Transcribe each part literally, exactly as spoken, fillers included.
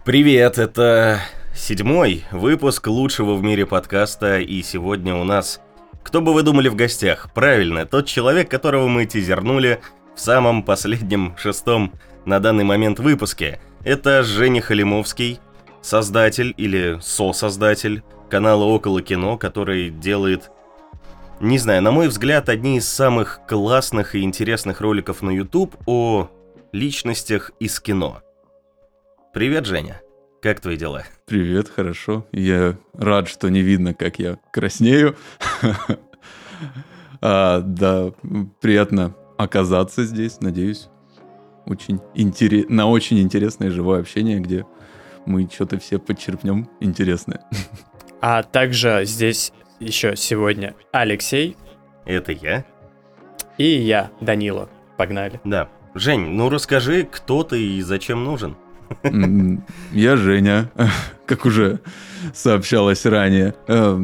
Привет, это седьмой выпуск лучшего в мире подкаста, и сегодня у нас, кто бы вы думали, в гостях? Правильно, тот человек, которого мы тизернули в самом последнем, шестом на данный момент выпуске. Это Женя Халимовский, создатель или сосоздатель канала Около Кино, который делает, не знаю, на мой взгляд, одни из самых классных и интересных роликов на YouTube о личностях из кино. Привет, Женя. Как твои дела? Привет, хорошо. Я рад, что не видно, как я краснею. а, да, приятно оказаться здесь, надеюсь. Очень интерес... На очень интересное живое общение, где мы что-то все подчерпнем интересное. А также здесь еще сегодня Алексей. Это я. И я, Данила. Погнали. Да. Жень, ну расскажи, кто ты и зачем нужен? Я Женя, как уже сообщалось ранее.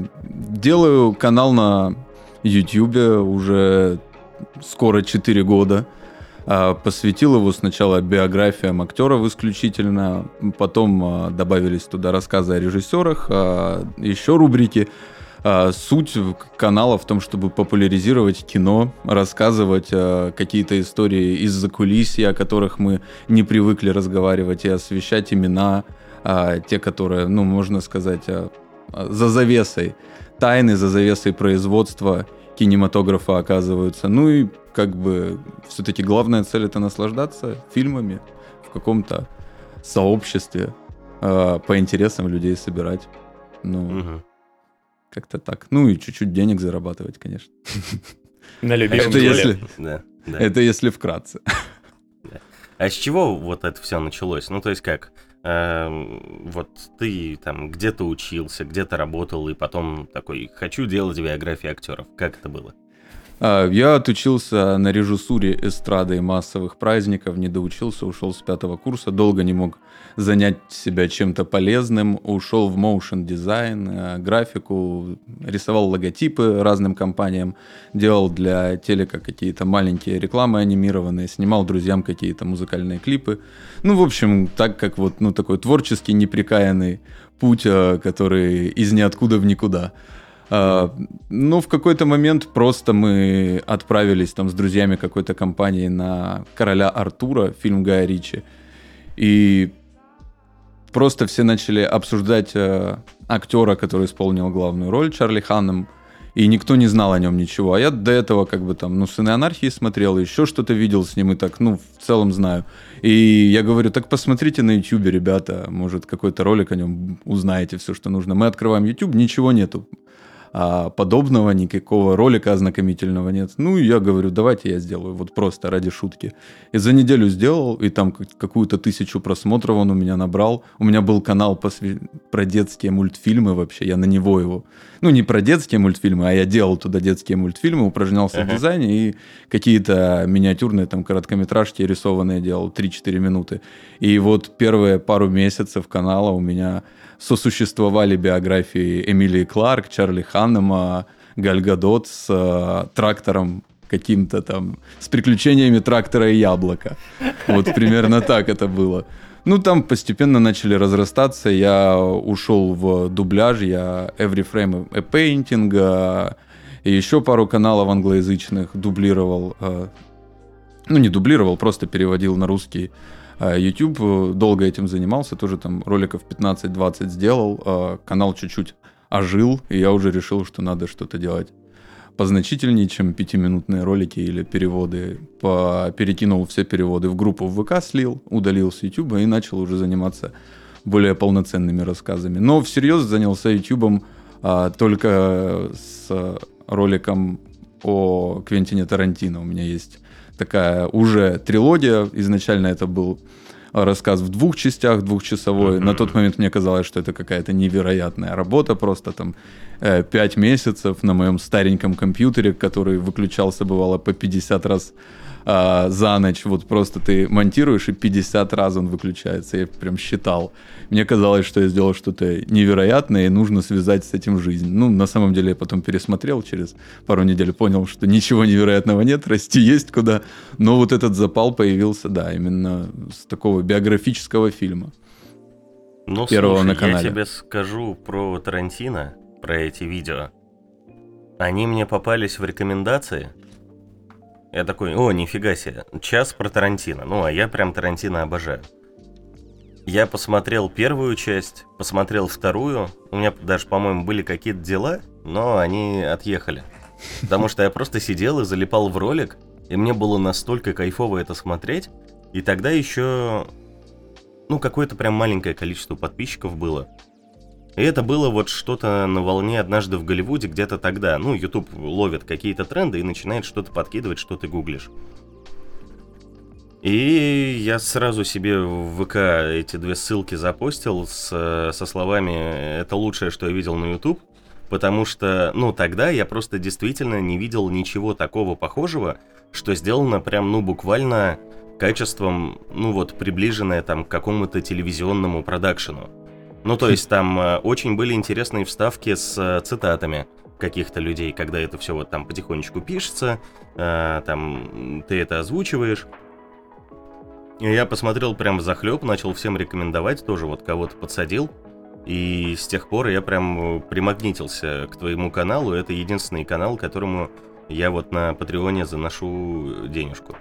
Делаю канал на YouTube уже скоро четыре года. Посвятил его сначала биографиям актеров исключительно, потом добавились туда рассказы о режиссерах, еще рубрики. Суть канала в том, чтобы популяризировать кино, рассказывать какие-то истории из-за кулисья, о которых мы не привыкли разговаривать, и освещать имена, те, которые, ну, можно сказать, за завесой тайны, за завесой производства кинематографа оказываются. Ну и как бы все-таки главная цель — это наслаждаться фильмами в каком-то сообществе, по интересам людей собирать. Ну... Угу. Как-то так. Ну и чуть-чуть денег зарабатывать, конечно. На любимом это деле. если, да, да. это если вкратце. Да. А с чего вот это все началось? Ну, то есть как? Э, вот ты там где-то учился, где-то работал, и потом такой, хочу делать биографии актеров. Как это было? Я отучился на режиссуре эстрады и массовых праздников, не доучился, ушел с пятого курса, долго не мог занять себя чем-то полезным, ушел в моушен дизайн, графику, рисовал логотипы разным компаниям, делал для телека какие-то маленькие рекламы анимированные, снимал друзьям какие-то музыкальные клипы. Ну, в общем, так как вот, ну, такой творческий неприкаянный путь, который из ниоткуда в никуда. Uh, ну, в какой-то момент просто мы отправились там с друзьями какой-то компании на «Короля Артура», фильм Гая Ричи, и просто все начали обсуждать uh, актера, который исполнил главную роль, Чарли Ханнем, и никто не знал о нем ничего. А я до этого как бы там, ну, «Сыны анархии» смотрел, еще что-то видел с ним, и так, ну, в целом знаю. И я говорю, так посмотрите на YouTube, ребята, может, какой-то ролик о нем узнаете, все, что нужно. Мы открываем YouTube, ничего нету. А подобного, никакого ролика ознакомительного нет. Ну, я говорю, давайте я сделаю, вот просто ради шутки. И за неделю сделал, и там какую-то тысячу просмотров он у меня набрал. У меня был канал посвя... про детские мультфильмы вообще, я на него его... Ну, не про детские мультфильмы, а я делал туда детские мультфильмы, упражнялся uh-huh. в дизайне и какие-то миниатюрные там короткометражки рисованные делал, три-четыре минуты. И вот первые пару месяцев канала у меня... сосуществовали биографии Эмилии Кларк, Чарли Ханнема, Галь Гадот с э, трактором каким-то там, с приключениями трактора и яблока. Вот примерно так это было. Ну, там постепенно начали разрастаться, я ушел в дубляж, я Every Frame a Painting, э, и еще пару каналов англоязычных дублировал. Э, ну, не дублировал, просто переводил на русский. YouTube, долго этим занимался, тоже там роликов пятнадцать-двадцать сделал, канал чуть-чуть ожил, и я уже решил, что надо что-то делать позначительнее, чем пятиминутные ролики или переводы. Перекинул все переводы в группу в ВК, слил, удалил с YouTube и начал уже заниматься более полноценными рассказами. Но всерьез занялся YouTube только с роликом о Квентине Тарантино. У меня есть такая уже трилогия. Изначально это был рассказ в двух частях, двухчасовой. Mm-hmm. На тот момент мне казалось, что это какая-то невероятная работа. Просто там э, пять месяцев на моем стареньком компьютере, который выключался, бывало, по пятьдесят раз э, за ночь. Вот просто ты монтируешь, и пятьдесят раз он выключается. Я прям считал. Мне казалось, что я сделал что-то невероятное, и нужно связать с этим жизнь. Ну, на самом деле, я потом пересмотрел через пару недель, понял, что ничего невероятного нет, расти есть куда. Но вот этот запал появился, да, именно с такого биографического фильма. Ну, первого слушай, на канале. Я тебе скажу про Тарантино, про эти видео. Они мне попались в рекомендации. Я такой, о, нифига себе, час про Тарантино. Ну, а я прям Тарантино обожаю. Я посмотрел первую часть, посмотрел вторую. У меня даже, по-моему, были какие-то дела, но они отъехали. Потому что я просто сидел и залипал в ролик, и мне было настолько кайфово это смотреть. И тогда еще, ну, какое-то прям маленькое количество подписчиков было. И это было вот что-то на волне «Однажды в Голливуде» где-то тогда. Ну, YouTube ловит какие-то тренды и начинает что-то подкидывать, что ты гуглишь. И я сразу себе в ВК эти две ссылки запостил с, со словами «Это лучшее, что я видел на YouTube». Потому что, ну, тогда я просто действительно не видел ничего такого похожего, что сделано прям, ну, буквально качеством, ну, вот, приближенное там к какому-то телевизионному продакшену. Ну, то есть там э, очень были интересные вставки с э, цитатами каких-то людей, когда это все вот там потихонечку пишется, э, там ты это озвучиваешь. И я посмотрел прям взахлеб, начал всем рекомендовать, тоже вот кого-то подсадил. И с тех пор я прям примагнитился к твоему каналу. Это единственный канал, которому я вот на Патреоне заношу денежку.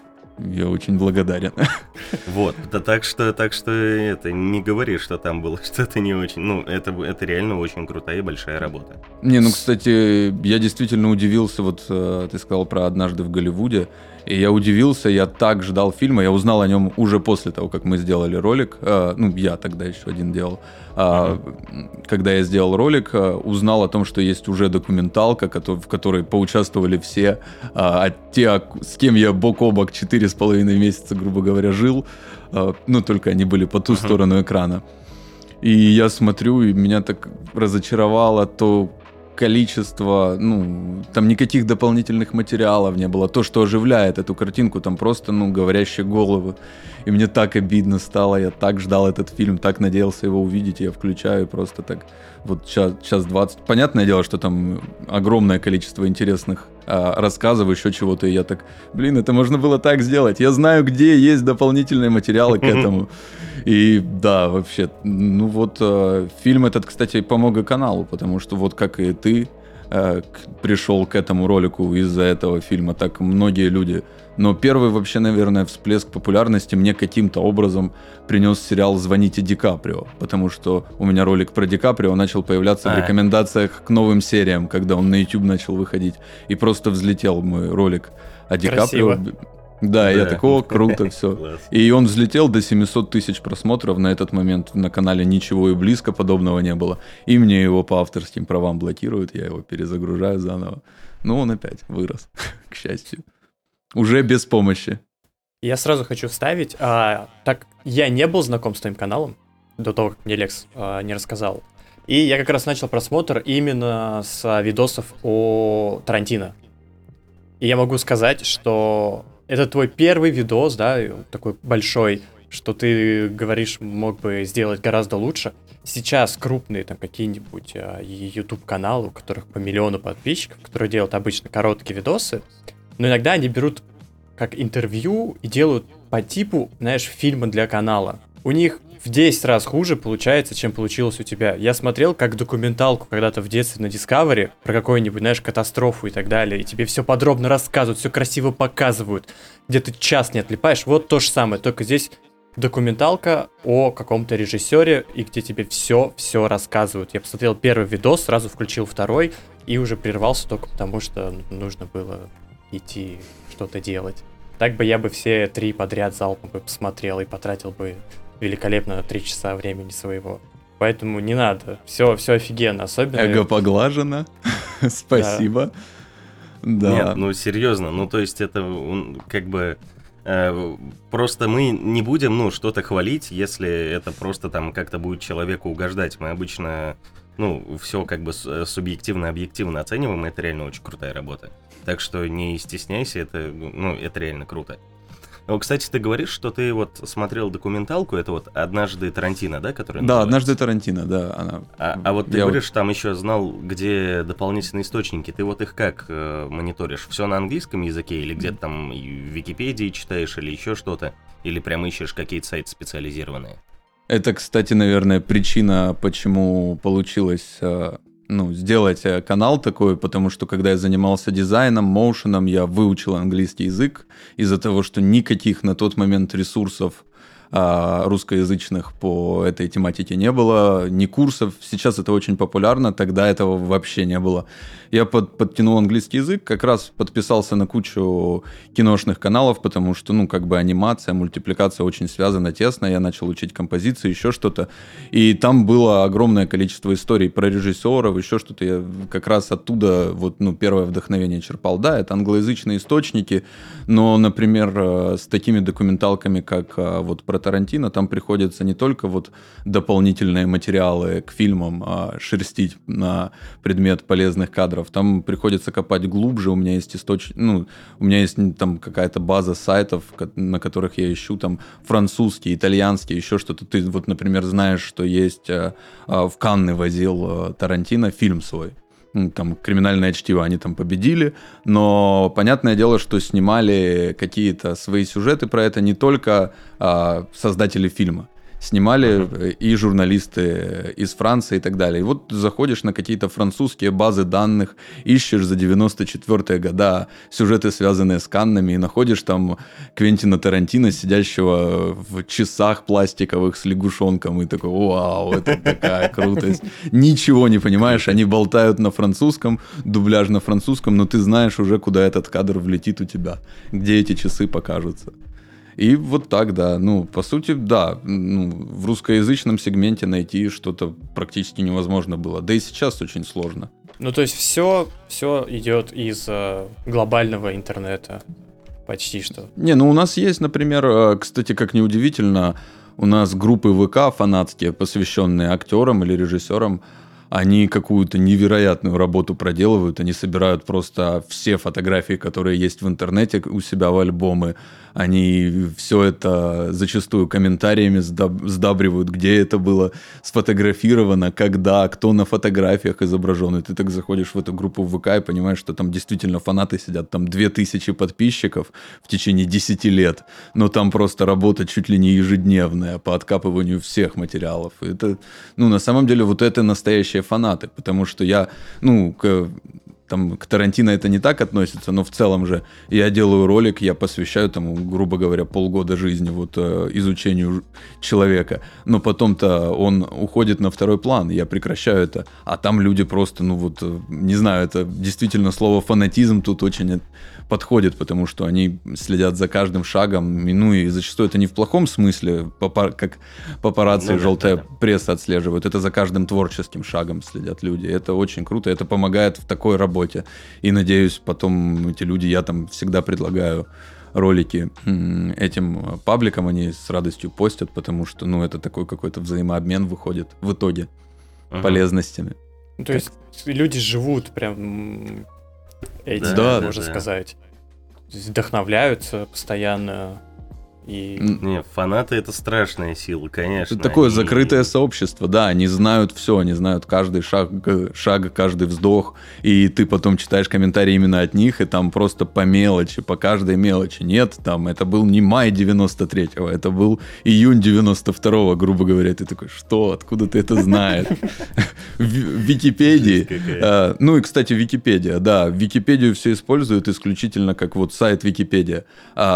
Я очень благодарен. Вот, да, так что, так что это не говори, что там было что-то не очень. Ну, это, это реально очень крутая и большая работа. Не, ну, кстати, я действительно удивился, вот э, ты сказал про «Однажды в Голливуде», и я удивился, я так ждал фильма, я узнал о нем уже после того, как мы сделали ролик, э, ну, я тогда еще один делал, э, mm-hmm. когда я сделал ролик, э, узнал о том, что есть уже документалка, в которой поучаствовали все, э, а те, с кем я бок о бок четыре с половиной месяца, грубо говоря, жил, э, ну, только они были по ту mm-hmm. сторону экрана. И я смотрю, и меня так разочаровало то количество, ну, там никаких дополнительных материалов не было. То, что оживляет эту картинку, там просто, ну, говорящие головы. И мне так обидно стало, я так ждал этот фильм, так надеялся его увидеть, я включаю просто так, вот час, час двадцать. Понятное дело, что там огромное количество интересных а, рассказов, еще чего-то, и я так, блин, это можно было так сделать. Я знаю, где есть дополнительные материалы к этому. И да, вообще, ну вот, э, фильм этот, кстати, помог и каналу, потому что вот как и ты э, к, пришел к этому ролику из-за этого фильма, так многие люди. Но первый вообще, наверное, всплеск популярности мне каким-то образом принес сериал «Звоните Ди Каприо», потому что у меня ролик про Ди Каприо начал появляться а. в рекомендациях к новым сериям, когда он на YouTube начал выходить, и просто взлетел мой ролик о Ди Каприо. Да, да, я такой, о, круто, все. И он взлетел до семьсот тысяч просмотров. На этот момент на канале ничего и близко подобного не было. И мне его по авторским правам блокируют, я его перезагружаю заново. Но он опять вырос, к счастью. Уже без помощи. Я сразу хочу вставить, а, так я не был знаком с твоим каналом до того, как мне Лекс а, не рассказал. И я как раз начал просмотр именно с видосов о Тарантино. И я могу сказать, что это твой первый видос, да, такой большой, что ты говоришь, мог бы сделать гораздо лучше. Сейчас крупные там какие-нибудь а, YouTube-каналы, у которых по миллиону подписчиков, которые делают обычно короткие видосы, но иногда они берут как интервью и делают по типу, знаешь, фильма для канала. У них в десять раз хуже получается, чем получилось у тебя. Я смотрел как документалку когда-то в детстве на Discovery про какую-нибудь, знаешь, катастрофу и так далее, и тебе все подробно рассказывают, все красиво показывают, где ты час не отлипаешь. Вот то же самое, только здесь документалка о каком-то режиссере, и где тебе все-все рассказывают. Я посмотрел первый видос, сразу включил второй, и уже прервался только потому, что нужно было идти что-то делать. Так бы я бы все три подряд залпом бы посмотрел и потратил бы великолепно на три часа времени своего. Поэтому не надо. Все, все офигенно. Особенно... Эго поглажено. Спасибо. Да. Нет, ну серьезно. Ну то есть это как бы... Э, просто мы не будем, ну, что-то хвалить, если это просто там как-то будет человеку угождать. Мы обычно, ну, все как бы субъективно, объективно оцениваем, и это реально очень крутая работа. Так что не стесняйся, это, ну, это реально круто. Ну, кстати, ты говоришь, что ты вот смотрел документалку, это вот «Однажды Тарантино», да, которая Да, называется? «Однажды Тарантино», да. Она... А, а вот ты Я говоришь, вот... там еще знал, где дополнительные источники. Ты вот их как э, мониторишь? Все на английском языке или где-то там в Википедии читаешь или еще что-то? Или прям ищешь какие-то сайты специализированные? Это, кстати, наверное, причина, почему получилось ну, сделать канал такой, потому что когда я занимался дизайном, моушеном, я выучил английский язык из-за того, что никаких на тот момент ресурсов русскоязычных по этой тематике не было, ни курсов. Сейчас это очень популярно, тогда этого вообще не было. Я под, подтянул английский язык, как раз подписался на кучу киношных каналов, потому что, ну, как бы анимация, мультипликация очень связана тесно. Я начал учить композиции, еще что-то. И там было огромное количество историй про режиссеров, еще что-то. Я как раз оттуда вот, ну, первое вдохновение черпал. Да, это англоязычные источники, но, например, с такими документалками, как вот про Тарантино, там приходится не только вот дополнительные материалы к фильмам а шерстить на предмет полезных кадров, там приходится копать глубже. У меня есть источник, ну, у меня есть там какая-то база сайтов, на которых я ищу там французский, итальянский, еще что-то. Ты вот, например, знаешь, что есть а, а, в Канны возил а, Тарантино фильм свой. Там «Криминальное чтиво», они там победили, но понятное дело, что снимали какие-то свои сюжеты про это не только а, создатели фильма. Снимали и журналисты из Франции и так далее. И вот заходишь на какие-то французские базы данных, ищешь за девяносто четвёртые года сюжеты, связанные с Каннами, и находишь там Квентина Тарантино, сидящего в часах пластиковых с лягушонком, и такой: вау, это такая крутость. Ничего не понимаешь, они болтают на французском, дубляж на французском, но ты знаешь уже, куда этот кадр влетит у тебя, где эти часы покажутся. И вот так, да. Ну, по сути, да. Ну, в русскоязычном сегменте найти что-то практически невозможно было. Да и сейчас очень сложно. Ну, то есть все, все идет из э, глобального интернета. Почти что. Не, ну у нас есть, например, кстати, как ни удивительно, у нас группы ВК фанатские, посвященные актерам или режиссерам. Они какую-то невероятную работу проделывают, они собирают просто все фотографии, которые есть в интернете, у себя в альбомы. Они все это зачастую комментариями сдабривают, где это было сфотографировано, когда, кто на фотографиях изображен. И ты так заходишь в эту группу в ВК и понимаешь, что там действительно фанаты сидят, там две тысячи подписчиков в течение десяти лет, но там просто работа чуть ли не ежедневная по откапыванию всех материалов. Это, ну, на самом деле, вот это настоящие фанаты, потому что я, ну, к, там, к Тарантино это не так относится, но в целом же я делаю ролик, я посвящаю, там, грубо говоря, полгода жизни вот э, изучению человека, но потом-то он уходит на второй план, я прекращаю это, а там люди просто, ну вот, не знаю, это действительно слово фанатизм тут очень подходит, потому что они следят за каждым шагом, ну и зачастую это не в плохом смысле, как папарацци, ну, желтая да, да. пресса отслеживают, это за каждым творческим шагом следят люди, это очень круто, это помогает в такой работе, и надеюсь, потом эти люди, я там всегда предлагаю ролики этим пабликам, они с радостью постят, потому что, ну, это такой какой-то взаимообмен выходит в итоге uh-huh. полезностями. Ну, то есть люди живут прям этим, да, можно да, сказать. Вдохновляются постоянно. И... Не, фанаты — это страшная сила, конечно. Это такое они... закрытое сообщество, да, они знают все, они знают каждый шаг, шаг, каждый вздох, и ты потом читаешь комментарии именно от них, и там просто по мелочи, по каждой мелочи. Нет, там, это был не май девяносто третьего, это был июнь девяносто второго, грубо говоря. Ты такой: что, откуда ты это знаешь? В Википедии, ну и, кстати, Википедия, да, Википедию все используют исключительно как вот сайт Википедия.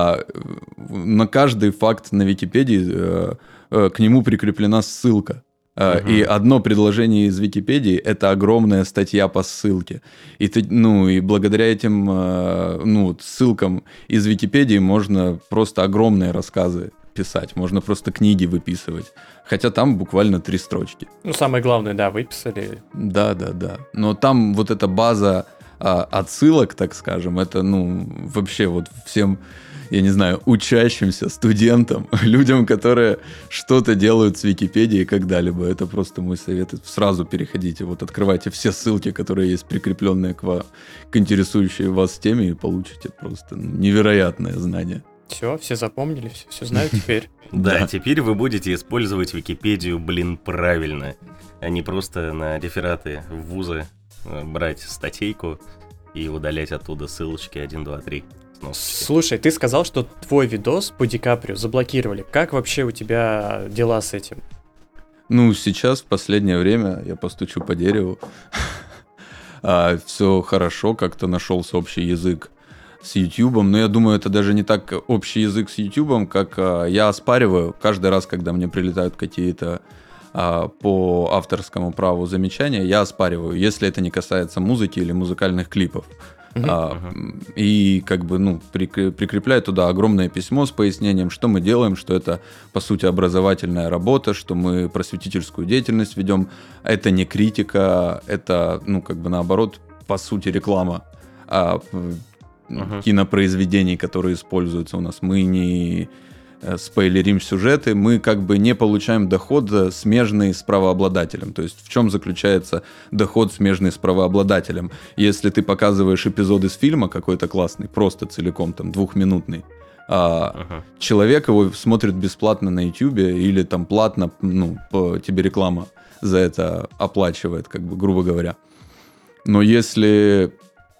На каждый факт на Википедии э, э, к нему прикреплена ссылка. Э, uh-huh. И одно предложение из Википедии — это огромная статья по ссылке. И, ты, ну, и благодаря этим э, ну, ссылкам из Википедии можно просто огромные рассказы писать. Можно просто книги выписывать. Хотя там буквально три строчки. Ну, самое главное, да, выписали. Да, да, да. Но там вот эта база э, отсылок, так скажем, это, ну, вообще вот всем... я не знаю, учащимся, студентам, людям, которые что-то делают с Википедией когда-либо. Это просто мой совет. Сразу переходите, вот открывайте все ссылки, которые есть прикрепленные к, ва- к интересующей вас теме, и получите просто невероятное знание. Все, все запомнили, все, все знают теперь. Да, теперь вы будете использовать Википедию, блин, правильно, а не просто на рефераты в вузы брать статейку и удалять оттуда ссылочки один, два, три. Слушай, ты сказал, что твой видос по Ди Каприо заблокировали. Как вообще у тебя дела с этим? Ну, сейчас, в последнее время, я постучу по дереву, все хорошо, как-то нашелся общий язык с Ютубом, но я думаю, это даже не так общий язык с Ютубом, как я оспариваю каждый раз, когда мне прилетают какие-то по авторскому праву замечания, я оспариваю, если это не касается музыки или музыкальных клипов. Uh-huh. А, uh-huh. И как бы, ну, прикрепляю туда огромное письмо с пояснением, что мы делаем, что это, по сути, образовательная работа, что мы просветительскую деятельность ведем. Это не критика, это, ну, как бы наоборот, по сути, реклама а, uh-huh. кинопроизведений, которые используются у нас. Мы не спойлерим сюжеты, мы как бы не получаем доход смежный с правообладателем. То есть в чем заключается доход смежный с правообладателем? Если ты показываешь эпизод из фильма какой-то классный, просто целиком, там, двухминутный, а uh-huh. человек его смотрит бесплатно на Ютубе или там платно, ну, по, тебе реклама за это оплачивает, как бы, грубо говоря. Но если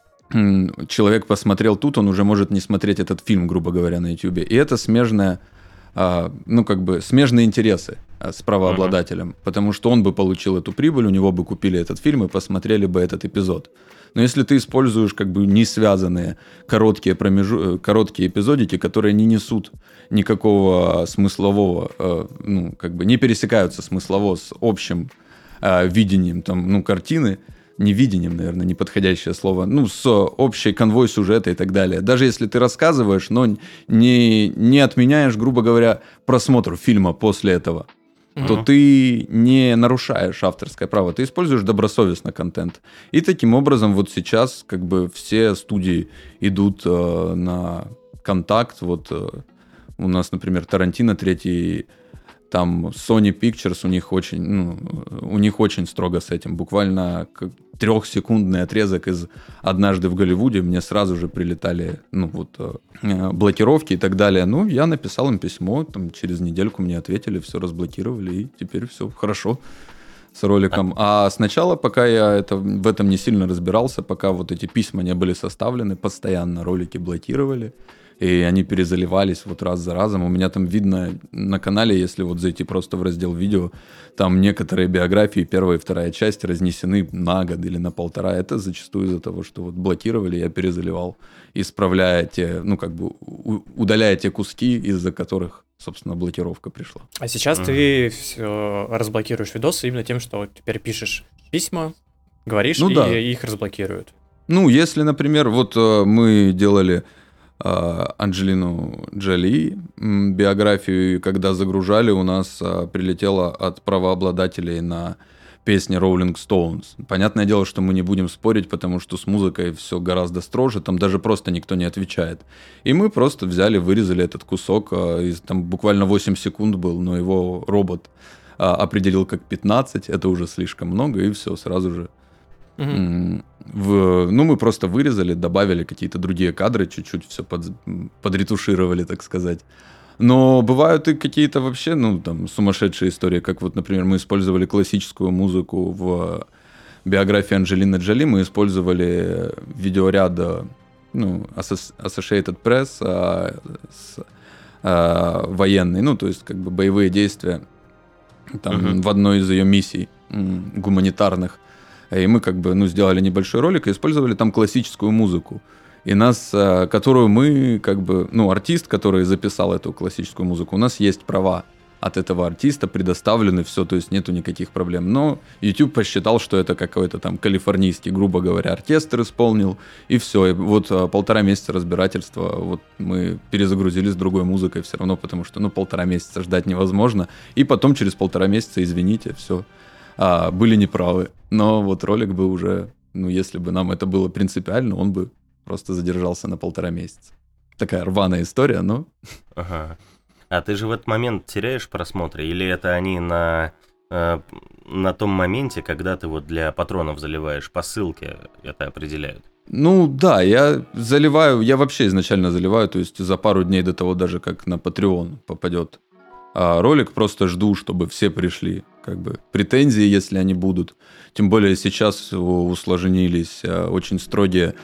человек посмотрел тут, он уже может не смотреть этот фильм, грубо говоря, на Ютубе. И это смежная, а, ну, как бы, смежные интересы а, с правообладателем, uh-huh. потому что он бы получил эту прибыль, у него бы купили этот фильм и посмотрели бы этот эпизод. Но если ты используешь, как бы, не связанные короткие, промежу... короткие эпизодики, которые не несут никакого смыслового, э, ну, как бы, не пересекаются смыслово с общим э, видением, там, ну, картины, не видением, наверное, неподходящее слово, ну, с общей конвой сюжета и так далее. Даже если ты рассказываешь, но не, не отменяешь, грубо говоря, просмотр фильма после этого, mm-hmm. то ты не нарушаешь авторское право, ты используешь добросовестно контент. И таким образом вот сейчас как бы все студии идут э, на контакт. Вот э, у нас, например, Тарантино третий... Там Sony Pictures, у них очень, ну, у них очень строго с этим. Буквально трехсекундный отрезок из «Однажды в Голливуде» мне сразу же прилетали, ну, вот, блокировки и так далее. Ну, я написал им письмо, там, через недельку мне ответили, все разблокировали, и теперь все хорошо с роликом. А сначала, пока я это, в этом не сильно разбирался, пока вот эти письма не были составлены, постоянно ролики блокировали. И они перезаливались вот раз за разом. У меня там видно на канале, если вот зайти просто в раздел видео, там некоторые биографии, первая и вторая часть, разнесены на год или на полтора. Это зачастую из-за того, что вот блокировали, я перезаливал, исправляя те, ну как бы удаляя те куски, из-за которых, собственно, блокировка пришла. А сейчас mm-hmm. ты все разблокируешь видосы именно тем, что теперь пишешь письма, говоришь, ну, и да. их разблокируют. Ну, если, например, вот мы делали... Анджелину Джоли биографию, когда загружали, у нас прилетело от правообладателей на песни Rolling Stones. Понятное дело, что мы не будем спорить, потому что с музыкой все гораздо строже, там даже просто никто не отвечает. И мы просто взяли, вырезали этот кусок, там буквально восемь секунд был, но его робот определил как пятнадцать, это уже слишком много, и все, сразу же. Uh-huh. В, ну, мы просто вырезали, добавили какие-то другие кадры, чуть-чуть все под, подретушировали, так сказать. Но бывают и какие-то вообще, ну, там, сумасшедшие истории, как вот, например, мы использовали классическую музыку в биографии Анджелины Джоли, мы использовали видеоряд, ну, Associated Press а, с, а, военный, ну, то есть, как бы, боевые действия там, uh-huh. в одной из ее миссий м, гуманитарных. И мы как бы, ну, сделали небольшой ролик и использовали там классическую музыку. И нас, которую мы, как бы, ну, артист, который записал эту классическую музыку, у нас есть права от этого артиста, предоставлены, все, то есть нету никаких проблем. Но YouTube посчитал, что это какой-то там калифорнийский, грубо говоря, оркестр исполнил, и все. И вот полтора месяца разбирательства, вот мы перезагрузили с другой музыкой все равно, потому что, ну, полтора месяца ждать невозможно. И потом через полтора месяца, извините, все. А, были неправы, но вот ролик бы уже, ну, если бы нам это было принципиально, он бы просто задержался на полтора месяца. Такая рваная история, но... Ага. А ты же в этот момент теряешь просмотры, или это они на, э, на том моменте, когда ты вот для патронов заливаешь по ссылке, это определяют? Ну да, я заливаю, я вообще изначально заливаю, то есть за пару дней до того даже, как на Patreon попадет а ролик, просто жду, чтобы все пришли. Как бы претензии, если они будут. Тем более сейчас усложнились очень строгие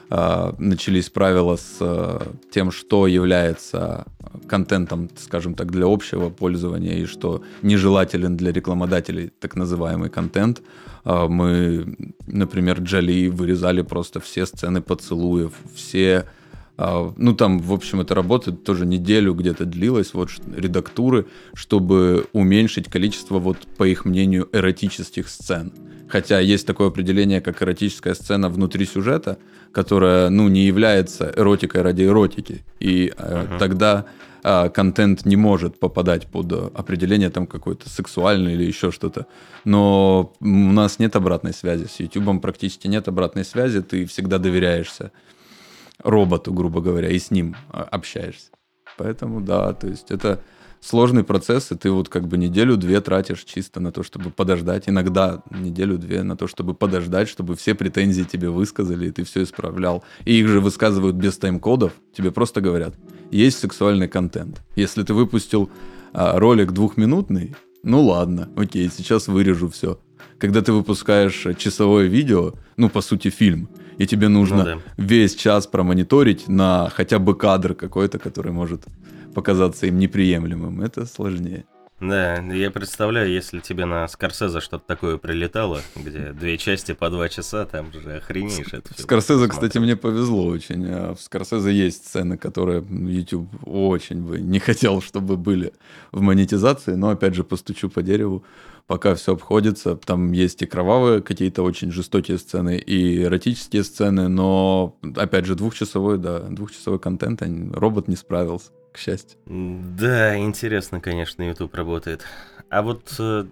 начались правила с тем, что является контентом, скажем так, для общего пользования и что нежелателен для рекламодателей так называемый контент. Мы, например, Джоли вырезали просто все сцены поцелуев, все... Ну, там, в общем, это работает тоже неделю где-то длилось, вот, редактуры, чтобы уменьшить количество, вот, по их мнению, эротических сцен. Хотя есть такое определение, как эротическая сцена внутри сюжета, которая, ну, не является эротикой ради эротики. И uh-huh. тогда а, контент не может попадать под определение там какой-то сексуальный или еще что-то. Но у нас нет обратной связи. С YouTube практически нет обратной связи. Ты всегда доверяешься роботу, грубо говоря, и с ним общаешься. Поэтому, да, то есть это сложный процесс, и ты вот как бы неделю-две тратишь чисто на то, чтобы подождать. Иногда неделю-две на то, чтобы подождать, чтобы все претензии тебе высказали, и ты все исправлял. И их же высказывают без тайм-кодов. Тебе просто говорят, есть сексуальный контент. Если ты выпустил а, ролик двухминутный, ну ладно, окей, сейчас вырежу все. Когда ты выпускаешь часовое видео, ну, по сути, фильм, и тебе нужно ну, да. весь час промониторить на хотя бы кадр какой-то, который может показаться им неприемлемым, это сложнее. Да, я представляю, если тебе на Скорсезе что-то такое прилетало, где две части по два часа, там же охренеешь это все. Скорсезе, кстати, мне повезло очень. В Скорсезе есть сцены, которые YouTube очень бы не хотел, чтобы были в монетизации, но, опять же, постучу по дереву, пока все обходится. Там есть и кровавые какие-то очень жестокие сцены, и эротические сцены, но, опять же, двухчасовой, да, двухчасовой контент, робот не справился. К счастью. Да, интересно, конечно, YouTube работает. А вот,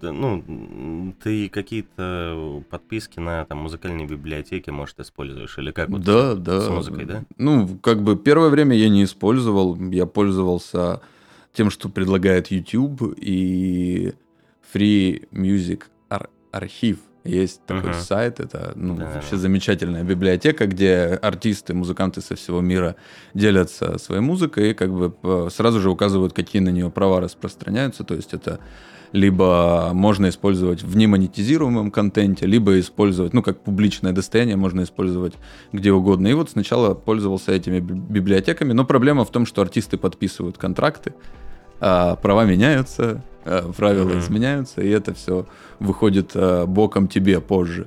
ну, ты какие-то подписки на там музыкальные библиотеки, может, используешь? Или как вот да, с, да. с музыкой, да? Ну, как бы первое время я не использовал. Я пользовался тем, что предлагает YouTube и Free Music Archive. Есть такой uh-huh. сайт, это ну, да. вообще замечательная библиотека, где артисты, музыканты со всего мира делятся своей музыкой и как бы сразу же указывают, какие на нее права распространяются. То есть это либо можно использовать в немонетизируемом контенте, либо использовать, ну, как публичное достояние, можно использовать где угодно. И вот сначала пользовался этими библиотеками, но проблема в том, что артисты подписывают контракты, а права меняются, правила mm-hmm. изменяются, и это все выходит а, боком тебе позже.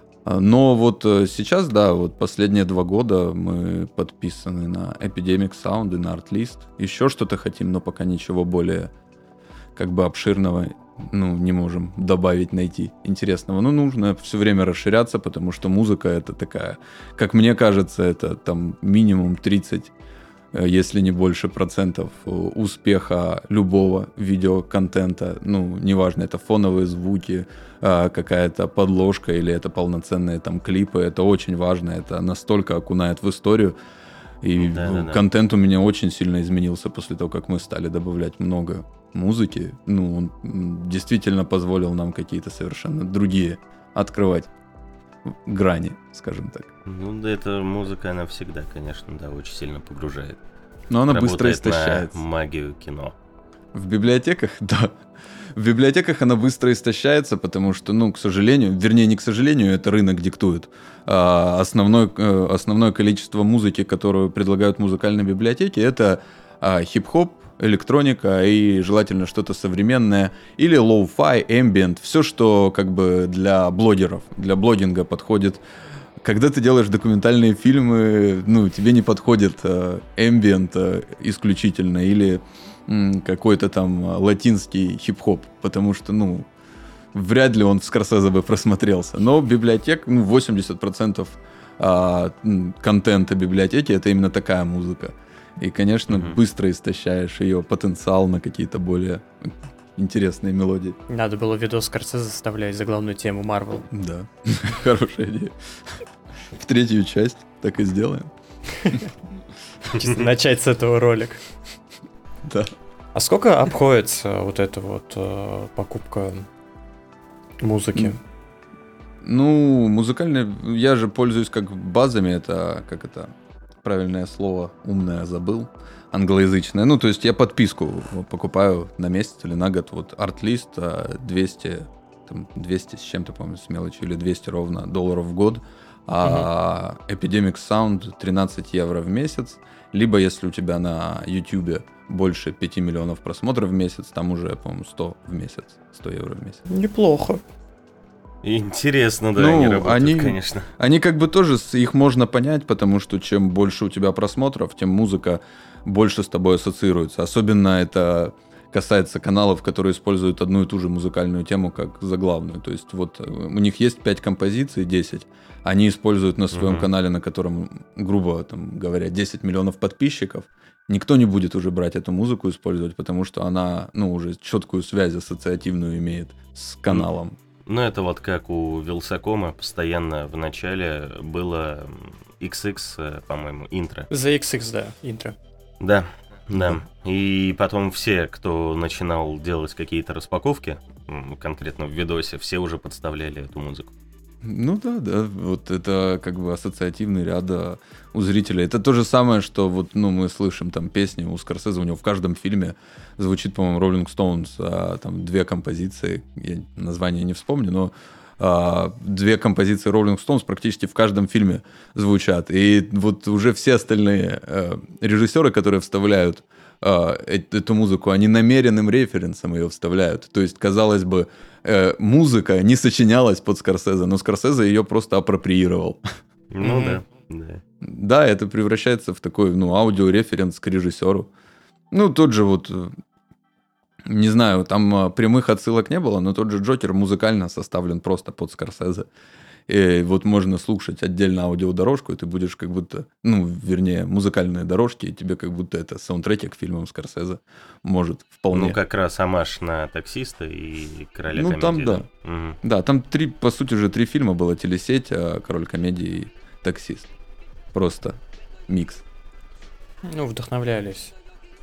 Но вот сейчас, да, вот последние два года мы подписаны на Epidemic Sound и на Artlist. Еще что-то хотим, но пока ничего более как бы обширного ну, не можем добавить, найти интересного. Но нужно все время расширяться, потому что музыка это такая, как мне кажется, это там минимум тридцать, если не больше процентов успеха любого видеоконтента. Ну, неважно, это фоновые звуки, какая-то подложка или это полноценные там клипы. Это очень важно, это настолько окунает в историю. И да, да, да. контент у меня очень сильно изменился после того, как мы стали добавлять много музыки. Ну, он действительно позволил нам какие-то совершенно другие открывать грани, скажем так. Ну, да, эта музыка, она всегда, конечно, да, очень сильно погружает. Но она Работает быстро истощается. На магию кино. В библиотеках, да. В библиотеках она быстро истощается, потому что, ну, к сожалению, вернее, не к сожалению, это рынок диктует. А основное, основное количество музыки, которую предлагают музыкальные библиотеки, это а, хип-хоп, электроника и желательно что-то современное, или лоу-фай, ambient, все, что как бы для блогеров, для блогинга подходит. Когда ты делаешь документальные фильмы, ну, тебе не подходит э, ambient э, исключительно или м, какой-то там латинский хип-хоп, потому что, ну, вряд ли он в Скорсезе бы просмотрелся. Но библиотек, ну, восемьдесят процентов э, контента библиотеки — это именно такая музыка. И, конечно, mm-hmm. быстро истощаешь ее потенциал на какие-то более интересные мелодии. Надо было видос Скорсезе заставлять за главную тему Marvel. Да, хорошая идея. В третью часть так и сделаем. Чисто начать с этого ролика. Да. А сколько обходится вот эта вот э, покупка музыки? Ну, музыкальные... Я же пользуюсь как базами, это... Как это... Правильное слово, умное забыл, англоязычное. Ну, то есть я подписку покупаю на месяц или на год. Вот Artlist двести там двести с чем-то, по-моему, с мелочью, или двести ровно долларов в год, а uh-huh. Epidemic Sound тринадцать евро в месяц, либо если у тебя на YouTube больше пяти миллионов просмотров в месяц, там уже, по-моему, сто в месяц, сто евро в месяц. Неплохо. Интересно, да, ну, они работают, они, конечно. Они как бы тоже, их можно понять, потому что чем больше у тебя просмотров, тем музыка больше с тобой ассоциируется. Особенно это касается каналов, которые используют одну и ту же музыкальную тему как заглавную. То есть вот у них есть пять композиций, десять. Они используют на своем uh-huh. канале, на котором, грубо там, говоря, десять миллионов подписчиков. Никто не будет уже брать эту музыку использовать, потому что она, ну, уже четкую связь ассоциативную имеет с каналом. Ну, это вот как у Вилсакома постоянно в начале было икс икс, по-моему, интро. За икс икс, да, интро. Да, да. И потом все, кто начинал делать какие-то распаковки, конкретно в видосе, все уже подставляли эту музыку. Ну да, да, вот это как бы ассоциативный ряд у зрителей. Это то же самое, что вот, ну, мы слышим там песни у Скорсезе, у него в каждом фильме звучит, по-моему, Rolling Stones, а, там две композиции, я название не вспомню, но а, две композиции Rolling Stones практически в каждом фильме звучат. И вот уже все остальные а, режиссеры, которые вставляют а, эту музыку, они намеренным референсом ее вставляют. То есть, казалось бы, э, музыка не сочинялась под Скорсезе, но Скорсезе ее просто апроприировал. Ну да, да. Да, это превращается в такой, ну, аудиореференс к режиссеру. Ну, тот же вот, не знаю, там прямых отсылок не было, но тот же Джокер музыкально составлен просто под Скорсезе. И вот можно слушать отдельно аудиодорожку, и ты будешь как будто, ну, вернее, музыкальные дорожки, и тебе как будто это саундтреки к фильмам Скорсезе может вполне. Ну, как раз омаж на «Таксиста» и «Короля ну, комедии». Ну, там, да. Да. Угу. Да, там три, по сути же, три фильма было: «Телесеть», «Король комедии» и «Таксист». Просто микс. Ну, вдохновлялись.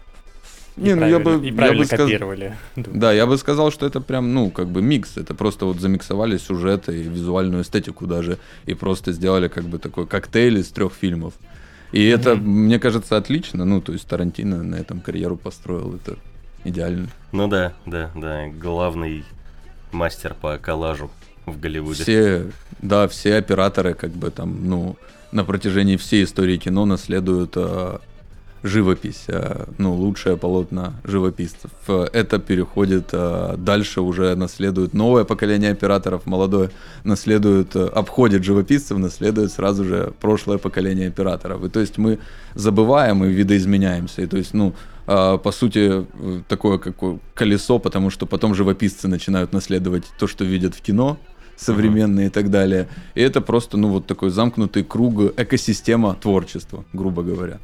Не, и ну правильно, я бы, и правильно я бы копировали. Сказ... Да, я бы сказал, что это прям, ну, как бы микс. Это просто вот замиксовали сюжет и визуальную эстетику даже, и просто сделали как бы такой коктейль из трех фильмов. И mm-hmm. это, мне кажется, отлично. Ну, то есть Тарантино на этом карьеру построил. Это идеально. Ну да, да, да. Главный мастер по коллажу в Голливуде. Все, да, все операторы как бы там, ну, на протяжении всей истории кино наследуют а, живопись, а, ну, лучшее полотно живописцев. Это переходит а, дальше, уже наследует новое поколение операторов, молодое наследует, а, обходит живописцев, наследует сразу же прошлое поколение операторов. И то есть мы забываем и видоизменяемся. И то есть, ну, а, по сути, такое как колесо, потому что потом живописцы начинают наследовать то, что видят в кино, современные uh-huh. и так далее. И это просто, ну, вот такой замкнутый круг, экосистема творчества, грубо говоря.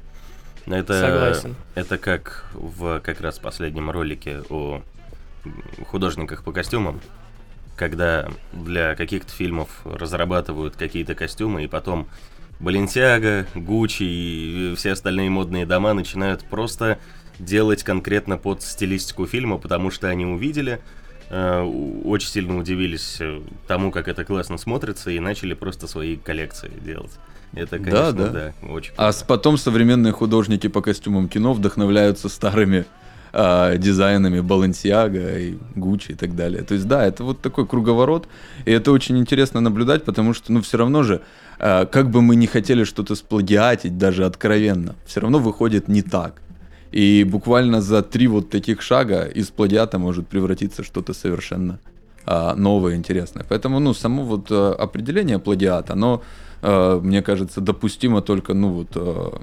Это, Согласен. Это как в как раз последнем ролике о художниках по костюмам, когда для каких-то фильмов разрабатывают какие-то костюмы, и потом Balenciaga, Gucci и все остальные модные дома начинают просто делать конкретно под стилистику фильма, потому что они увидели, очень сильно удивились тому, как это классно смотрится, и начали просто свои коллекции делать. Это, конечно, да, да. да очень круто. А потом современные художники по костюмам кино вдохновляются старыми а, дизайнами Balenciaga и Gucci и так далее. То есть, да, это вот такой круговорот, и это очень интересно наблюдать, потому что, ну, все равно же, а, как бы мы ни хотели что-то сплагиатить, даже откровенно, все равно выходит не так. И буквально за три вот таких шага из плагиата может превратиться что-то совершенно а, новое, интересное. Поэтому, ну, само вот а, определение плагиата, оно, а, мне кажется, допустимо только, ну, вот а,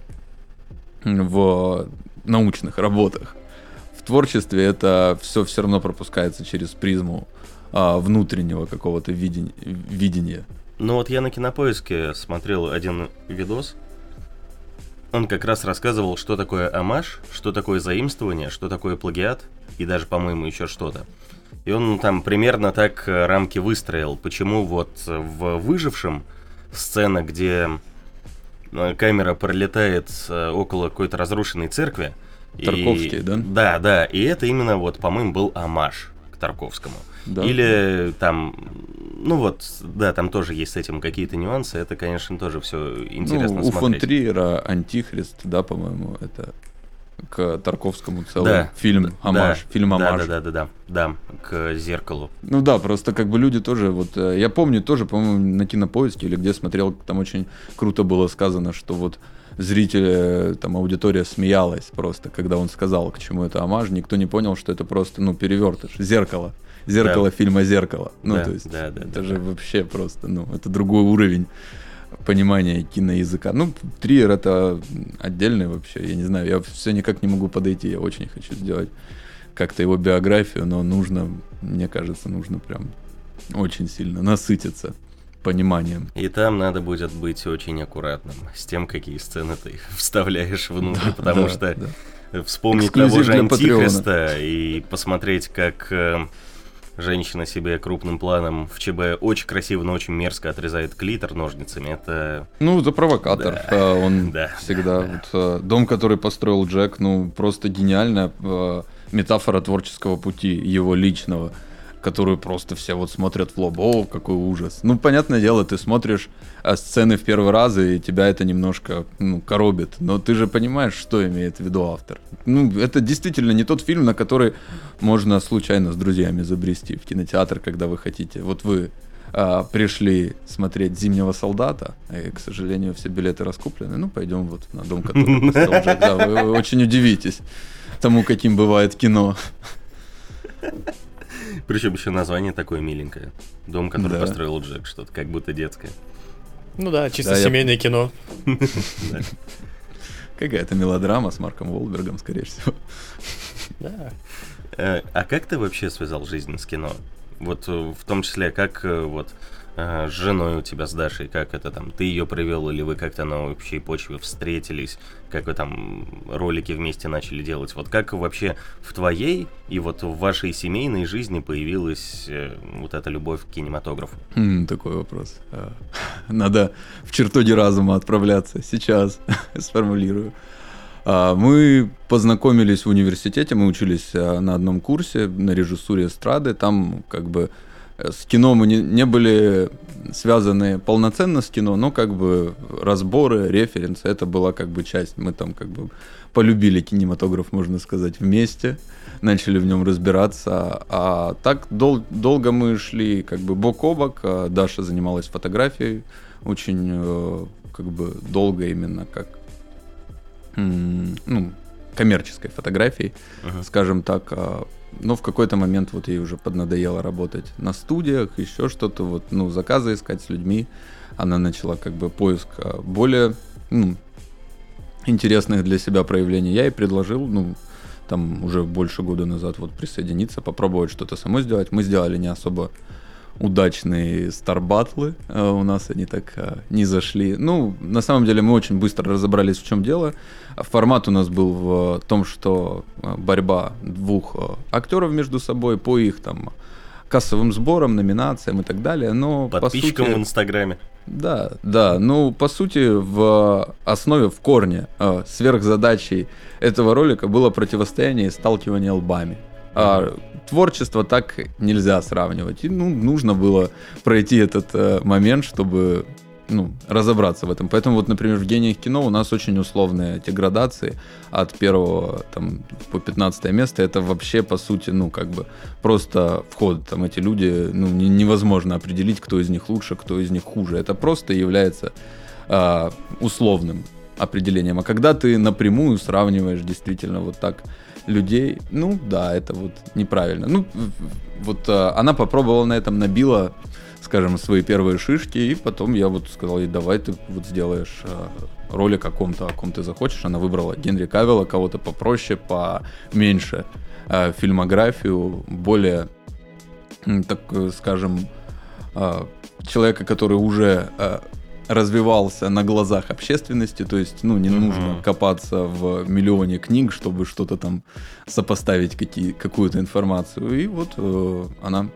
в научных работах. В творчестве это все все равно пропускается через призму а, внутреннего какого-то видения, видения. Ну вот я на Кинопоиске смотрел один видос. Он как раз рассказывал, что такое омаж, что такое заимствование, что такое плагиат и даже, по-моему, еще что-то. И он там примерно так рамки выстроил. Почему вот в «Выжившем» сцена, где камера пролетает около какой-то разрушенной церкви. Тарковский, и... да? Да, да. И это именно вот, по-моему, был омаж к Тарковскому. Да. Или там, ну вот, да, там тоже есть с этим какие-то нюансы. Это, конечно, тоже все интересно ну, у смотреть. фон Триера «Антихрист», да, по-моему, это к Тарковскому целый Да, фильм, омаж, да, фильм омаж. Да, да, да, да, да, к «Зеркалу». Ну да, просто как бы люди тоже, вот э, я помню тоже, по-моему, на Кинопоиске или где смотрел, там очень круто было сказано, что вот зрители, там аудитория смеялась просто, когда он сказал, к чему это омаж, никто не понял, что это просто, ну, перевертыш, зеркало, зеркало Да. фильма «Зеркало». Ну, Да, то есть да, да, это да, же да. вообще просто, ну, это другой уровень понимания киноязыка. Ну, «Триер» — это отдельный вообще, я не знаю, я все никак не могу подойти, я очень хочу сделать как-то его биографию, но нужно, мне кажется, нужно прям очень сильно насытиться пониманием. И там надо будет быть очень аккуратным с тем, какие сцены ты вставляешь внутрь, потому Да, что да. вспомнить Эксклюзив того же для Антихриста и посмотреть, как э, женщина себе крупным планом в ЧБ очень красиво, но очень мерзко отрезает клитор ножницами, это... Ну, это провокатор. Да. А, Он Да, всегда... да, да. Вот, а, дом, который построил Джек, ну, просто гениальная а, метафора творческого пути его личного, которую просто все вот смотрят в лоб. О, какой ужас. Ну, понятное дело, ты смотришь а, сцены в первый раз, и тебя это немножко, ну, коробит. Но ты же понимаешь, что имеет в виду автор. Ну, это действительно не тот фильм, на который можно случайно с друзьями забрести в кинотеатр, когда вы хотите. Вот вы а, пришли смотреть «Зимнего солдата», и, к сожалению, все билеты раскуплены. Ну, пойдем вот на дом, который построил Джек. Да, вы, вы очень удивитесь тому, каким бывает кино. Причем еще название такое миленькое. «Дом, который Да. построил Джек», что-то как будто детское. Ну да, чисто Да, я- семейное кино. Какая-то мелодрама с Марком Уолбергом, скорее всего. Да. Э, А как ты вообще связал жизнь с кино? Вот э, в том числе, как э, вот э, с женой у тебя, с Дашей, как это там, ты ее привел, или вы как-то на общей почве встретились, как вы там ролики вместе начали делать? Вот как вообще в твоей и вот в вашей семейной жизни появилась э, вот эта любовь к кинематографу? М, такой вопрос. А, Надо в чертоге разума отправляться. Сейчас сформулирую. А, Мы познакомились в университете, мы учились а, на одном курсе на режиссуре эстрады. Там как бы э, с кино мы не, не были связаны полноценно с кино, но как бы разборы, референсы, это была как бы часть. Мы там как бы полюбили кинематограф, можно сказать, вместе, начали в нем разбираться. А так дол- долго мы шли как бы бок о бок. А Даша занималась фотографией очень э, как бы долго именно как м, ну, коммерческой фотографией, Ага. скажем так. а, Но в какой-то момент вот ей уже поднадоело работать на студиях, еще что-то, вот, ну, заказы искать с людьми. Она начала как бы поиск а, более, ну, интересных для себя проявлений. Я ей предложил, ну, там уже больше года назад вот присоединиться, попробовать что-то самой сделать. Мы сделали не особо удачные старбатлы, а у нас они так а, не зашли. Ну, на самом деле мы очень быстро разобрались, в чем дело. Формат у нас был в том, что а, борьба двух а, актеров между собой по их там кассовым сборам, номинациям и так далее. Но Подписчикам по сути, в Инстаграме. да, да, ну, по сути, в основе, в корне э, сверхзадачей этого ролика было противостояние и сталкивание лбами. А творчество так нельзя сравнивать. И, ну, нужно было пройти этот э, момент, чтобы, ну, разобраться в этом. Поэтому вот, например, в «Гениях кино» у нас очень условные эти градации от первого там, по пятнадцатое место. Это вообще, по сути, ну, как бы просто вход. Там эти люди, ну, не- невозможно определить, кто из них лучше, кто из них хуже. Это просто является а, условным определением. А когда ты напрямую сравниваешь действительно вот так людей, ну, да, это вот неправильно. Ну, в- вот а, она попробовала на этом, набила, скажем, свои первые шишки, и потом я вот сказал ей, давай ты вот сделаешь а, ролик о ком-то, о ком ты захочешь. Она выбрала Генри Кавилла, кого-то попроще, поменьше а, фильмографию, более, м, так э, скажем, а, человека, который уже а, развивался на глазах общественности, то есть, ну, не Мгм. нужно копаться в миллионе книг, чтобы что-то там сопоставить, какие, какую-то информацию. И вот э, она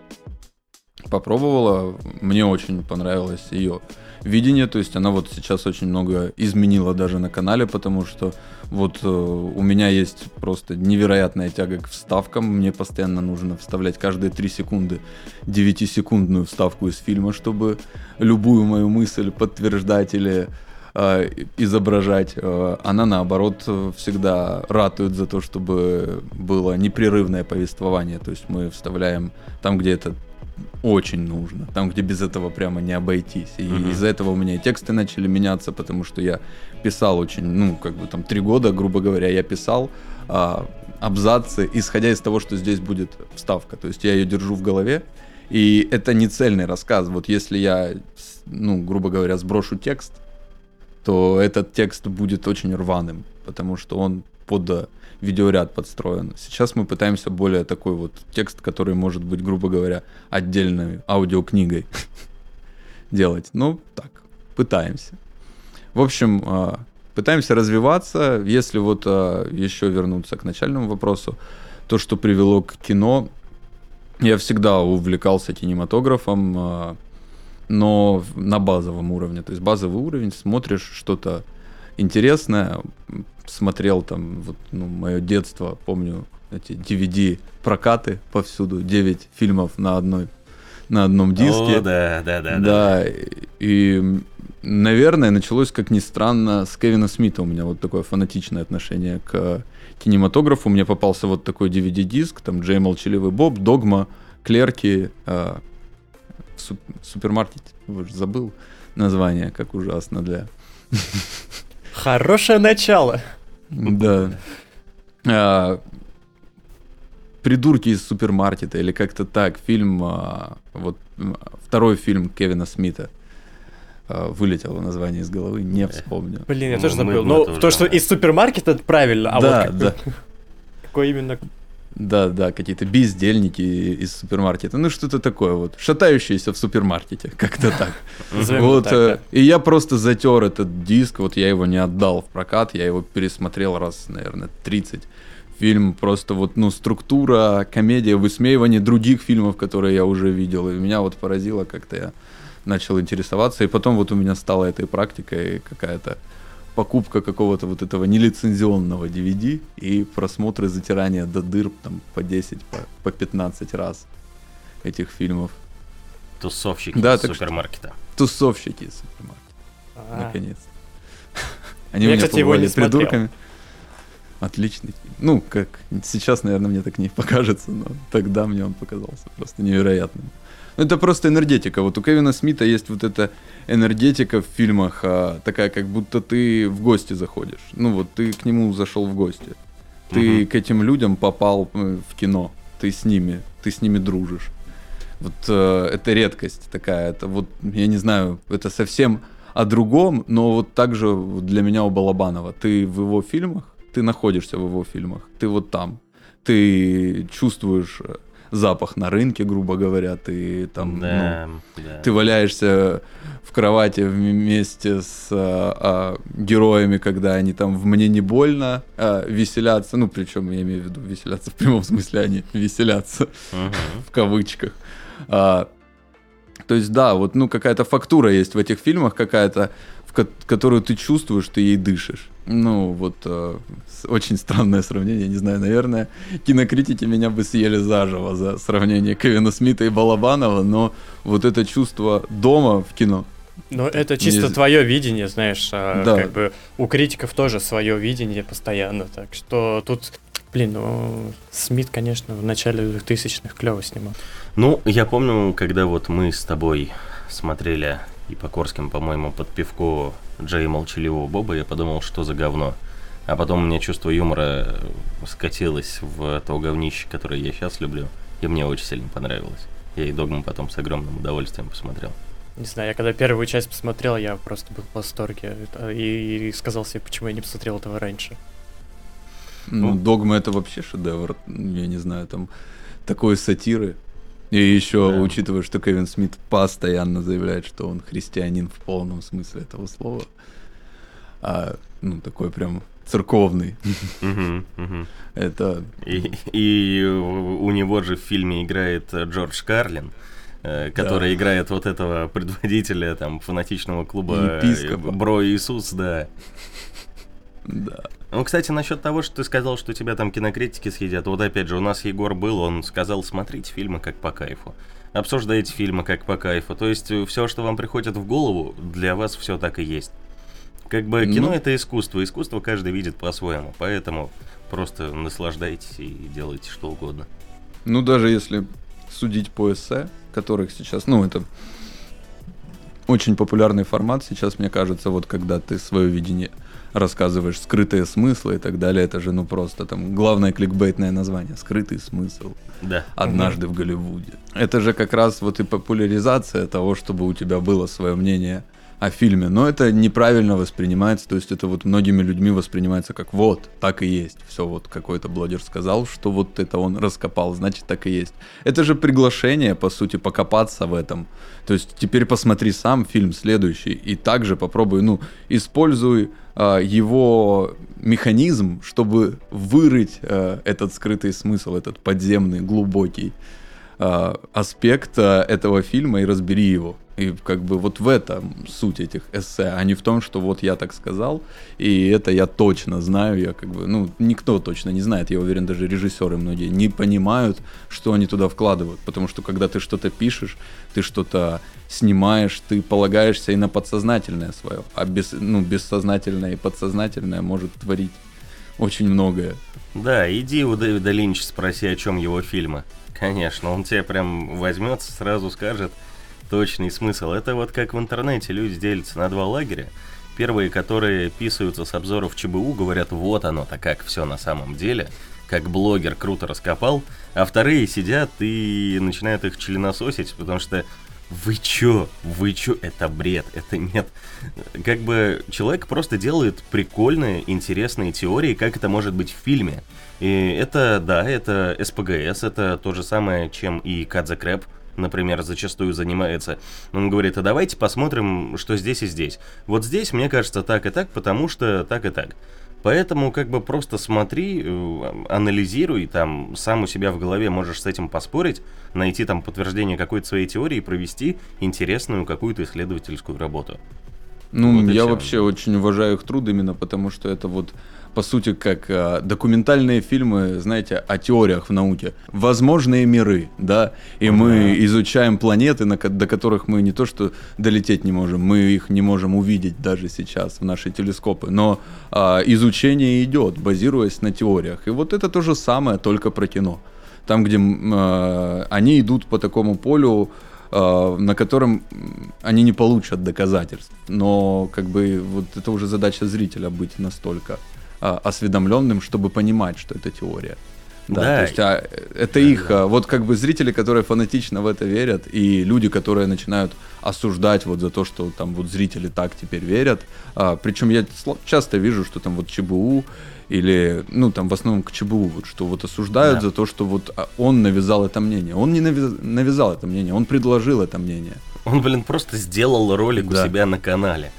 попробовала, мне очень понравилось ее видение, то есть она вот сейчас очень много изменила даже на канале, потому что вот э, у меня есть просто невероятная тяга к вставкам, мне постоянно нужно вставлять каждые три секунды девятисекундную вставку из фильма, чтобы любую мою мысль подтверждать или э, изображать. Э, она, наоборот, всегда ратует за то, чтобы было непрерывное повествование. То есть мы вставляем там, где это очень нужно, там, где без этого прямо не обойтись. И mm-hmm. из-за этого у меня и тексты начали меняться, потому что я писал очень, ну, как бы там три года, грубо говоря, я писал а, абзацы, исходя из того, что здесь будет вставка. То есть я ее держу в голове, и это не цельный рассказ. Вот если я, ну, грубо говоря, сброшу текст, то этот текст будет очень рваным, потому что он под видеоряд подстроен. Сейчас мы пытаемся более такой вот текст, который может быть, грубо говоря, отдельной аудиокнигой делать. Ну, так, пытаемся. В общем, пытаемся развиваться. Если вот еще вернуться к начальному вопросу, то, что привело к кино, я всегда увлекался кинематографом, но на базовом уровне. То есть базовый уровень, смотришь что-то интересное, смотрел там, вот, ну, мое детство, помню, эти ди ви ди-прокаты повсюду, девять фильмов на одной, на одном диске. О, да, да, да. Да, да. И, наверное, началось, как ни странно, с Кевина Смита. У меня вот такое фанатичное отношение к кинематографу. Мне попался вот такой ди ви ди-диск, там Джей Молчаливый Боб, Догма, Клерки, э, суп, Супермаркет, уже забыл название, как ужасно для... Хорошее начало. Да. А, «Придурки из супермаркета» или как-то так. Фильм, а, вот второй фильм Кевина Смита. А, вылетело название из головы, не вспомню. Блин, я тоже забыл. Ну, то, что из супермаркета, это правильно. А да, вот да. Какой именно... Да, да, какие-то бездельники из супермаркета. Ну, что-то такое вот. Шатающиеся в супермаркете, как-то так. Вот, и я просто затер этот диск, вот я его не отдал в прокат, я его пересмотрел раз, наверное, тридцать. Фильм просто вот, ну, структура, комедия, высмеивание других фильмов, которые я уже видел. И меня вот поразило, как-то я начал интересоваться. И потом вот у меня стала этой практикой какая-то покупка какого-то вот этого нелицензионного ди ви ди и просмотры, затирания до дыр там по десять, по, по пятнадцать раз этих фильмов. Тусовщики да, из супермаркета. Что, тусовщики из супермаркета. А-а-а. Наконец-то. Они Я, меня кстати, его не побывали придурками. смотрел. Отличный фильм. Ну, как сейчас, наверное, мне так не покажется, но тогда мне он показался просто невероятным. Это просто энергетика. Вот у Кевина Смита есть вот эта энергетика в фильмах, а, такая, как будто ты в гости заходишь. Ну вот ты к нему зашел в гости. Ты mm-hmm. к этим людям попал в кино. Ты с ними, ты с ними дружишь. Вот э, это редкость такая. Это вот, я не знаю, это совсем о другом, но вот так же для меня у Балабанова. Ты в его фильмах, ты находишься в его фильмах. Ты вот там. Ты чувствуешь запах на рынке, грубо говоря, ты там, да, ну, да. ты валяешься в кровати вместе с а, а, героями, когда они там в «Мне не больно» а, веселятся, ну, причем я имею в виду веселятся в прямом смысле, они веселятся uh-huh. в кавычках. А, то есть, да, вот, ну, какая-то фактура есть в этих фильмах, какая-то, в ко- которую ты чувствуешь, ты ей дышишь. Ну, вот, э, очень странное сравнение, не знаю, наверное, кинокритики меня бы съели заживо за сравнение Кевина Смита и Балабанова, но вот это чувство дома в кино. Ну, это чисто не... твое видение, знаешь, а, да. как бы у критиков тоже свое видение постоянно, так что тут, блин, ну, Смит, конечно, в начале двухтысячных клево снимал. Ну, я помню, когда вот мы с тобой смотрели и по Корским, по-моему, под пивко Джей Молчаливого Боба, я подумал, что за говно. А потом у меня чувство юмора скатилось в то говнище, которое я сейчас люблю, и мне очень сильно понравилось. Я и «Догму» потом с огромным удовольствием посмотрел. Не знаю, я когда первую часть посмотрел, я просто был в восторге и, и сказал себе, почему я не посмотрел этого раньше. Ну, «Догма» — это вообще шедевр, я не знаю, там такой сатиры. И еще, да. учитывая, что Кевин Смит постоянно заявляет, что он христианин в полном смысле этого слова, а, ну, такой прям церковный. Uh-huh, uh-huh. Это... И, и у него же в фильме играет Джордж Карлин, который да. играет вот этого предводителя там фанатичного клуба епископа. Бро Иисус, да. Да. Ну, кстати, насчет того, что ты сказал, что тебя там кинокритики съедят. Вот опять же, у нас Егор был, он сказал, смотрите фильмы как по кайфу. Обсуждайте фильмы как по кайфу. То есть все, что вам приходит в голову, для вас все так и есть. Как бы кино Ну. это искусство, искусство каждый видит по-своему, поэтому просто наслаждайтесь и делайте что угодно. Ну, даже если судить по эссе, которых сейчас, ну, это очень популярный формат сейчас, мне кажется, вот когда ты свое видение рассказываешь, скрытые смыслы и так далее, это же, ну, просто там главное кликбейтное название, скрытый смысл. Да. Однажды в Голливуде. Это же как раз вот и популяризация того, чтобы у тебя было свое мнение о фильме, но это неправильно воспринимается, то есть это вот многими людьми воспринимается как вот, так и есть, все вот какой-то блогер сказал, что вот это он раскопал, значит так и есть. Это же приглашение, по сути, покопаться в этом, то есть теперь посмотри сам фильм следующий и также попробуй, ну, используй а, его механизм, чтобы вырыть а, этот скрытый смысл, этот подземный, глубокий а, аспект а, этого фильма и разбери его. И как бы вот в этом суть этих эссе, а не в том, что вот я так сказал, и это я точно знаю, я как бы, ну, никто точно не знает, я уверен, даже режиссеры многие не понимают, что они туда вкладывают, потому что когда ты что-то пишешь, ты что-то снимаешь, ты полагаешься и на подсознательное свое, а без, ну, бессознательное и подсознательное может творить очень многое. Да, иди у Дэвида Линча спроси, о чем его фильмы. Конечно, он тебе прям возьмет, сразу скажет точный смысл. Это вот как в интернете люди делятся на два лагеря. Первые, которые писаются с обзоров ЧБУ, говорят, вот оно-то как все на самом деле, как блогер круто раскопал, а вторые сидят и начинают их членососить, потому что вы чё, вы чё, это бред, это нет. Как бы человек просто делает прикольные, интересные теории, как это может быть в фильме. И это, да, это СПГС, это то же самое, чем и Cut the Crap, например, зачастую занимается. Он говорит, а давайте посмотрим, что здесь и здесь. Вот здесь, мне кажется, так и так, потому что так и так. Поэтому как бы просто смотри, анализируй, там сам у себя в голове можешь с этим поспорить, найти там подтверждение какой-то своей теории и провести интересную какую-то исследовательскую работу. Ну, Вот я всё. вообще очень уважаю их труд именно потому, что это вот, по сути, как а, документальные фильмы, знаете, о теориях в науке. Возможные миры, да, и Да. мы изучаем планеты, на, ко- до которых мы не то что долететь не можем, мы их не можем увидеть даже сейчас в наши телескопы, но а, изучение идет, базируясь на теориях. И вот это то же самое, только про кино. Там, где м, а, они идут по такому полю, на котором они не получат доказательств. Но как бы вот это уже задача зрителя быть настолько а, осведомленным, чтобы понимать, что это теория. Да, Да. то есть а, это Да, их, да. а, вот как бы зрители, которые фанатично в это верят, и люди, которые начинают осуждать вот за то, что там вот зрители так теперь верят. А, причем я сл- часто вижу, что там вот ЧБУ или, ну, там в основном к ЧБУ, вот, что вот осуждают Да. за то, что вот а, он навязал это мнение. Он не навяз- навязал это мнение, он предложил это мнение. Он, блин, просто сделал ролик у Да. себя на канале.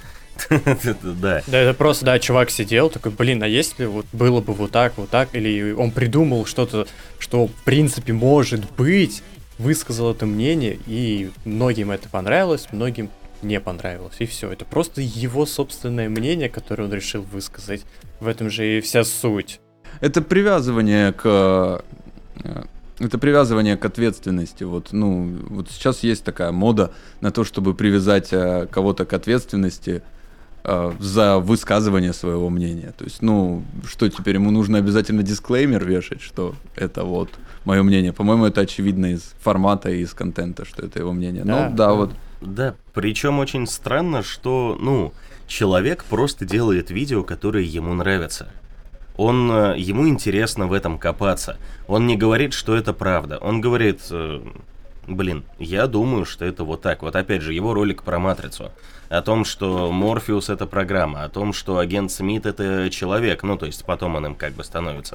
Да. Да, это просто, да, чувак сидел, такой, блин, а если вот было бы вот так, вот так, или он придумал что-то, что в принципе может быть, высказал это мнение, и многим это понравилось, многим не понравилось, и все. Это просто его собственное мнение, которое он решил высказать. В этом же и вся суть. Это привязывание к э, это привязывание к ответственности. Вот, ну, вот сейчас есть такая мода на то, чтобы привязать э, кого-то к ответственности э, за высказывание своего мнения. То есть, ну, что теперь ему нужно обязательно дисклеймер вешать, что это вот мое мнение. По-моему, это очевидно из формата и из контента, что это его мнение. Да, Ну, да, да. вот. Да, причем очень странно, что, ну, человек просто делает видео, которые ему нравятся. Он, э, ему интересно в этом копаться. Он не говорит, что это правда. Он говорит, э, блин, я думаю, что это вот так. Вот опять же, его ролик про Матрицу. О том, что Морфеус — это программа. О том, что агент Смит — это человек. Ну, то есть потом он им как бы становится.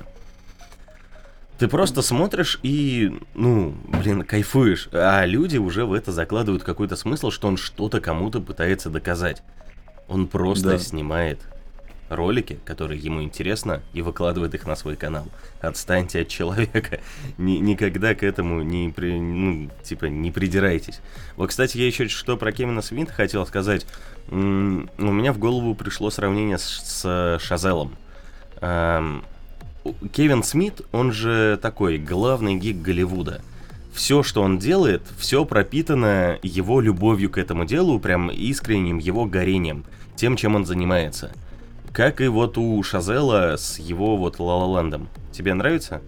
Ты просто смотришь и, ну, блин, кайфуешь. А люди уже в это закладывают какой-то смысл, что он что-то кому-то пытается доказать. Он просто Да. снимает ролики, которые ему интересно, и выкладывает их на свой канал. Отстаньте от человека. Ни- никогда к этому не, при- ну, типа, не придирайтесь. Вот, кстати, я еще что про Кевина Смита хотел сказать. М, У меня в голову пришло сравнение с, с Шазелом. Ам, Кевин Смит, он же такой главный гик Голливуда. все, что он делает, все пропитано его любовью к этому делу, прям искренним его горением, тем, чем он занимается. Как и вот у Шазела с его вот Ла Ла Лэндом. Тебе нравится?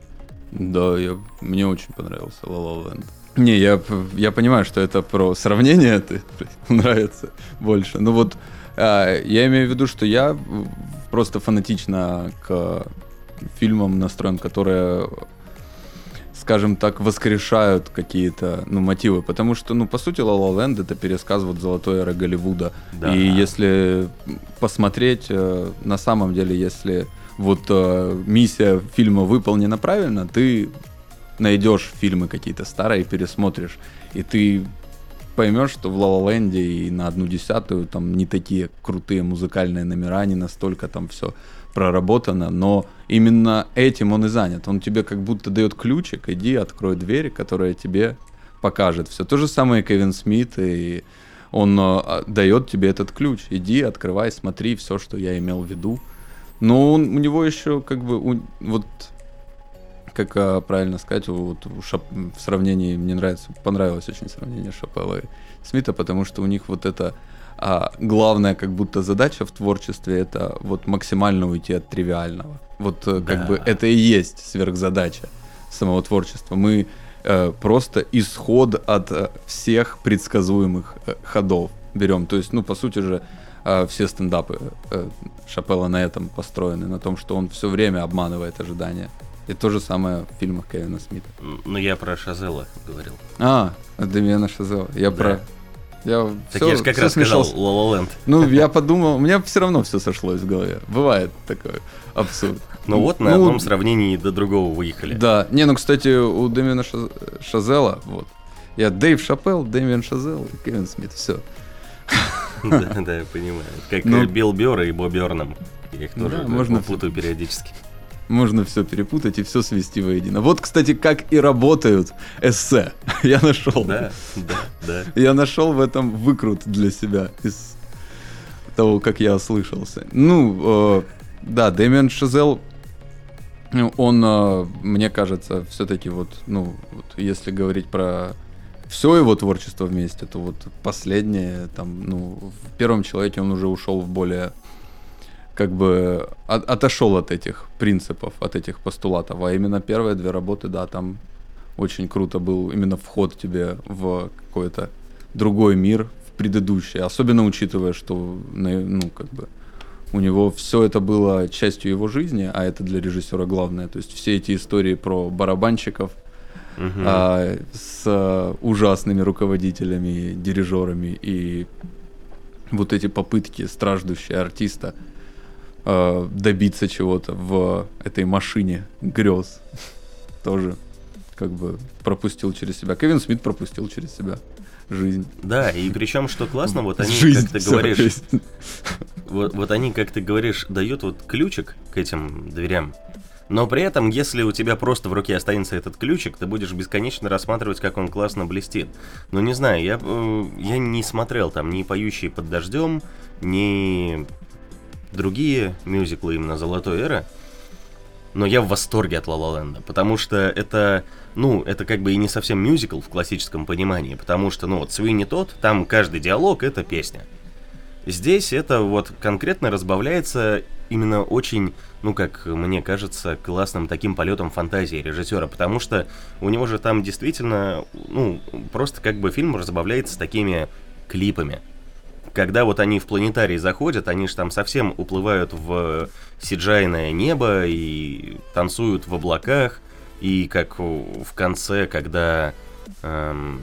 Да, я, мне очень понравился Ла Ла Ленд. Не, я, я понимаю, что это про сравнение, это нравится больше. Но вот а, я имею в виду, что я просто фанатично к фильмам настроен, которые, скажем так, воскрешают какие-то, ну, мотивы. Потому что, ну, по сути, Ла Ла Ленд — это пересказ вот золотой эры Голливуда. Да. И если посмотреть, на самом деле, если вот э, миссия фильма выполнена правильно, ты найдешь фильмы какие-то старые, пересмотришь, и ты поймешь, что в Ла Ла Ленде и на одну десятую там не такие крутые музыкальные номера, не настолько там все проработано, но именно этим он и занят. Он тебе как будто дает ключик, иди, открой дверь, которая тебе покажет все. То же самое Кевин Смит, и он э, дает тебе этот ключ. Иди, открывай, смотри все, что я имел в виду. Но он, у него еще как бы у, вот как а, правильно сказать, вот у Шап, в сравнении мне нравится, понравилось очень сравнение Шапелла и Смита, потому что у них вот это а, главная как будто задача в творчестве — это вот максимально уйти от тривиального. Вот да. Как бы это и есть сверхзадача самого творчества. Мы э, просто исход от э, всех предсказуемых э, ходов берем. То есть, ну, по сути же, все стендапы Шапелла на этом построены, на том, что он все время обманывает ожидания. И то же самое в фильмах Кевина Смита. Ну, я про Шазела говорил. А, Демиана Шазела. Я да. про... Я так все, я же как раз сказал Ла Ла Ленд. Ну, я подумал, у меня все равно все сошлось в голове. Бывает такой абсурд. Ну вот на ну, одном сравнении до другого выехали. Да. Не, ну, кстати, у Демиана Шазела, вот, я Дэйв Шапелл, Демиан Шазел и Кевин Смит. Все. Да, да, я понимаю. Как ну, Билл Бёрр и Боб Бёрном. Я их тоже да, можно путаю периодически. Можно все перепутать и все свести воедино. Вот, кстати, как и работают эссе. Я нашел. Да, да, да. Я нашел в этом выкрут для себя из того, как я ослышался. Ну, э, да, Демиан Шазел, он, э, мне кажется, все-таки вот, ну, вот, если говорить про все его творчество вместе, то вот последнее, там, ну, в «Первом человеке» он уже ушел в более, как бы, от, отошел от этих принципов, от этих постулатов, а именно первые две работы, да, там очень круто был именно вход тебе в какой-то другой мир, в предыдущий, особенно учитывая, что, ну, как бы, у него все это было частью его жизни, а это для режиссера главное, то есть все эти истории про барабанщиков, Uh-huh. А, с а, ужасными руководителями, дирижерами, и вот эти попытки страждущие артиста а, добиться чего-то в этой машине грез тоже как бы пропустил через себя. Кевин Смит пропустил через себя жизнь. Да, и причем, что классно, вот они, жизнь, как ты говоришь, вот, вот они, как ты говоришь, дают вот ключик к этим дверям. Но при этом, если у тебя просто в руке останется этот ключик, ты будешь бесконечно рассматривать, как он классно блестит. Ну, не знаю, я, я не смотрел там ни «Поющие под дождем», ни другие мюзиклы именно «Золотой эры», но я в восторге от Ла Ла Ленда, потому что это, ну, это как бы и не совсем мюзикл в классическом понимании, потому что, ну, вот «Свинни Тодд», там каждый диалог — это песня. Здесь это вот конкретно разбавляется именно очень, ну, как мне кажется, классным таким полетом фантазии режиссера, потому что у него же там действительно, ну, просто как бы фильм разбавляется такими клипами. Когда вот они в планетарий заходят, они же там совсем уплывают в си джи ай-ное небо и танцуют в облаках, и как в конце, когда, эм,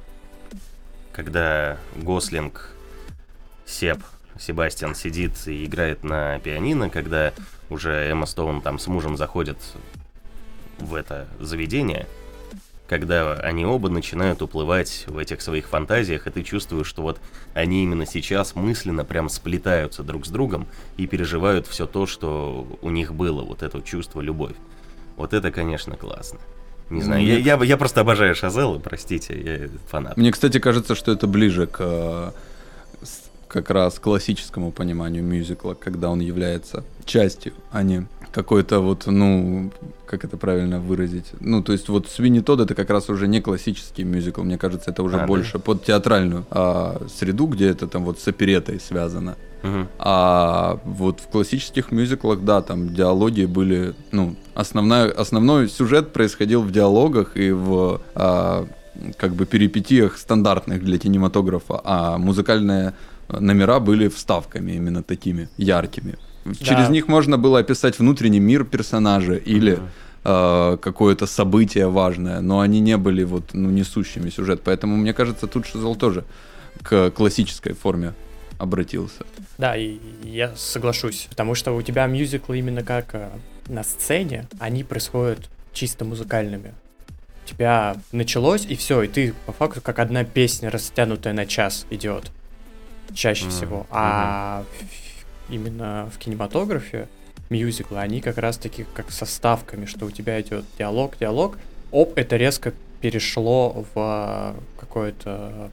когда Гослинг, Себ, Себастьян сидит и играет на пианино, когда уже Эмма Стоун там с мужем заходят в это заведение, когда они оба начинают уплывать в этих своих фантазиях, и ты чувствуешь, что вот они именно сейчас мысленно прям сплетаются друг с другом и переживают все то, что у них было, вот это чувство, любовь. Вот это, конечно, классно. Не знаю, Мне... я, я, я просто обожаю Шазела, простите, я фанат. Мне, кстати, кажется, что это ближе к... как раз классическому пониманию мюзикла, когда он является частью, а не какой-то вот, ну, как это правильно выразить? Ну, то есть вот Свинни Тодд — это как раз уже не классический мюзикл, мне кажется, это уже а, больше да? под театральную а, среду, где это там вот с опереттой связано. Угу. А вот в классических мюзиклах, да, там диалоги были, ну, основная, основной сюжет происходил в диалогах и в а, как бы перипетиях стандартных для кинематографа, а музыкальные номера были вставками именно такими яркими. Через Да. них можно было описать внутренний мир персонажа или mm-hmm. э, какое-то событие важное, но они не были вот, ну, несущими сюжет. Поэтому, мне кажется, тут Шазел тоже к классической форме обратился. Да, и я соглашусь, потому что у тебя мюзиклы именно как э, на сцене, они происходят чисто музыкальными. У тебя началось, и все, и ты по факту как одна песня, растянутая на час, идет чаще mm-hmm. всего. А mm-hmm. именно в кинематографе мюзиклы, они как раз таки как со вставками, что у тебя идет диалог, диалог, оп, это резко перешло в какое-то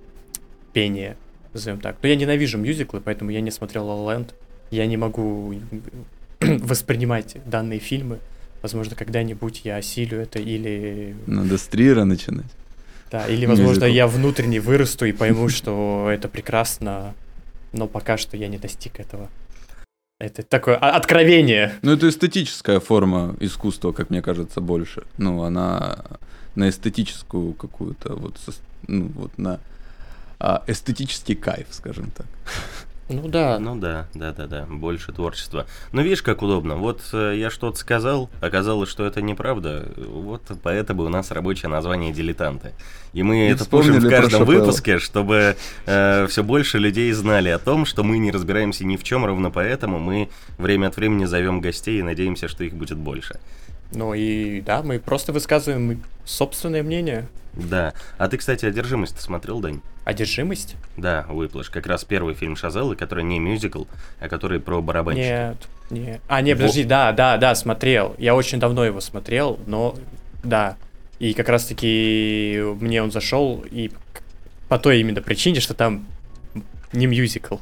пение, назовем так. Но я ненавижу мюзиклы, поэтому я не смотрел La La Land, я не могу воспринимать данные фильмы. Возможно, когда-нибудь я осилю это или... Надо с Триера начинать. Да, или, возможно, Мюзикл. я внутренне вырасту и пойму, что это прекрасно, но пока что я не достиг этого. Это такое откровение. Ну, это эстетическая форма искусства, как мне кажется, больше. Ну, она на эстетическую какую-то, вот, ну, вот на а, эстетический кайф, скажем так. Ну да. Ну да, да, да, да, больше творчества. Но видишь, как удобно. Вот э, я что-то сказал, оказалось, что это неправда. Вот поэтому у нас рабочее название «Дилетанты». И мы И это пишем в каждом Шапелла. выпуске, чтобы э, все больше людей знали о том, что мы не разбираемся ни в чем, ровно поэтому мы время от времени зовем гостей и надеемся, что их будет больше. Ну и да, мы просто высказываем собственное мнение. Да. А ты, кстати, «Одержимость» смотрел, Дань? Одержимость? Да, «Whiplash». Как раз первый фильм Шазеллы, который не мюзикл, а который про барабанщика. Нет, нет. А, нет, подожди, Во... да, да, да, смотрел. Я очень давно его смотрел, но да. И как раз-таки мне он зашел и по той именно причине, что там не мюзикл.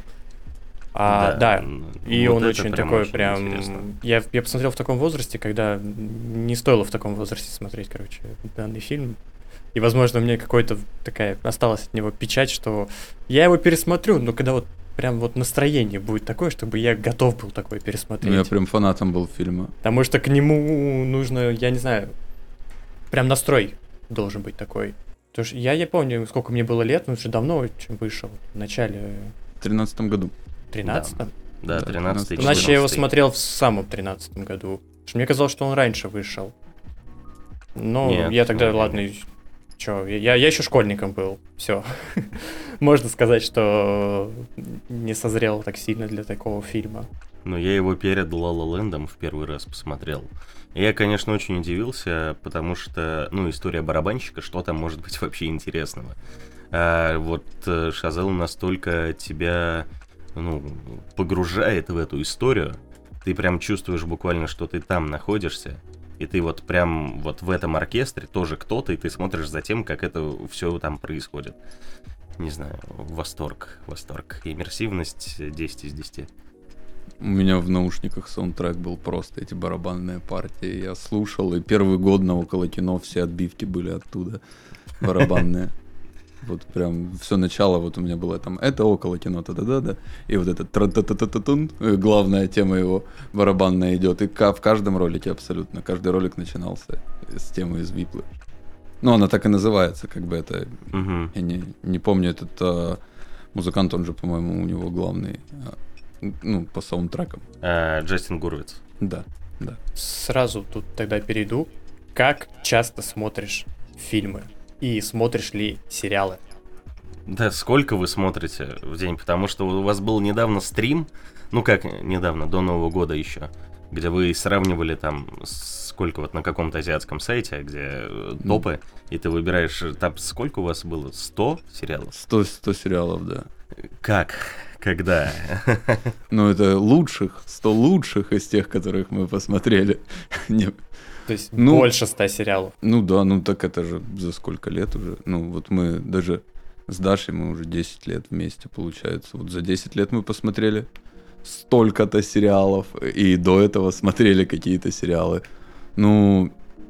А, да, да. И вот он очень прям такой очень прям... Я, я посмотрел в таком возрасте, когда не стоило в таком возрасте смотреть, короче, данный фильм. И, возможно, у меня какой-то такая осталась от него печать, что я его пересмотрю, но когда вот прям вот настроение будет такое, чтобы я готов был такое пересмотреть. Ну, я прям фанатом был фильма. Потому что к нему нужно, я не знаю, прям настрой должен быть такой. Потому что я не помню, сколько мне было лет, но уже давно очень вышел, в начале... В тринадцатом году. В тринадцатом? Да, да, тринадцатый. Значит, я его смотрел в самом тринадцатом году. Потому что мне казалось, что он раньше вышел. Но Нет, я тогда, ну, ладно... Чё, я, я еще школьником был, все. Можно сказать, что не созрел так сильно для такого фильма. Ну, я его перед «Ла Ла Лэндом» в первый раз посмотрел. Я, конечно, очень удивился, потому что, ну, история барабанщика, что там может быть вообще интересного. А вот Шазел настолько тебя, ну, погружает в эту историю, ты прям чувствуешь буквально, что ты там находишься. И ты вот прям вот в этом оркестре тоже кто-то, и ты смотришь за тем, как это все там происходит. Не знаю, восторг, восторг. Иммерсивность десять из десяти. У меня в наушниках саундтрек был просто, эти барабанные партии. Я слушал, и первый год на Около кино все отбивки были оттуда, барабанные. Вот прям все начало вот у меня было там, это Около кино, та-да-да-да, и вот этот тра-та-та-та-тун, главная тема его барабанная идет, и в каждом ролике абсолютно, каждый ролик начинался с темы из Whiplash. Ну, она так и называется, как бы это, угу. я не, не помню, этот а, музыкант, он же, по-моему, у него главный, а, ну, по саундтрекам. А, Джастин Гурвиц. Да, да. Сразу тут тогда перейду. Как часто смотришь фильмы? И смотришь ли сериалы? Да, сколько вы смотрите в день? Потому что у вас был недавно стрим, ну как недавно, до Нового года еще, где вы сравнивали там, сколько вот на каком-то азиатском сайте, где топы, и ты выбираешь, там сколько у вас было? сто сериалов? сто, сто сериалов, да. Как? Когда? Ну, это лучших, сто лучших из тех, которых мы посмотрели. То есть ну, больше ста сериалов. Ну да, ну так это же за сколько лет уже. Ну вот мы даже С Дашей мы уже десять лет вместе, получается. Вот за десять лет мы посмотрели столько-то сериалов, и до этого смотрели какие-то сериалы. Ну,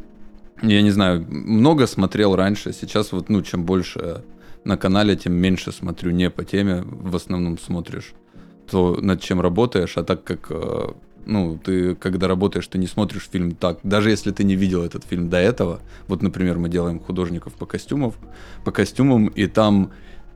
я не знаю, много смотрел раньше, сейчас вот, ну, чем больше на канале, тем меньше смотрю, не по теме, в основном смотришь, то над чем работаешь, а так как, ну, ты, когда работаешь, ты не смотришь фильм так, даже если ты не видел этот фильм до этого, вот, например, мы делаем художников по костюмам, по костюмам, и там,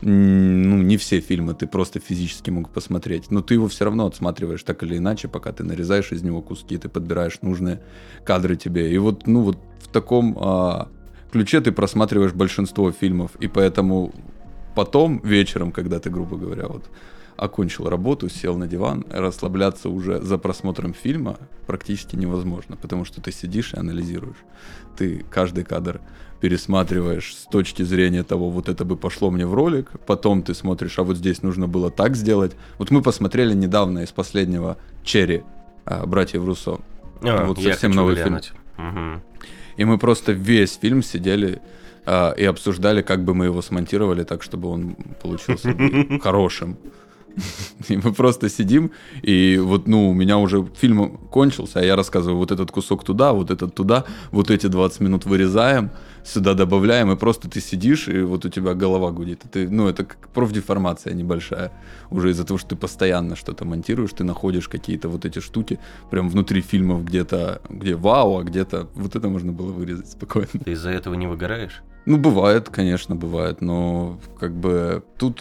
ну, не все фильмы ты просто физически мог посмотреть, но ты его все равно отсматриваешь так или иначе, пока ты нарезаешь из него куски, ты подбираешь нужные кадры тебе, и вот, ну, вот в таком а, ключе ты просматриваешь большинство фильмов, и поэтому потом вечером, когда ты, грубо говоря, вот окончил работу, сел на диван, расслабляться уже за просмотром фильма практически невозможно, потому что ты сидишь и анализируешь. Ты каждый кадр пересматриваешь с точки зрения того, вот это бы пошло мне в ролик, потом ты смотришь, а вот здесь нужно было так сделать. Вот мы посмотрели недавно из последнего «Черри» братьев Руссо. А, вот совсем новый фильм. Угу. И мы просто весь фильм сидели а, и обсуждали, как бы мы его смонтировали так, чтобы он получился хорошим. И мы просто сидим, и вот, ну, у меня уже фильм кончился, а я рассказываю, вот этот кусок туда, вот этот туда, вот эти двадцать минут вырезаем, сюда добавляем, и просто ты сидишь, и вот у тебя голова гудит. И ты, ну, это как профдеформация небольшая, уже из-за того, что ты постоянно что-то монтируешь, ты находишь какие-то вот эти штуки прям внутри фильмов где-то, где вау, а где-то вот это можно было вырезать спокойно. Ты из-за этого не выгораешь? Ну, бывает, конечно, бывает, но как бы тут...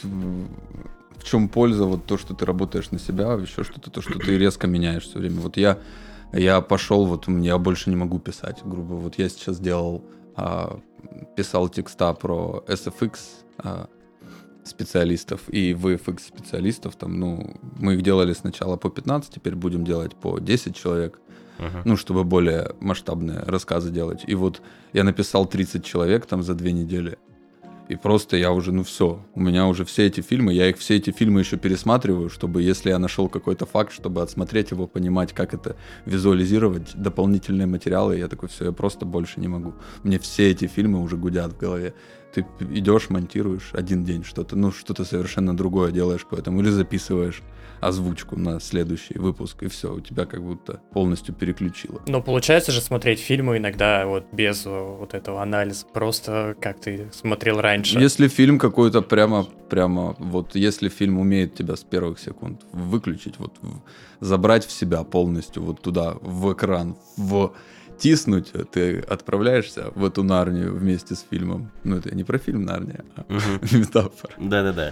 В чем польза, вот то, что ты работаешь на себя, еще что-то, то, что ты резко меняешь все время. Вот я, я пошел, вот я больше не могу писать, грубо. Вот я сейчас делал, а, писал текста про эс эф икс а, специалистов и ви эф икс специалистов. Там, ну, мы их делали сначала по пятнадцать, теперь будем делать по десять человек. Uh-huh. Ну, чтобы более масштабные рассказы делать. И вот я написал тридцать человек там за две недели. И просто я уже, ну все, у меня уже все эти фильмы, я их все эти фильмы еще пересматриваю, чтобы, если я нашел какой-то факт, чтобы отсмотреть его, понимать, как это визуализировать, дополнительные материалы, я такой, все, я просто больше не могу. Мне все эти фильмы уже гудят в голове. Ты идешь, монтируешь один день что-то, ну что-то совершенно другое делаешь поэтому, или записываешь озвучку на следующий выпуск, и все, у тебя как будто полностью переключило. Но получается же смотреть фильмы иногда вот без вот этого анализа, просто как ты смотрел раньше. Если фильм какой-то прямо, прямо, вот если фильм умеет тебя с первых секунд выключить, вот в, забрать в себя полностью, вот туда, в экран, в тиснуть, ты отправляешься в эту Нарнию вместе с фильмом. Ну, это не про фильм Нарния, а uh-huh. метафора. Да-да-да.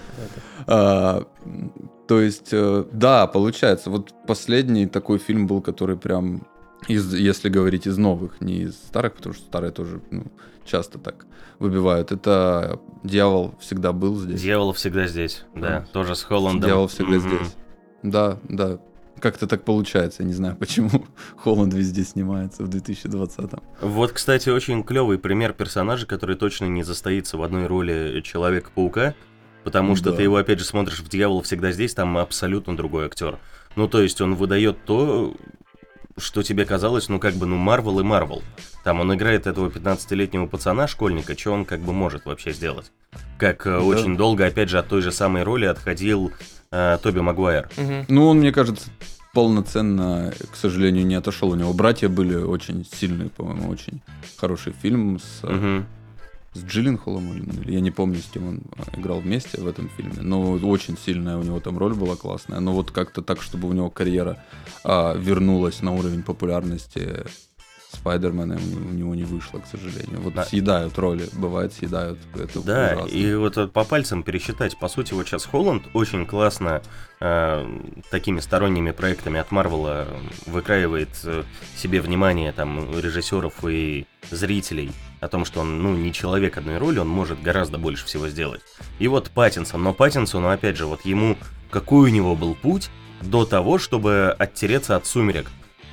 А, то есть, да, получается, вот последний такой фильм был, который прям, из, если говорить из новых, не из старых, потому что старые тоже, ну, часто так выбивают. Это «Дьявол всегда был здесь». «Дьявол всегда здесь», да, да. Тоже с Холландом. «Дьявол всегда mm-hmm. здесь». Да, да. Как-то так получается, я не знаю, почему Холланд везде снимается в две тысячи двадцатом. Вот, кстати, очень клевый пример персонажа, который точно не застоится в одной роли Человека-паука, потому что да. ты его, опять же, смотришь в «Дьявол всегда здесь», там абсолютно другой актер. Ну, то есть он выдает то, что тебе казалось, ну, как бы, ну, Марвел и Марвел. Там он играет этого пятнадцатилетнего пацана, школьника, что он, как бы, может вообще сделать. Как да. очень долго, опять же, от той же самой роли отходил э, Тоби Магуайр. Угу. Ну, он, мне кажется, полноценно, к сожалению, не отошел. У него братья были очень сильные, по-моему, очень хороший фильм с, угу. с Джилленхолом, или я не помню, с кем он играл вместе в этом фильме, но очень сильная у него там роль была классная. Но вот как-то так, чтобы у него карьера а, вернулась на уровень популярности Спайдермена, у него не вышло, к сожалению. Вот да. съедают роли, бывает, съедают. Это да, ужасно. И вот по пальцам пересчитать. По сути, вот сейчас Холланд очень классно э, такими сторонними проектами от Марвела выкраивает э, себе внимание там режиссеров и зрителей о том, что он, ну, не человек одной роли, он может гораздо больше всего сделать. И вот Паттинсон, но Паттинсону, опять же, вот ему, какой у него был путь до того, чтобы оттереться от «Сумерек».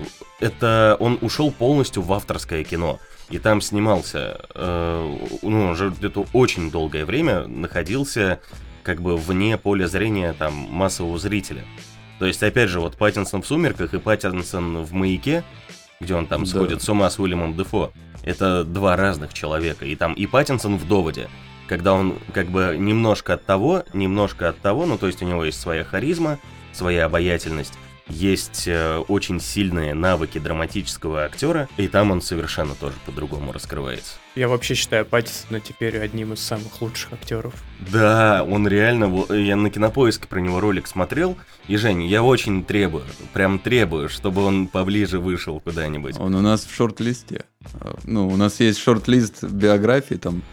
Это он ушел полностью в авторское кино. И там снимался, э, ну, уже где-то очень долгое время находился как бы вне поля зрения там массового зрителя. То есть, опять же, вот Паттинсон в «Сумерках» и Паттинсон в «Маяке», где он там да. сходит с ума с Уильямом Дефо, это два разных человека. И там и Паттинсон в «Доводе», когда он как бы немножко от того, немножко от того, ну то есть у него есть своя харизма, своя обаятельность, есть э, очень сильные навыки драматического актера, и там он совершенно тоже по-другому раскрывается. Я вообще считаю Паттинсона теперь одним из самых лучших актеров. Да, он реально, я на Кинопоиске про него ролик смотрел, и, Жень, я очень требую, прям требую, чтобы он поближе вышел куда-нибудь. Он у нас в шорт-листе. Ну, у нас есть шорт-лист биографии, там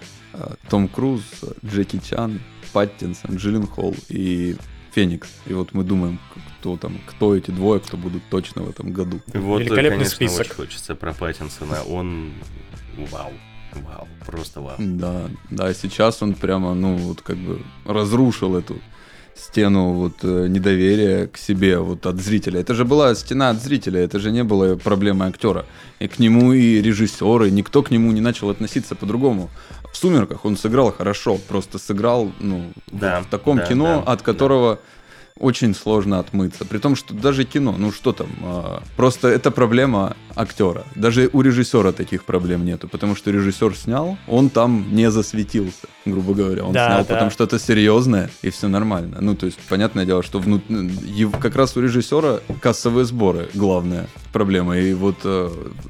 Том Круз, Джеки Чан, Паттинсон, Джилленхол и Феникс. И вот мы думаем, кто там, кто эти двое, кто будут точно в этом году. Вот, великолепный конечно, список. очень хочется про Паттинсона. Он вау, вау, просто вау. Да, да, сейчас он прямо, ну, вот как бы разрушил эту стену вот недоверия к себе вот от зрителя. Это же была стена от зрителя, это же не было проблемой актера. И к нему и режиссеры, никто к нему не начал относиться по-другому. В «Сумерках» он сыграл хорошо, просто сыграл, ну, да, вот в таком да, кино, да, от которого... Да. Очень сложно отмыться. При том, что даже кино, ну что там, а, просто это проблема актера. Даже у режиссера таких проблем нету, потому что режиссер снял, он там не засветился, грубо говоря. Он да, снял да. потом что-то серьезное, и все нормально. Ну, то есть, понятное дело, что внут... как раз у режиссера кассовые сборы главная проблема. И вот э,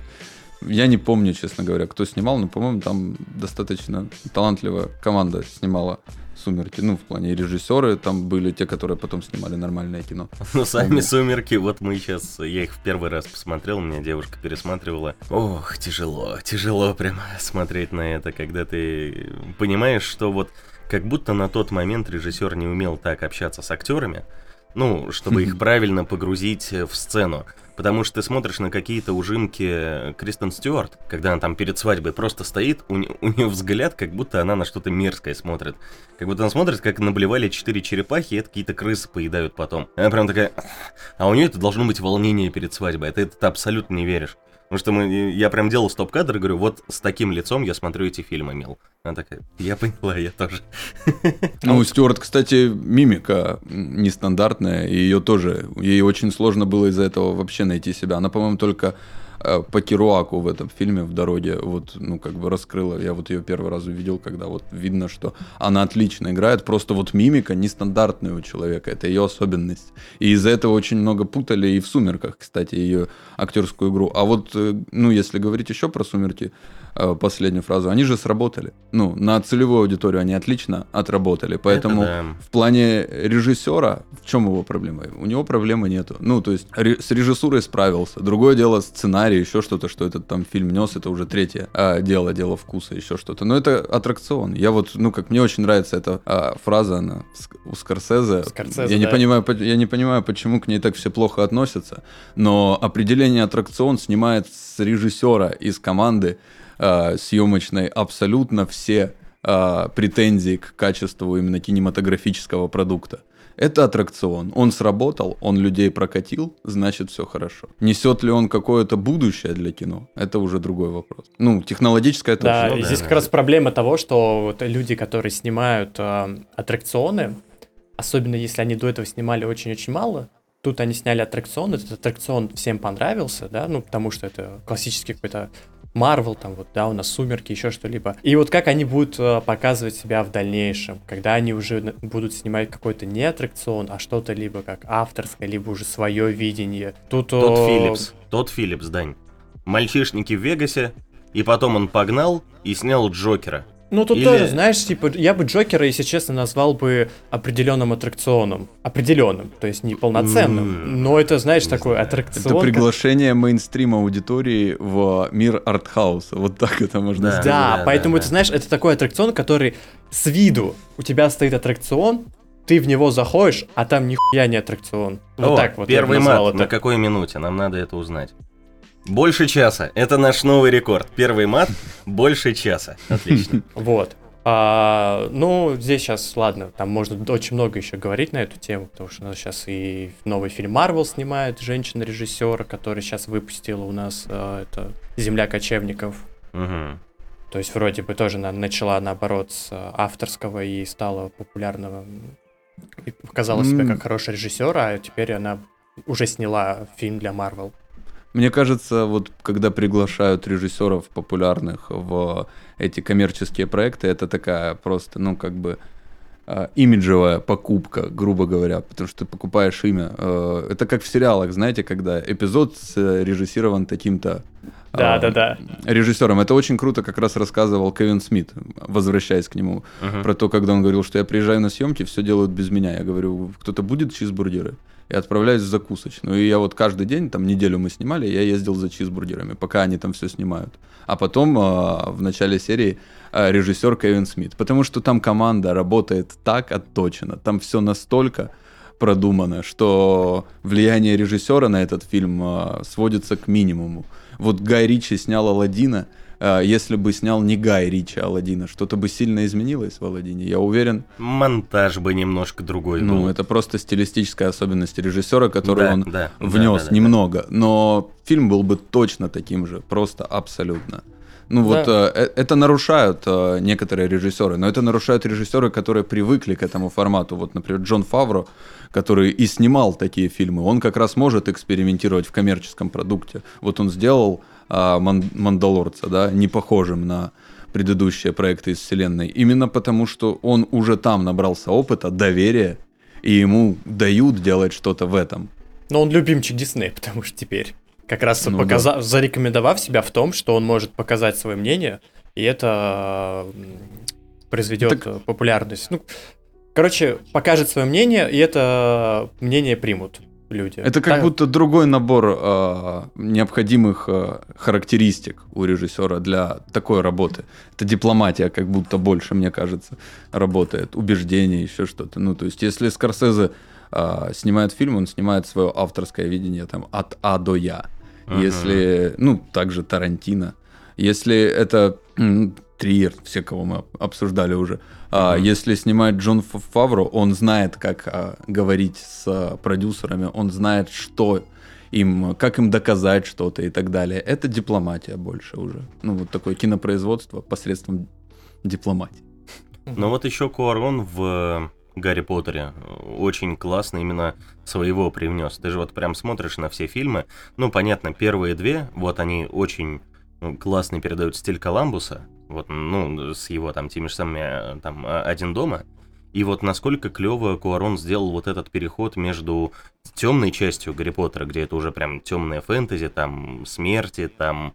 я не помню, честно говоря, кто снимал, но, по-моему, там достаточно талантливая команда снимала «Сумерки», ну, в плане режиссеры там были те, которые потом снимали нормальное кино. Ну, сами «Сумерки», вот мы сейчас, я их в первый раз посмотрел, меня девушка пересматривала. Ох, тяжело, тяжело прям смотреть на это, когда ты понимаешь, что вот как будто на тот момент режиссер не умел так общаться с актерами, ну, чтобы их правильно погрузить в сцену. Потому что ты смотришь на какие-то ужимки Кристен Стюарт, когда она там перед свадьбой просто стоит, у, у нее взгляд, как будто она на что-то мерзкое смотрит. Как будто она смотрит, как наблевали четыре черепахи, и это какие-то крысы поедают потом. Она прям такая... А у нее это должно быть волнение перед свадьбой, это, это ты абсолютно не веришь. Потому что мы, я прям делал стоп-кадр и говорю, вот с таким лицом я смотрю эти фильмы, Мил. Она такая, я поняла, я тоже. Ну, у Стюарт, кстати, мимика нестандартная, и ее тоже, ей очень сложно было из-за этого вообще найти себя. Она, по-моему, только по Керуаку в этом фильме «В дороге» вот, ну, как бы раскрыла. Я вот ее первый раз увидел, когда вот видно, что она отлично играет, просто вот мимика нестандартная у человека, это ее особенность. И из-за этого очень много путали и в «Сумерках», кстати, ее актерскую игру. А вот, ну, если говорить еще про «Сумерки», последнюю фразу, они же сработали. Ну, на целевую аудиторию они отлично отработали, поэтому да. В плане режиссера, в чем его проблема? У него проблемы нету. Ну, то есть ре- с режиссурой справился. Другое дело сценарий, еще что-то, что этот там фильм нес, это уже третье а, дело, дело вкуса, еще что-то. Но это аттракцион. Я вот, ну, как мне очень нравится эта а, фраза, она у Скорсезе. Скорсезе, я, да. не понимаю, я не понимаю, почему к ней так все плохо относятся, но определение аттракцион снимает с режиссера из команды съемочной абсолютно все а, претензии к качеству именно кинематографического продукта. Это аттракцион. Он сработал, он людей прокатил, значит, все хорошо. Несет ли он какое-то будущее для кино? Это уже другой вопрос. Ну, технологическое это Да, точно. и да, здесь да. как раз проблема того, что вот люди, которые снимают э, аттракционы, особенно если они до этого снимали очень-очень мало, тут они сняли аттракцион, этот аттракцион всем понравился, да, ну, потому что это классический какой-то Марвел, там вот, да, у нас «Сумерки», еще что-либо. И вот как они будут э, показывать себя в дальнейшем, когда они уже на- будут снимать какой-то не аттракцион, а что-то либо как авторское, либо уже свое видение. Тут... Тот э, Филлипс, тот Филлипс, Дань. «Мальчишники в Вегасе», и потом он погнал и снял «Джокера». Ну, тут Или- тоже, знаешь, типа, я бы Джокера, если честно, назвал бы определенным аттракционом. Определенным, то есть не полноценным. М, Но это, знаешь, не такой знаю. аттракцион. Это как- приглашение мейнстрим аудитории в мир артхауса. Вот так это можно Да. сказать. Да, Да, поэтому да, ты да. знаешь, это такой аттракцион, который с виду у тебя стоит аттракцион, ты в него заходишь, а там нихуя не аттракцион. Вот О, так вот я бы первый назвал мат, это. на какой минуте? Нам надо это узнать. Больше часа. Это наш новый рекорд. Первый мат больше часа. Отлично. Вот. А, ну, здесь сейчас, ладно, там можно очень много еще говорить на эту тему, потому что у нас сейчас и новый фильм Марвел снимает женщина-режиссер, который сейчас выпустила у нас а, это «Земля кочевников». Мгм. То есть вроде бы тоже она начала, наоборот, с а, авторского и стала популярного, и показала себя М. как хороший режиссер, а теперь она уже сняла фильм для Марвел. Мне кажется, вот когда приглашают режиссеров популярных в эти коммерческие проекты, это такая просто, ну, как бы э, имиджевая покупка, грубо говоря, потому что ты покупаешь имя. Э, это как в сериалах, знаете, когда эпизод режиссирован таким-то э, да, да, да. режиссером. Это очень круто как раз рассказывал Кевин Смит, возвращаясь к нему, uh-huh. про то, когда он говорил, что я приезжаю на съемки, все делают без меня. Я говорю, кто-то будет чизбургеры? И отправляюсь в закусочную. И я вот каждый день, там неделю мы снимали, я ездил за чизбургерами, пока они там все снимают. А потом э, в начале серии э, режиссер Кевин Смит. Потому что там команда работает так отточено, там все настолько продумано, что влияние режиссера на этот фильм э, сводится к минимуму. Вот Гай Ричи снял «Аладдина», если бы снял не Гай Ричи «Аладдина», что-то бы сильно изменилось в «Аладдине», я уверен. Монтаж бы немножко другой был. Ну, это просто стилистическая особенность режиссера, которую да, он да, внес да, да, немного. Да. Но фильм был бы точно таким же, просто абсолютно. Ну вот да. э, это нарушают э, некоторые режиссеры, но это нарушают режиссеры, которые привыкли к этому формату. Вот, например, Джон Фавро, который и снимал такие фильмы, он как раз может экспериментировать в коммерческом продукте. Вот он сделал э, «Мандалорца», да, не похожим на предыдущие проекты из вселенной, именно потому что он уже там набрался опыта, доверия, и ему дают делать что-то в этом. Но он любимчик Диснея, потому что теперь... Как раз ну, показав, да. зарекомендовав себя в том, что он может показать свое мнение, и это произведет так... популярность. Ну, короче, покажет свое мнение, и это мнение примут люди. Это как так... будто другой набор э, необходимых э, характеристик у режиссера для такой работы. Это дипломатия, как будто больше, мне кажется, работает. Убеждение, еще что-то. Ну, то есть, если Скорсезе э, снимает фильм, он снимает свое авторское видение там от А до Я. Uh-huh. Если, ну, также Тарантино. Если это м, Триер, все, кого мы обсуждали уже. Uh-huh. А, если снимает Джон Фавро, он знает, как а, говорить с а, продюсерами, он знает, что им, как им доказать что-то и так далее. Это дипломатия больше уже. Ну, вот такое кинопроизводство посредством дипломатии. Но вот еще Куарон в Гарри Поттере очень классно именно своего привнес. Ты же вот прям смотришь на все фильмы. Ну, понятно, первые две, вот они очень классно передают стиль Коламбуса. Вот, ну, с его там теми же самыми там «Один дома». И вот насколько клево Куарон сделал вот этот переход между темной частью Гарри Поттера, где это уже прям темная фэнтези, там смерти, там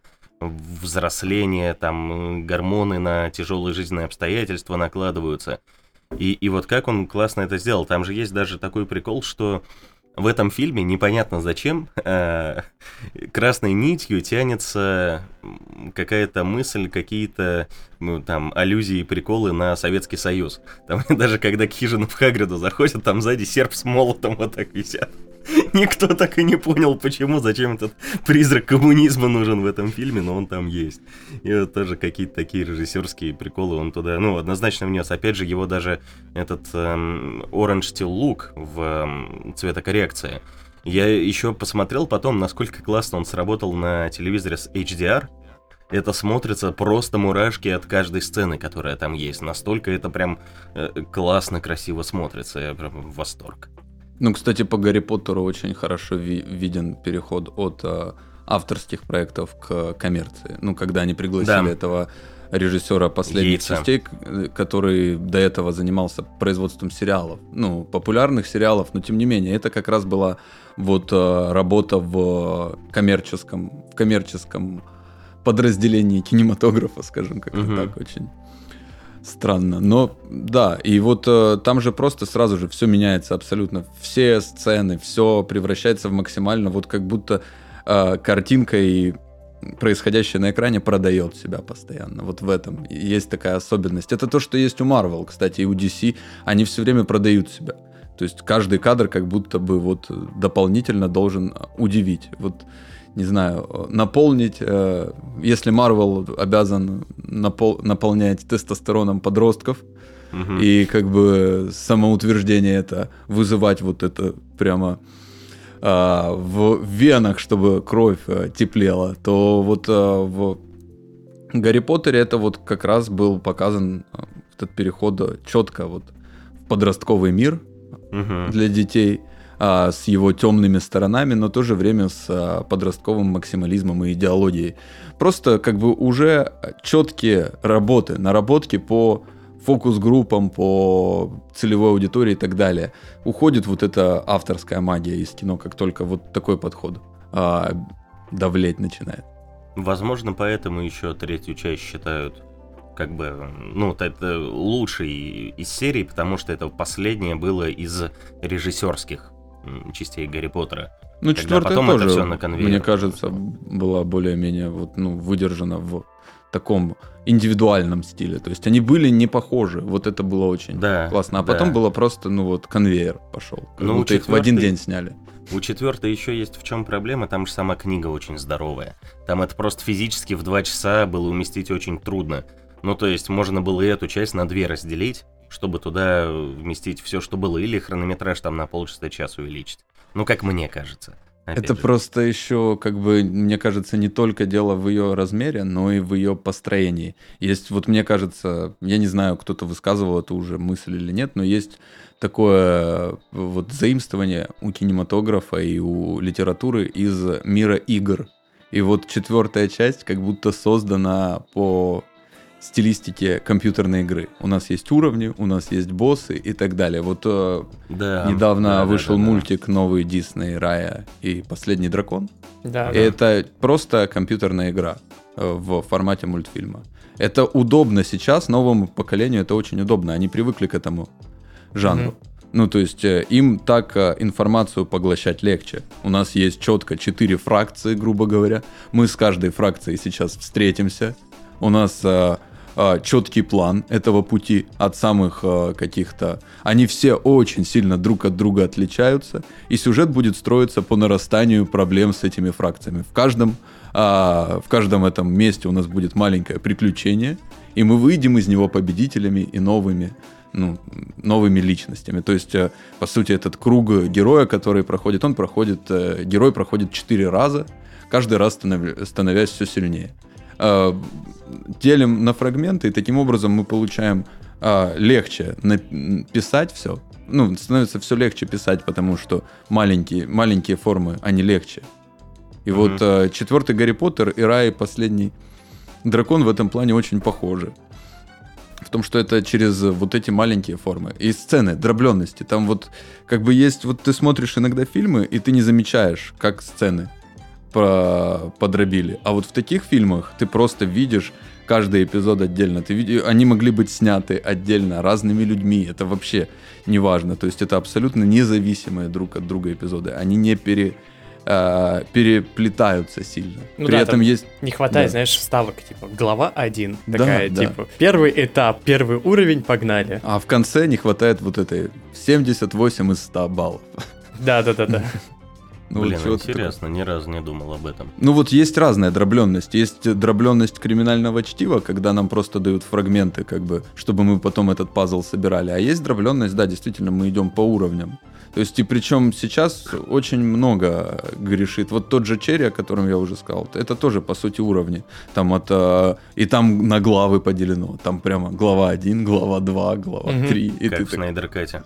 взросление, там гормоны на тяжелые жизненные обстоятельства накладываются. И, и вот как он классно это сделал. Там же есть даже такой прикол, что в этом фильме непонятно зачем э, красной нитью тянется какая-то мысль, какие-то ну, там аллюзии и приколы на Советский Союз. Там даже когда к Хижину в Хагриду заходят, там сзади серп с молотом вот так висят. Никто так и не понял, почему, зачем этот призрак коммунизма нужен в этом фильме, но он там есть. И вот тоже какие-то такие режиссерские приколы он туда, ну, однозначно внес. Опять же, его даже этот эм, Orange Steel Look в эм, цветокоррекции. Я еще посмотрел потом, насколько классно он сработал на телевизоре с эйч ди ар. Это смотрится просто мурашки от каждой сцены, которая там есть. Настолько это прям э, классно, красиво смотрится. Я прям в восторг. Ну, кстати, по Гарри Поттеру очень хорошо ви- виден переход от э, авторских проектов к коммерции. Ну, когда они пригласили да. этого режиссера «Последних Яйца. частей», который до этого занимался производством сериалов. Ну, популярных сериалов, но тем не менее, это как раз была вот э, работа в коммерческом, в коммерческом подразделении кинематографа, скажем, как-то угу. так очень... Странно, но да, и вот э, там же просто сразу же все меняется абсолютно, все сцены, все превращается в максимально, вот как будто э, картинка и происходящее на экране продает себя постоянно, вот в этом есть такая особенность. Это то, что есть у Marvel, кстати, и у ди си, они все время продают себя, то есть каждый кадр как будто бы вот дополнительно должен удивить, вот. Не знаю, наполнить, э, если Marvel обязан напол- наполнять тестостероном подростков, угу. и как бы самоутверждение это, вызывать вот это прямо э, в венах, чтобы кровь э, теплела, то вот э, в Гарри Поттере это вот как раз был показан э, этот переход четко вот в подростковый мир угу. для детей. а, с его темными сторонами, но в то же время с а, подростковым максимализмом и идеологией. Просто как бы уже четкие работы, наработки по фокус-группам, по целевой аудитории и так далее. Уходит вот эта авторская магия из кино, как только вот такой подход а, давлеть начинает. Возможно, поэтому еще третью часть считают как бы, ну, это лучший из серий, потому что это последнее было из режиссерских частей Гарри Поттера. Ну, четвертая тоже, это все на конвейере, мне кажется, была более-менее вот, ну, выдержана в таком индивидуальном стиле. То есть они были не похожи. Вот это было очень да, классно. А потом да. было просто, ну вот, конвейер пошел. Как ну, будто их в один день сняли. У четвертой еще есть в чем проблема, там же сама книга очень здоровая. Там это просто физически в два часа было уместить очень трудно. Ну, то есть можно было и эту часть на две разделить, чтобы туда вместить все, что было, или хронометраж там на полчаса-час увеличить. Ну, как мне кажется. Это же. просто еще, как бы, мне кажется, не только дело в ее размере, но и в ее построении. Есть, вот мне кажется, я не знаю, кто-то высказывал эту уже мысль или нет, но есть такое вот заимствование у кинематографа и у литературы из мира игр. И вот четвертая часть как будто создана по стилистике компьютерной игры. У нас есть уровни, у нас есть боссы и так далее. Вот да, недавно да, вышел да, да, мультик новый Дисней Рая и Последний дракон. Да, и да. Это просто компьютерная игра в формате мультфильма. Это удобно сейчас, новому поколению это очень удобно. Они привыкли к этому жанру. Mm-hmm. Ну, то есть им так информацию поглощать легче. У нас есть четко четыре фракции, грубо говоря. Мы с каждой фракцией сейчас встретимся. У нас а, а, четкий план этого пути от самых а, каких-то... Они все очень сильно друг от друга отличаются, и сюжет будет строиться по нарастанию проблем с этими фракциями. В каждом, а, в каждом этом месте у нас будет маленькое приключение, и мы выйдем из него победителями и новыми, ну, новыми личностями. То есть, по сути, этот круг героя, который проходит, он проходит... Герой проходит четыре раза, каждый раз станов... становясь все сильнее. Делим на фрагменты, и таким образом мы получаем а, легче писать все. Ну, становится все легче писать, потому что маленькие, маленькие формы, они легче. И mm-hmm. вот а, четвертый Гарри Поттер и Рай, Последний дракон в этом плане очень похожи. В том, что это через вот эти маленькие формы. И сцены, дробленности. Там вот как бы есть... Вот ты смотришь иногда фильмы, и ты не замечаешь, как сцены подробили. А вот в таких фильмах ты просто видишь каждый эпизод отдельно. Ты видишь, они могли быть сняты отдельно разными людьми. Это вообще не важно. То есть это абсолютно независимые друг от друга эпизоды. Они не пере, э, переплетаются сильно. Ну При да, этом есть... Не хватает, да. знаешь, вставок, типа, глава один. Да, Такая, да. типа, первый этап, первый уровень, погнали. А в конце не хватает вот этой семьдесят восемь из ста баллов. Да-да-да-да. Ну, Блин, вот интересно, такое. Ни разу не думал об этом. Ну вот есть разная дробленность. Есть дробленность криминального чтива, когда нам просто дают фрагменты, как бы, чтобы мы потом этот пазл собирали. А есть дробленность, да, действительно, мы идем по уровням. То есть, и причем сейчас очень много грешит. Вот тот же Черри, о котором я уже сказал, это тоже, по сути, уровни. Там это... И там на главы поделено. Там прямо глава один, глава два, глава три. Угу. Как в Снайдер-кате.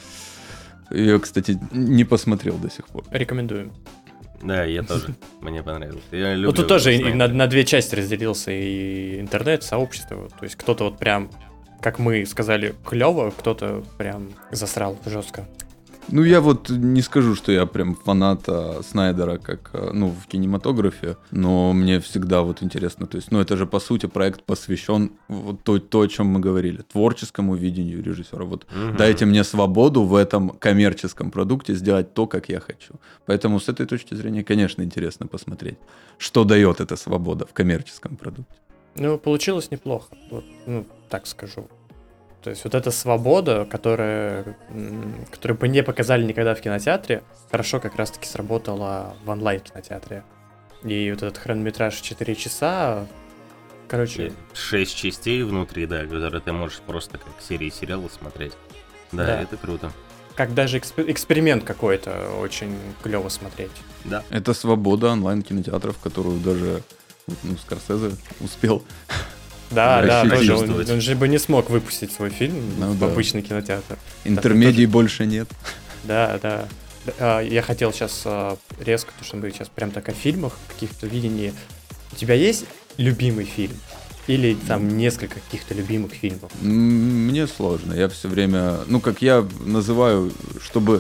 Я, кстати, не посмотрел до сих пор. Рекомендую. Да, я тоже. Мне понравилось. Я люблю ну, тут тоже и на, на две части разделился и интернет, сообщество. То есть кто-то вот прям, как мы сказали, клево, кто-то прям засрал жестко. Ну, я вот не скажу, что я прям фанат Снайдера, как, ну, в кинематографе, но мне всегда вот интересно, то есть, ну, это же, по сути, проект посвящен вот то, то о чем мы говорили, творческому видению режиссера. Вот угу. Дайте мне свободу в этом коммерческом продукте сделать то, как я хочу. Поэтому с этой точки зрения, конечно, интересно посмотреть, что дает эта свобода в коммерческом продукте. Ну, получилось неплохо, вот, ну, так скажу. То есть вот эта свобода, которая, которую бы не показали никогда в кинотеатре, хорошо как раз-таки сработала в онлайн-кинотеатре. И вот этот хронометраж четыре часа, короче... шесть частей внутри, да, которые ты можешь просто как серии сериала смотреть. Да, да. Это круто. Как даже экспер- эксперимент какой-то очень клево смотреть. Да. Это свобода онлайн-кинотеатров, которую даже ну, Скорсезе успел... Да, да, тоже он, он же бы не смог выпустить свой фильм ну, в да. обычный кинотеатр. Интермедий тоже... больше нет. Да, да. а, я хотел сейчас а, резко, то, что мы сейчас прям так о фильмах, каких-то видении. У тебя есть любимый фильм? Или там несколько каких-то любимых фильмов? Мне сложно. Я все время, ну, как я называю, чтобы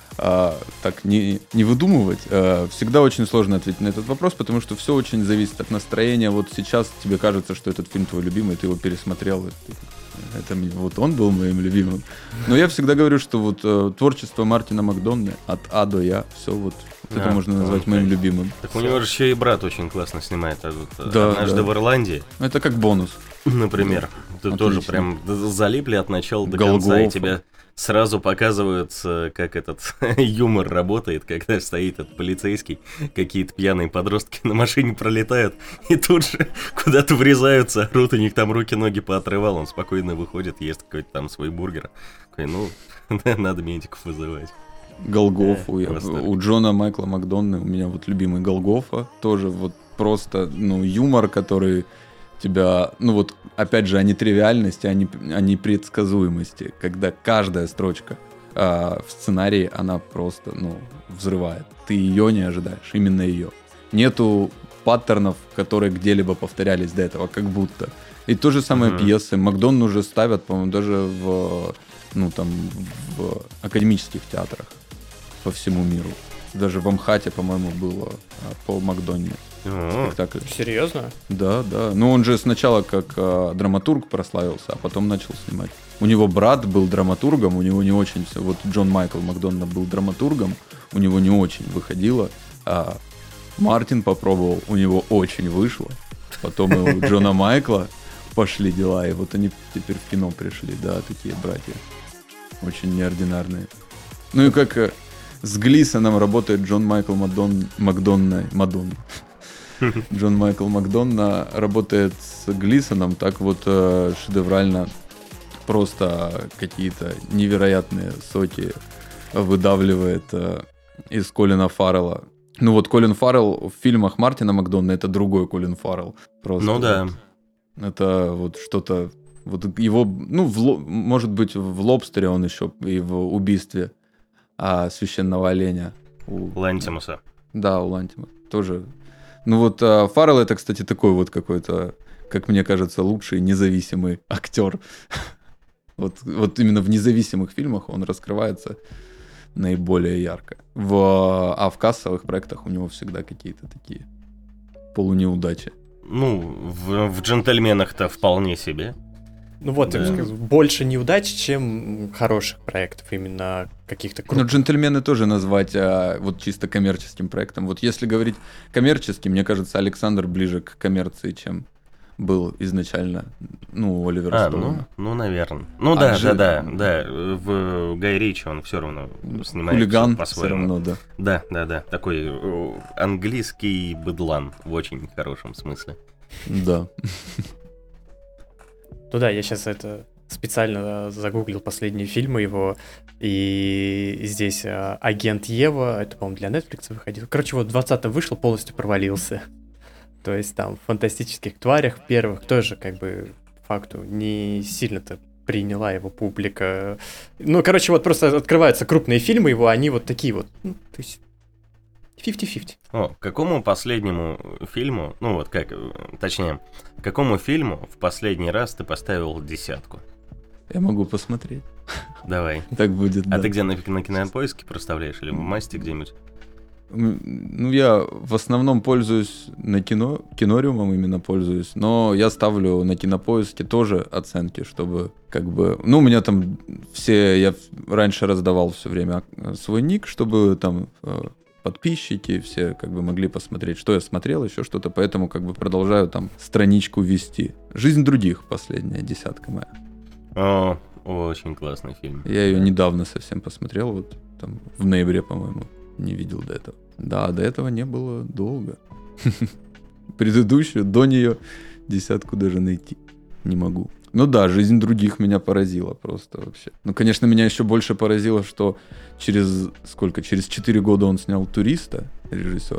а, так не, не выдумывать, а, всегда очень сложно ответить на этот вопрос, потому что все очень зависит от настроения. Вот сейчас тебе кажется, что этот фильм твой любимый, ты его пересмотрел, и ты, это вот он был моим любимым. Но я всегда говорю, что вот э, творчество Мартина Макдонна от А до Я, все вот А, это можно назвать он, моим так. любимым. Так у него же еще и брат очень классно снимает. А вот Да, однажды да. в Ирландии, Это как бонус. например, ты Отлично. тоже прям залипли от начала до Голгофа. конца, и тебе сразу показывают, э, как этот юмор работает, когда стоит этот полицейский, какие-то пьяные подростки на машине пролетают, и тут же куда-то врезаются, орут, у них там руки-ноги поотрывал, он спокойно выходит, ест какой-то там свой бургер. Такой, ну, надо медиков вызывать. Голгофу. Да, я- восторг. у Джона Майкла Макдонна у меня вот любимый Голгофа. Тоже вот просто, ну, юмор, который тебя, ну вот, опять же, о нетривиальности, о, не- о непредсказуемости, когда каждая строчка а, в сценарии, она просто, ну, взрывает. Ты ее не ожидаешь, именно ее. Нету паттернов, которые где-либо повторялись до этого, как будто. И то же самое Мгм. пьесы. Макдонна уже ставят, по-моему, даже в, ну, там, в академических театрах по всему миру. Даже в Амхате, по-моему, было а, по Макдонне О, спектакль. Серьезно? Да, да. Ну, он же сначала как а, драматург прославился, а потом начал снимать. У него брат был драматургом, у него не очень все. Вот Джон Майкл Макдонна был драматургом, у него не очень выходило. А Мартин попробовал, у него очень вышло. Потом и у Джона Майкла пошли дела, и вот они теперь в кино пришли, да, такие братья. Очень неординарные. Ну и как э, с Глисоном работает Джон Майкл Мадон... Макдонна. Мадонна. Джон Майкл Макдонна работает с Глисоном, так вот э, шедеврально просто какие-то невероятные соки выдавливает э, из Колина Фаррелла. Ну вот Колин Фаррелл в фильмах Мартина Макдонна — это другой Колин Фаррелл. Просто ну да. вот это вот что-то... Вот его, ну, в, Ло- может быть, в «Лобстере» он еще и в «Убийстве а, священного оленя». У, Лантимуса. да, у Лантима. Тоже. Ну вот а, Фаррелл — это, кстати, такой вот какой-то, как мне кажется, лучший независимый актер. Вот, вот именно в независимых фильмах он раскрывается наиболее ярко. В, а в кассовых проектах у него всегда какие-то такие полунеудачи. Ну, в, в «Джентльменах»-то вполне себе. Ну вот, я Да. бы сказал, больше неудач, чем хороших проектов, именно каких-то Но крупных. «Джентльмены» тоже назвать а, вот чисто коммерческим проектом. Вот если говорить коммерчески, мне кажется, Александр ближе к коммерции, чем был изначально, ну, у Оливера А, Стоуна. ну, ну, наверное. Ну А да, Джи- да, да, да. В Гай Ричи он все равно снимает Хулиган всё все по-своему. равно, да. Да, да, да. Такой э, английский быдлан в очень хорошем смысле. Да. Ну да, я сейчас это специально загуглил последние фильмы его, и здесь а, «Агент Ева», это, по-моему, для Netflix выходил. Короче, вот в двадцатом вышел, полностью провалился. То есть там в «Фантастических тварях» первых тоже, как бы, по факту, не сильно-то приняла его публика. Ну, короче, вот просто открываются крупные фильмы его, они вот такие вот, ну, то есть пятьдесят на пятьдесят. О, к какому последнему фильму, ну вот как, э, точнее, к какому фильму в последний раз ты поставил десятку? Я могу посмотреть. Давай. Так будет, А да. ты где, на, на Кинопоиске проставляешь или в Масте где-нибудь? М, Ну, я в основном пользуюсь на кино, кинориумом именно пользуюсь, но я ставлю на Кинопоиске тоже оценки, чтобы как бы... Ну, у меня там все... Я в- раньше раздавал все время э, свой ник, чтобы там э, подписчики все как бы могли посмотреть, что я смотрел, еще что-то, поэтому как бы продолжаю там страничку вести. «Жизнь других» последняя, десятка моя. О, очень классный фильм. Я ее недавно совсем посмотрел, вот там в ноябре, по-моему, не видел до этого. Да, до этого не было долго. Предыдущую, до нее десятку даже найти не могу. Ну да, «Жизнь других» меня поразила просто вообще. Ну, конечно, меня еще больше поразило, что через сколько? Через четыре года он снял «Туриста», режиссер.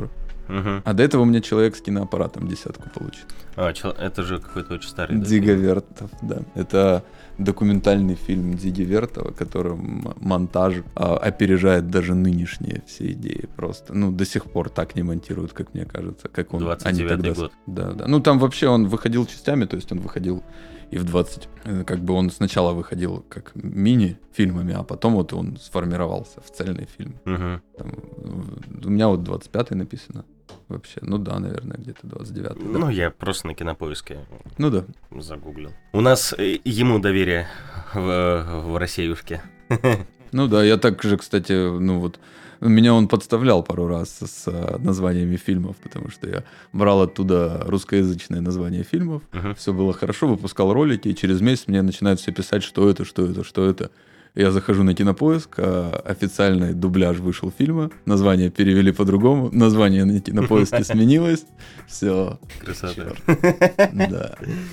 Угу. А до этого у меня человек с киноаппаратом десятку получил. А, это же какой-то очень старый. Дзига Вертов, да. Это документальный фильм Дзиги Вертова, которым монтаж а, опережает даже нынешние все идеи просто. Ну, до сих пор так не монтируют, как мне кажется, как он. двадцать девятый год. Да, да. Ну, там вообще он выходил частями, то есть он выходил и в двадцать... Как бы он сначала выходил как мини-фильмами, а потом вот он сформировался в цельный фильм. Угу. Там, у меня вот двадцать пятый написано. Вообще, ну да, наверное, где-то двадцать девятый. Да. Ну, я просто на Кинопоиске ну, да. загуглил. У нас ему доверие в, в Россиюшке. Ну да, я так же, кстати, ну вот, меня он подставлял пару раз с названиями фильмов, потому что я брал оттуда русскоязычное название фильмов, uh-huh. все было хорошо, выпускал ролики, и через месяц мне начинают все писать, что это, что это, что это. Я захожу на Кинопоиск, а официальный дубляж вышел фильма, название перевели по-другому, название на Кинопоиске сменилось, все. Красота. Да.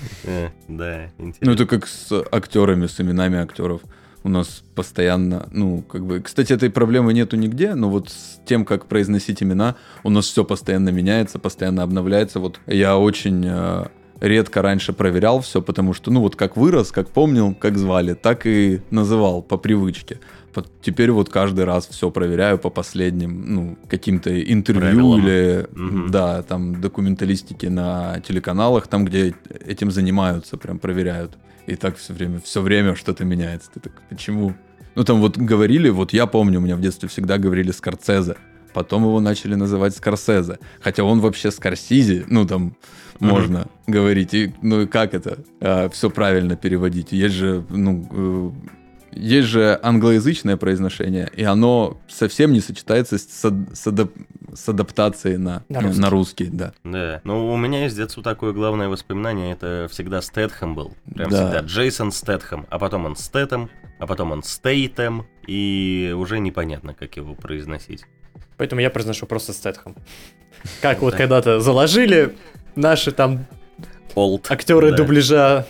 Да, интересно. Ну это как с актерами, с именами актеров. У нас постоянно, ну, как бы... Кстати, этой проблемы нету нигде, но вот с тем, как произносить имена, у нас все постоянно меняется, постоянно обновляется. Вот я очень э, редко раньше проверял все, потому что, ну, вот как вырос, как помнил, как звали, так и называл по привычке. Теперь вот каждый раз все проверяю по последним, ну, каким-то интервью правилам. Или, угу. да, там, документалистики на телеканалах, там, где этим занимаются, прям проверяют. И так все время, все время что-то меняется. Ты так, почему? Ну, там вот говорили, вот я помню, у меня в детстве всегда говорили Скорсезе. Потом его начали называть Скорсезе. Хотя он вообще Скорсизи, ну, там mm-hmm. можно говорить. И, ну, и как это а, все правильно переводить? Есть же, ну... Э, Есть же англоязычное произношение, и оно совсем не сочетается с, с, адап, с адаптацией на, на, русский. на русский. Да. Да. Ну, у меня из детства такое главное воспоминание, это всегда Стэтхэм был. Прям да. всегда Джейсон Стэтхэм, а потом он Стэтэм, а потом он Стейтем, и уже непонятно, как его произносить. Поэтому я произношу просто Стэтхэм. Как вот когда-то заложили наши там актеры дубляжа.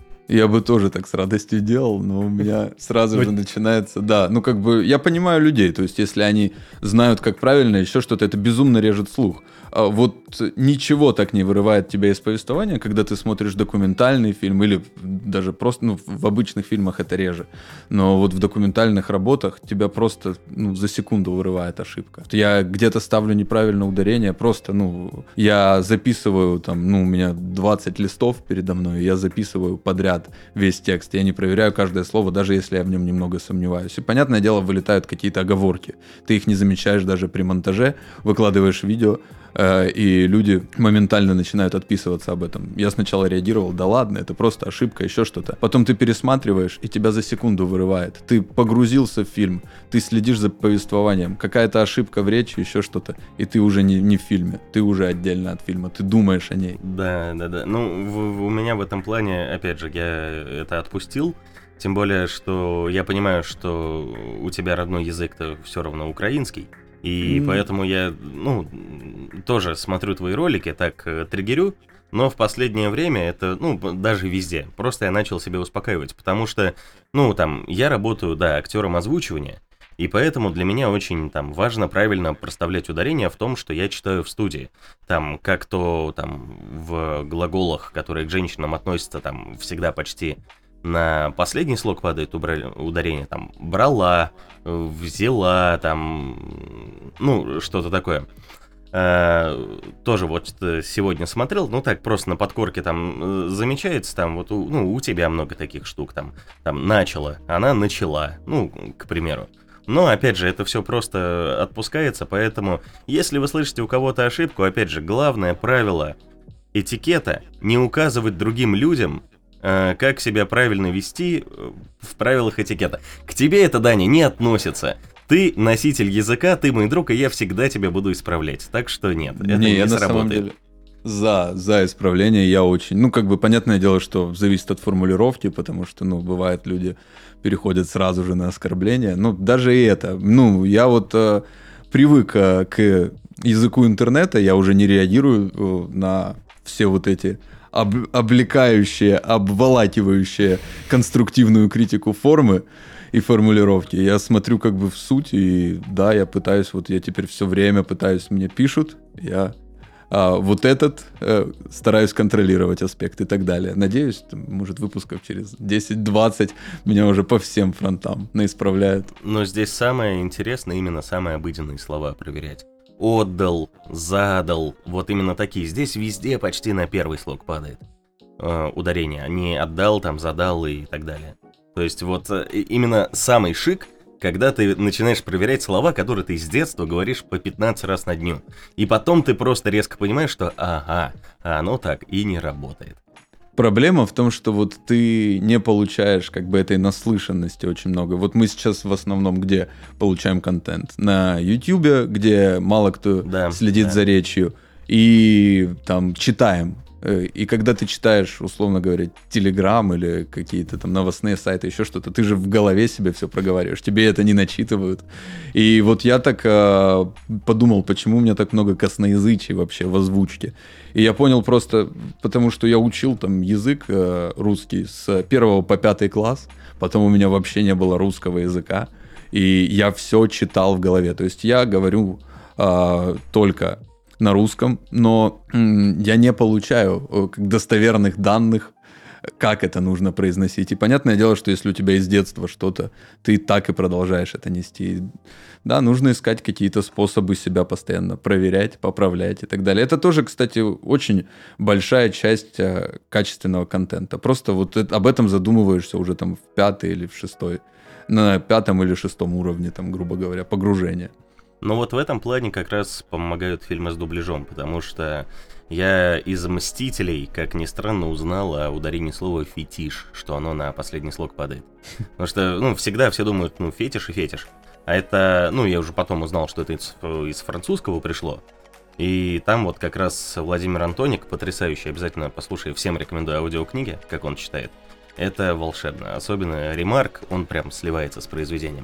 Я бы тоже так с радостью делал, но у меня сразу же начинается, да, ну как бы я понимаю людей, то есть если они знают, как правильно, еще что-то, это безумно режет слух. А вот ничего так не вырывает тебя из повествования, когда ты смотришь документальный фильм или даже просто, ну, в обычных фильмах это реже, но вот в документальных работах тебя просто, ну, за секунду вырывает ошибка. Я где-то ставлю неправильное ударение, просто, ну, я записываю там, ну, у меня двадцать листов передо мной, я записываю подряд весь текст, я не проверяю каждое слово, даже если я в нем немного сомневаюсь. И, понятное дело, вылетают какие-то оговорки. Ты их не замечаешь даже при монтаже, выкладываешь видео, э, и люди моментально начинают отписываться об этом. Я сначала реагировал, да ладно, это просто ошибка, еще что-то. Потом ты пересматриваешь, и тебя за секунду вырывает. Ты погрузился в фильм, ты следишь за повествованием, какая-то ошибка в речи, еще что-то, и ты уже не, не в фильме, ты уже отдельно от фильма, ты думаешь о ней. Да, да, да. Ну, в, у меня в этом плане, опять же, я это отпустил, тем более, что я понимаю, что у тебя родной язык-то все равно украинский, и mm. поэтому я, ну, тоже смотрю твои ролики, так триггерю, но в последнее время это, ну, даже везде, просто я начал себя успокаивать, потому что, ну, там, я работаю, да, актером озвучивания, и поэтому для меня очень там важно правильно проставлять ударение в том, что я читаю в студии. Там, как то там в глаголах, которые к женщинам относятся, там всегда почти на последний слог падает ударение. Там брала, взяла, там, ну, что-то такое. А, тоже вот сегодня смотрел, ну так просто на подкорке там замечается, там вот, у, ну, у тебя много таких штук, там, там начала, она начала, ну, к примеру. Но, опять же, это все просто отпускается, поэтому, если вы слышите у кого-то ошибку, опять же, главное правило этикета — не указывать другим людям, э, как себя правильно вести в правилах этикета. К тебе это, Даня, не относится. Ты носитель языка, ты мой друг, и я всегда тебя буду исправлять. Так что нет, это не, не я сработает. На самом деле за, за исправление я очень... Ну, как бы, понятное дело, что зависит от формулировки, потому что, ну, бывает, люди переходят сразу же на оскорбление. Ну, даже и это. Ну, я вот э, привык э, к языку интернета, я уже не реагирую э, на все вот эти об, облекающие, обволакивающие конструктивную критику формы и формулировки. Я смотрю как бы в суть, и да, я пытаюсь, вот я теперь все время пытаюсь, мне пишут, Я а, вот этот э, стараюсь контролировать аспект и так далее. Надеюсь, может, выпусков через десять-двадцать меня уже по всем фронтам наисправляют. Но здесь самое интересное именно самые обыденные слова проверять. Отдал, задал, вот именно такие. Здесь везде почти на первый слог падает э, ударение, а не отдал, там, задал и так далее. То есть вот э, именно самый шик, когда ты начинаешь проверять слова, которые ты с детства говоришь по пятнадцать раз на дню. И потом ты просто резко понимаешь, что ага, оно так и не работает. Проблема в том, что вот ты не получаешь как бы этой наслышанности очень много. Вот мы сейчас в основном где получаем контент? На YouTube, где мало кто да, следит да. за речью, и там читаем. И когда ты читаешь, условно говоря, Telegram или какие-то там новостные сайты, еще что-то, ты же в голове себе все проговариваешь, тебе это не начитывают. И вот я так э, подумал, почему у меня так много косноязычий вообще в озвучке. И я понял просто, потому что я учил там язык э, русский с первого по пятый класс, потом у меня вообще не было русского языка, и я все читал в голове. То есть я говорю э, только на русском, но м, я не получаю э, достоверных данных, как это нужно произносить. И понятное дело, что если у тебя из детства что-то, ты так и продолжаешь это нести. Да, нужно искать какие-то способы себя постоянно проверять, поправлять и так далее. Это тоже, кстати, очень большая часть э, качественного контента. Просто вот это, об этом задумываешься уже там в пятый или в шестой, на пятом или шестом уровне, там, грубо говоря, погружения. Но вот в этом плане как раз помогают фильмы с дубляжом, потому что я из «Мстителей», как ни странно, узнал о ударении слова «фетиш», что оно на последний слог падает. Потому что, ну, всегда все думают, ну, фетиш и фетиш. А это, ну, я уже потом узнал, что это из, из французского пришло. И там вот как раз Владимир Антоник, потрясающий, обязательно послушай, всем рекомендую аудиокниги, как он читает. Это волшебно. Особенно ремарк, он прям сливается с произведением.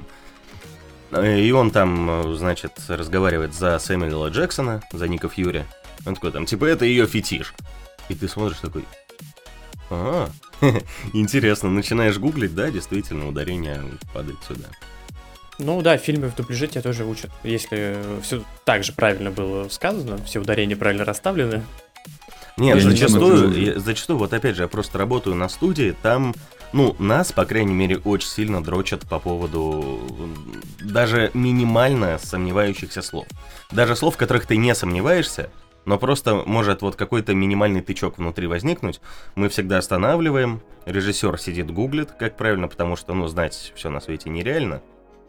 И он там, значит, разговаривает за Сэмюэла Джексона, за Ника Фьюри. Он такой там, типа, это ее фетиш. И ты смотришь такой, ага, интересно, начинаешь гуглить, да, действительно, ударение падает сюда. Ну да, в фильме в дубляже тебя тоже учат. Если все так же правильно было сказано, все ударения правильно расставлены. Нет, зачастую, зачастую, вот опять же, я просто работаю на студии, там... Ну, нас, по крайней мере, очень сильно дрочат по поводу даже минимально сомневающихся слов. Даже слов, в которых ты не сомневаешься, но просто может вот какой-то минимальный тычок внутри возникнуть. Мы всегда останавливаем, режиссер сидит, гуглит, как правильно, потому что, ну, знать все на свете нереально.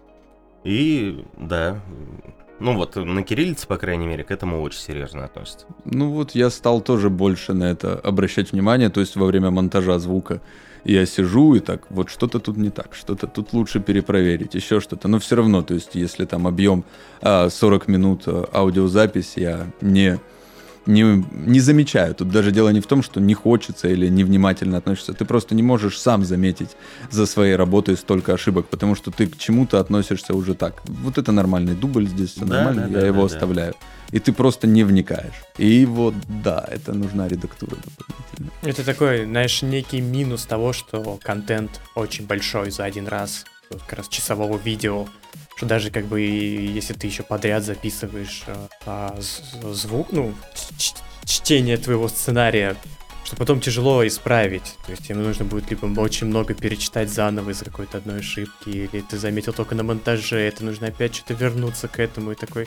И, да, ну вот на кириллице, по крайней мере, к этому очень серьезно относятся. Ну вот я стал тоже больше на это обращать внимание, то есть во время монтажа звука. Я сижу и так, вот что-то тут не так, что-то тут лучше перепроверить, еще что-то. Но все равно, то есть если там объем а, сорок минут а, аудиозапись, я не, не, не замечаю. Тут даже дело не в том, что не хочется или невнимательно относишься. Ты просто не можешь сам заметить за своей работой столько ошибок, потому что ты к чему-то относишься уже так. Вот это нормальный дубль, здесь все да, нормально, да, я да, его да, оставляю. И ты просто не вникаешь. И вот, да, это нужна редактура дополнительная. Это такой, знаешь, некий минус того, что контент очень большой за один раз, как раз часового видео, что даже как бы если ты еще подряд записываешь а, звук, ну, ч- чтение твоего сценария, что потом тяжело исправить. То есть тебе нужно будет либо очень много перечитать заново из-за какой-то одной ошибки, или ты заметил только на монтаже, это нужно опять что-то вернуться к этому и такой...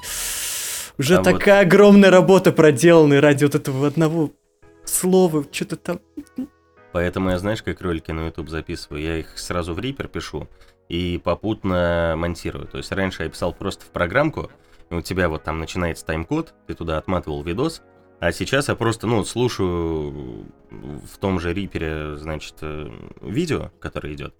Уже а такая вот... огромная работа проделана ради вот этого одного слова, что-то там. Поэтому я, знаешь, как ролики на YouTube записываю? Я их сразу в Reaper пишу и попутно монтирую. То есть раньше я писал просто в программку, и у тебя вот там начинается тайм-код, ты туда отматывал видос, а сейчас я просто, ну, слушаю в том же Reaper, значит, видео, которое идет,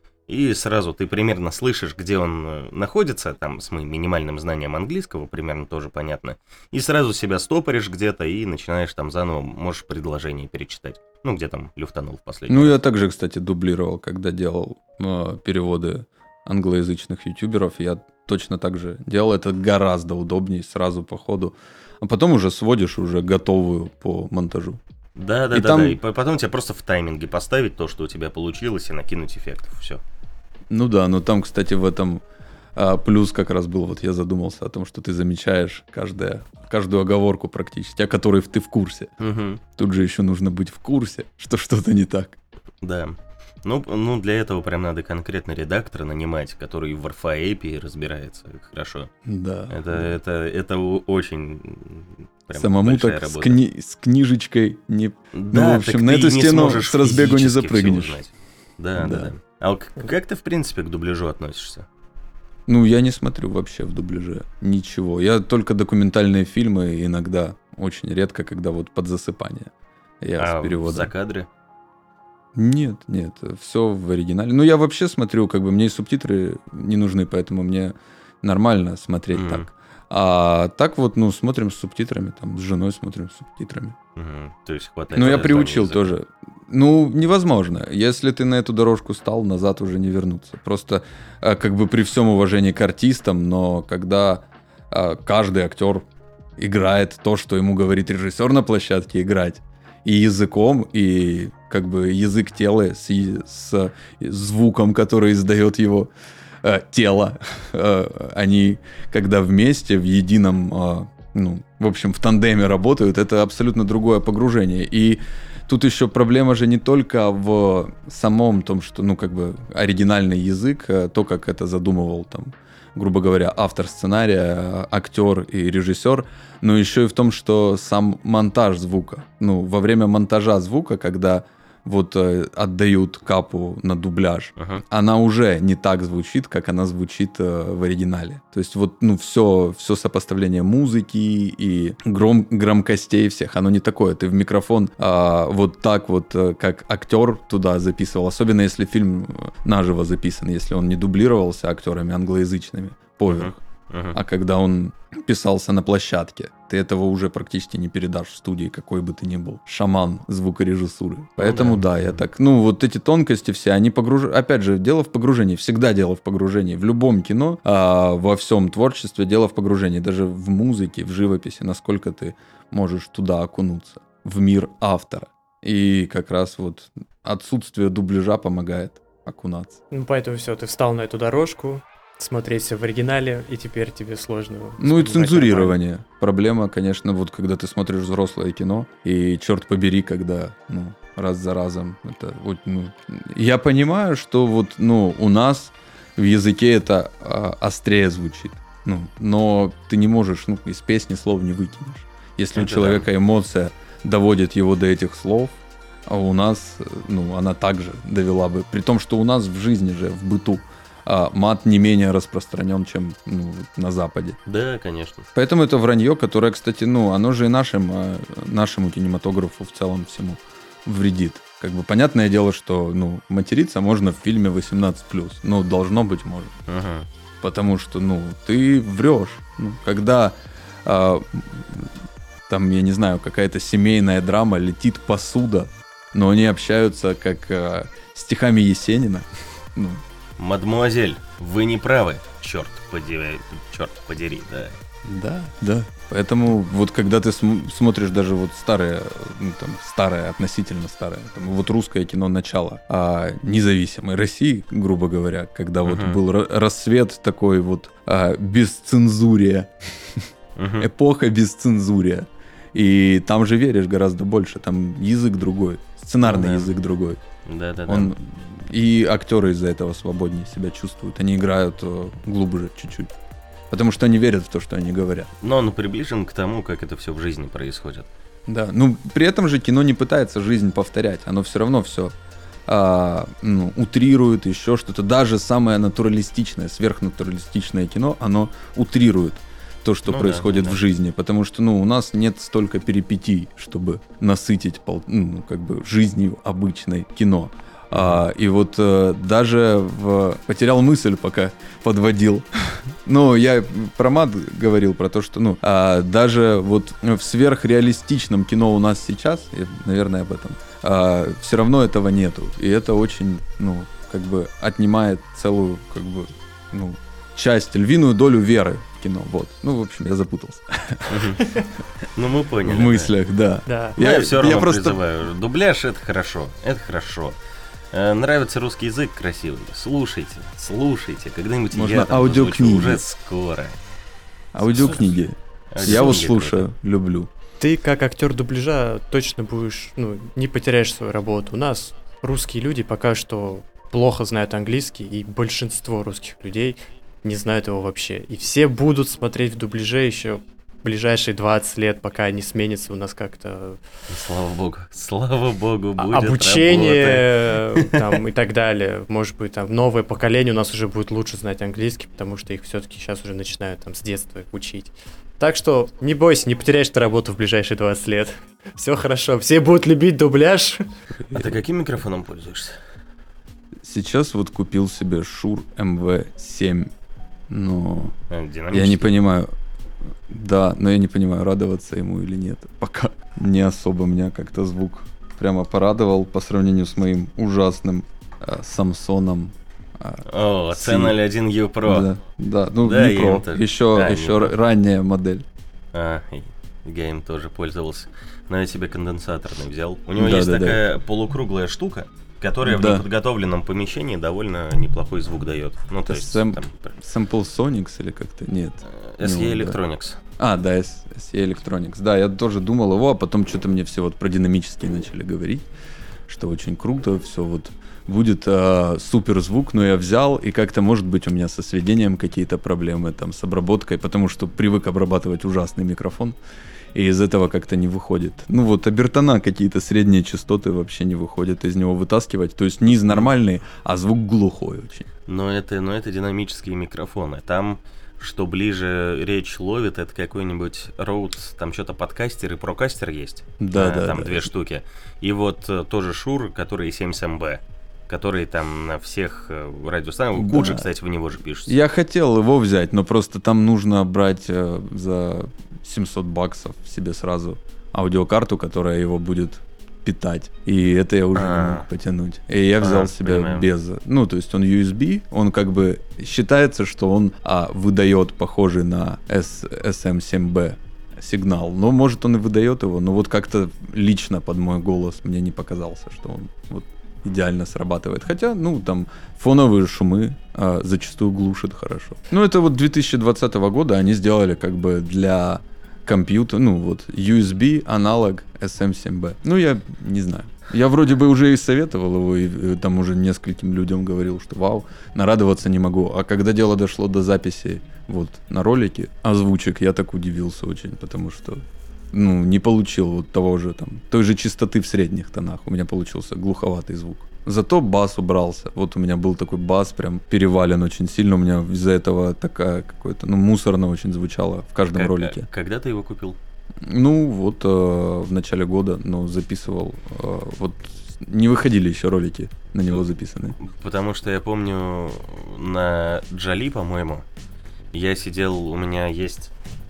и сразу ты примерно слышишь, где он находится, там с моим минимальным знанием английского примерно тоже понятно, и сразу себя стопоришь где-то и начинаешь там заново, можешь предложение перечитать. Ну, где там люфтанул в последний Ну, раз. я также, кстати, дублировал, когда делал э, переводы англоязычных ютуберов, я точно так же делал, это гораздо удобнее, сразу по ходу, а потом уже сводишь уже готовую по монтажу. Да, да, и да, там... да, и потом тебе просто в тайминге поставить то, что у тебя получилось, и накинуть эффектов, все. Ну да, но там, кстати, в этом а, плюс как раз был, вот я задумался о том, что ты замечаешь каждое каждую оговорку практически, о которой ты в курсе. Угу. Тут же еще нужно быть в курсе, что что-то не так. Да. Ну, ну, для этого прям надо конкретно редактора нанимать, который в орфоэпии разбирается хорошо. Да. Это, это, это очень прям самому большая так с, работа. кни- с книжечкой не... Да, ну, в общем, так на ты эту не стену сможешь с разбегу не физически всё запрыгнешь. узнать. Да, да, Да. да. А вот к- как ты, в принципе, к дубляжу относишься? Ну, я не смотрю вообще в дубляже ничего. Я только документальные фильмы иногда, очень редко, когда вот под засыпание. Я а с переводом. в закадре? Нет, нет, все в оригинале. Ну, я вообще смотрю, как бы мне и субтитры не нужны, поэтому мне нормально смотреть Мгм. так. А так вот, ну, смотрим с субтитрами, там, с женой смотрим с субтитрами. Мгм. То есть хватает... Ну, я знания приучил языка. тоже. Ну, невозможно. Если ты на эту дорожку стал, назад уже не вернуться. Просто а, как бы при всем уважении к артистам, но когда а, каждый актер играет то, что ему говорит режиссер на площадке играть, и языком, и как бы язык тела с, и- с звуком, который издает его э, тело, э, они когда вместе в едином, э, ну, в общем, в тандеме работают, это абсолютно другое погружение. И тут еще проблема же не только в самом том, что, ну, как бы оригинальный язык, э, то, как это задумывал там, грубо говоря, автор сценария, актер и режиссер, но еще и в том, что сам монтаж звука. Ну, во время монтажа звука, когда вот э, отдают капу на дубляж, Ага. она уже не так звучит, как она звучит э, в оригинале. То есть вот, ну, все, все сопоставление музыки и гром, громкостей всех, оно не такое. Ты в микрофон а, вот так вот, э, как актер туда записывал, особенно если фильм э, наживо записан, если он не дублировался актерами англоязычными поверх. Ага. А когда он писался на площадке, ты этого уже практически не передашь в студии, какой бы ты ни был. Шаман звукорежиссуры. Поэтому да. да, я так... Ну, вот эти тонкости все, они погружают... Опять же, дело в погружении. Всегда дело в погружении. В любом кино, а, во всем творчестве дело в погружении. Даже в музыке, в живописи. Насколько ты можешь туда окунуться. В мир автора. И как раз вот отсутствие дубляжа помогает окунаться. Ну, поэтому все, ты встал на эту дорожку, смотреть все в оригинале, и теперь тебе сложно. Ну и воспринимать цензурирование. Проблема, конечно, вот когда ты смотришь взрослое кино, и черт побери, когда, ну, раз за разом, это вот, ну, я понимаю, что вот, ну, у нас в языке это а, острее звучит, ну, но ты не можешь, ну, из песни слов не выкинешь. Если Это у человека эмоция доводит его до этих слов, а у нас, ну, она также довела бы, при том, что у нас в жизни же, в быту, а мат не менее распространен, чем, ну, на Западе. Да, конечно. Поэтому это вранье, которое, кстати, ну, оно же и нашим, э, нашему кинематографу в целом всему вредит. Как бы понятное дело, что, ну, материться можно в фильме восемнадцать плюс. Ну, должно быть можно. Ага. Потому что, ну, ты врешь. Ну, когда э, там, я не знаю, какая-то семейная драма, летит посуда, но они общаются как э, стихами Есенина. Ну, Мадемуазель, вы не правы. Черт подери, черт подери, да. да, да. Поэтому вот когда ты см- смотришь даже вот старое, ну, там, старое, относительно старое, там, вот русское кино начала а, независимой России, грубо говоря, когда вот Мгм. был ра- рассвет такой вот а, бесцензурия, Мгм. эпоха бесцензурия. И там же веришь гораздо больше, там язык другой, сценарный Да. язык другой. Да-да-да. Он... И актеры из-за этого свободнее себя чувствуют. Они играют э, глубже чуть-чуть. Потому что они верят в то, что они говорят. Но он приближен к тому, как это все в жизни происходит. Да, ну при этом же кино не пытается жизнь повторять. Оно все равно все ну, утрирует, еще что-то. Даже самое натуралистичное, сверхнатуралистичное кино, оно утрирует то, что Ну да, происходит да. в жизни. Потому что, ну, у нас нет столько перипетий, чтобы насытить пол- ну, как бы жизнью обычной кино. А, и вот э, даже в... потерял мысль, пока подводил. Ну, я про мат говорил, про то, что, ну, а, даже вот в сверхреалистичном кино у нас сейчас, я, наверное, об этом, а, все равно этого нету. И это очень, ну, как бы отнимает целую, как бы, ну, часть, львиную долю веры в кино. Вот. Ну, в общем, я запутался. Ну, мы поняли. В да. мыслях, да. Да. Я, я все равно я просто- призываю. Дубляж — это хорошо, это хорошо. Э, нравится русский язык красивый. Слушайте, слушайте. Когда-нибудь Можно я там аудиокниги. озвучу, уже скоро. Аудиокниги. Я вот слушаю, люблю. Ты как актер дубляжа точно будешь, ну, не потеряешь свою работу. У нас русские люди пока что плохо знают английский, и большинство русских людей не знают его вообще. И все будут смотреть в дубляже еще ближайшие двадцать лет, пока не сменится у нас как-то... Слава богу, слава богу, будет обучение там, и так далее. Может быть, там новое поколение у нас уже будет лучше знать английский, потому что их все-таки сейчас уже начинают там с детства учить. Так что не бойся, не потеряешь ты работу в ближайшие двадцать лет. Все хорошо, все будут любить дубляж. А ты каким микрофоном пользуешься? Сейчас вот купил себе Shure эм ви семь, но А, я не понимаю, да, но я не понимаю, радоваться ему или нет. Пока не особо меня как-то звук прямо порадовал по сравнению с моим ужасным э, Самсоном. Э, О, си ноль один ю Pro. Да, да, ну Да, не я Pro, им тоже- еще, да, еще не Pro. ранняя модель. А, и я им тоже пользовался. Но я себе конденсаторный взял. У него Да, есть да, да. такая полукруглая штука, которая в Да. неподготовленном помещении довольно неплохой звук дает. Ну, то Это есть, сэм- там, Sample Sonics или как-то? Нет. эс и Ну, да. Electronics. А, да, эс и Electronics. Да, я тоже думал его, а потом что-то мне все вот про динамические начали говорить, что очень круто, все вот будет а, супер звук, но я взял, и как-то, может быть, у меня со сведением какие-то проблемы, там, с обработкой, потому что привык обрабатывать ужасный микрофон, и из этого как-то не выходит. Ну вот, обертона какие-то средние частоты вообще не выходят из него вытаскивать, то есть низ нормальный, а звук глухой очень. Но это, но это динамические микрофоны. Там, что ближе речь ловит, это какой-нибудь Rode, там что-то подкастер и прокастер есть. Да, А, да, Там да. две штуки. И вот э, тоже Shure, который семьдесят эм бэ, который там на всех э, радиостанциях. Да. Куджи, кстати, в него же пишется. Я хотел его взять, но просто там нужно брать э, за семьсот баксов себе сразу аудиокарту, которая его будет питать. И это я уже не А. мог потянуть. И я взял А, себе понимаю. без... Ну, то есть он ю эс би, он как бы... Считается, что он а, выдает похожий на эс эм семь бэ сигнал. Но может он и выдает его, но вот как-то лично под мой голос мне не показался, что он вот идеально срабатывает. Хотя, ну, там фоновые шумы а, зачастую глушит хорошо. Ну, это вот две тысячи двадцатого года они сделали как бы для компьютера, ну, вот, ю эс би аналог эс эм семь бэ. Ну, я не знаю. Я вроде бы уже и советовал его, и, и там уже нескольким людям говорил, что вау, нарадоваться не могу. А когда дело дошло до записи вот на ролике озвучек, я так удивился очень, потому что ну, не получил вот того же там, той же частоты в средних тонах. У меня получился глуховатый звук. Зато бас убрался. Вот у меня был такой бас, прям перевален очень сильно. У меня из-за этого такая какое-то, ну, мусорно очень звучало в каждом Как- ролике. Когда ты его купил? Ну, вот э, в начале года, но записывал. Э, вот не выходили еще ролики на него записанные. Потому что я помню на Джоли, по-моему, я сидел, у меня есть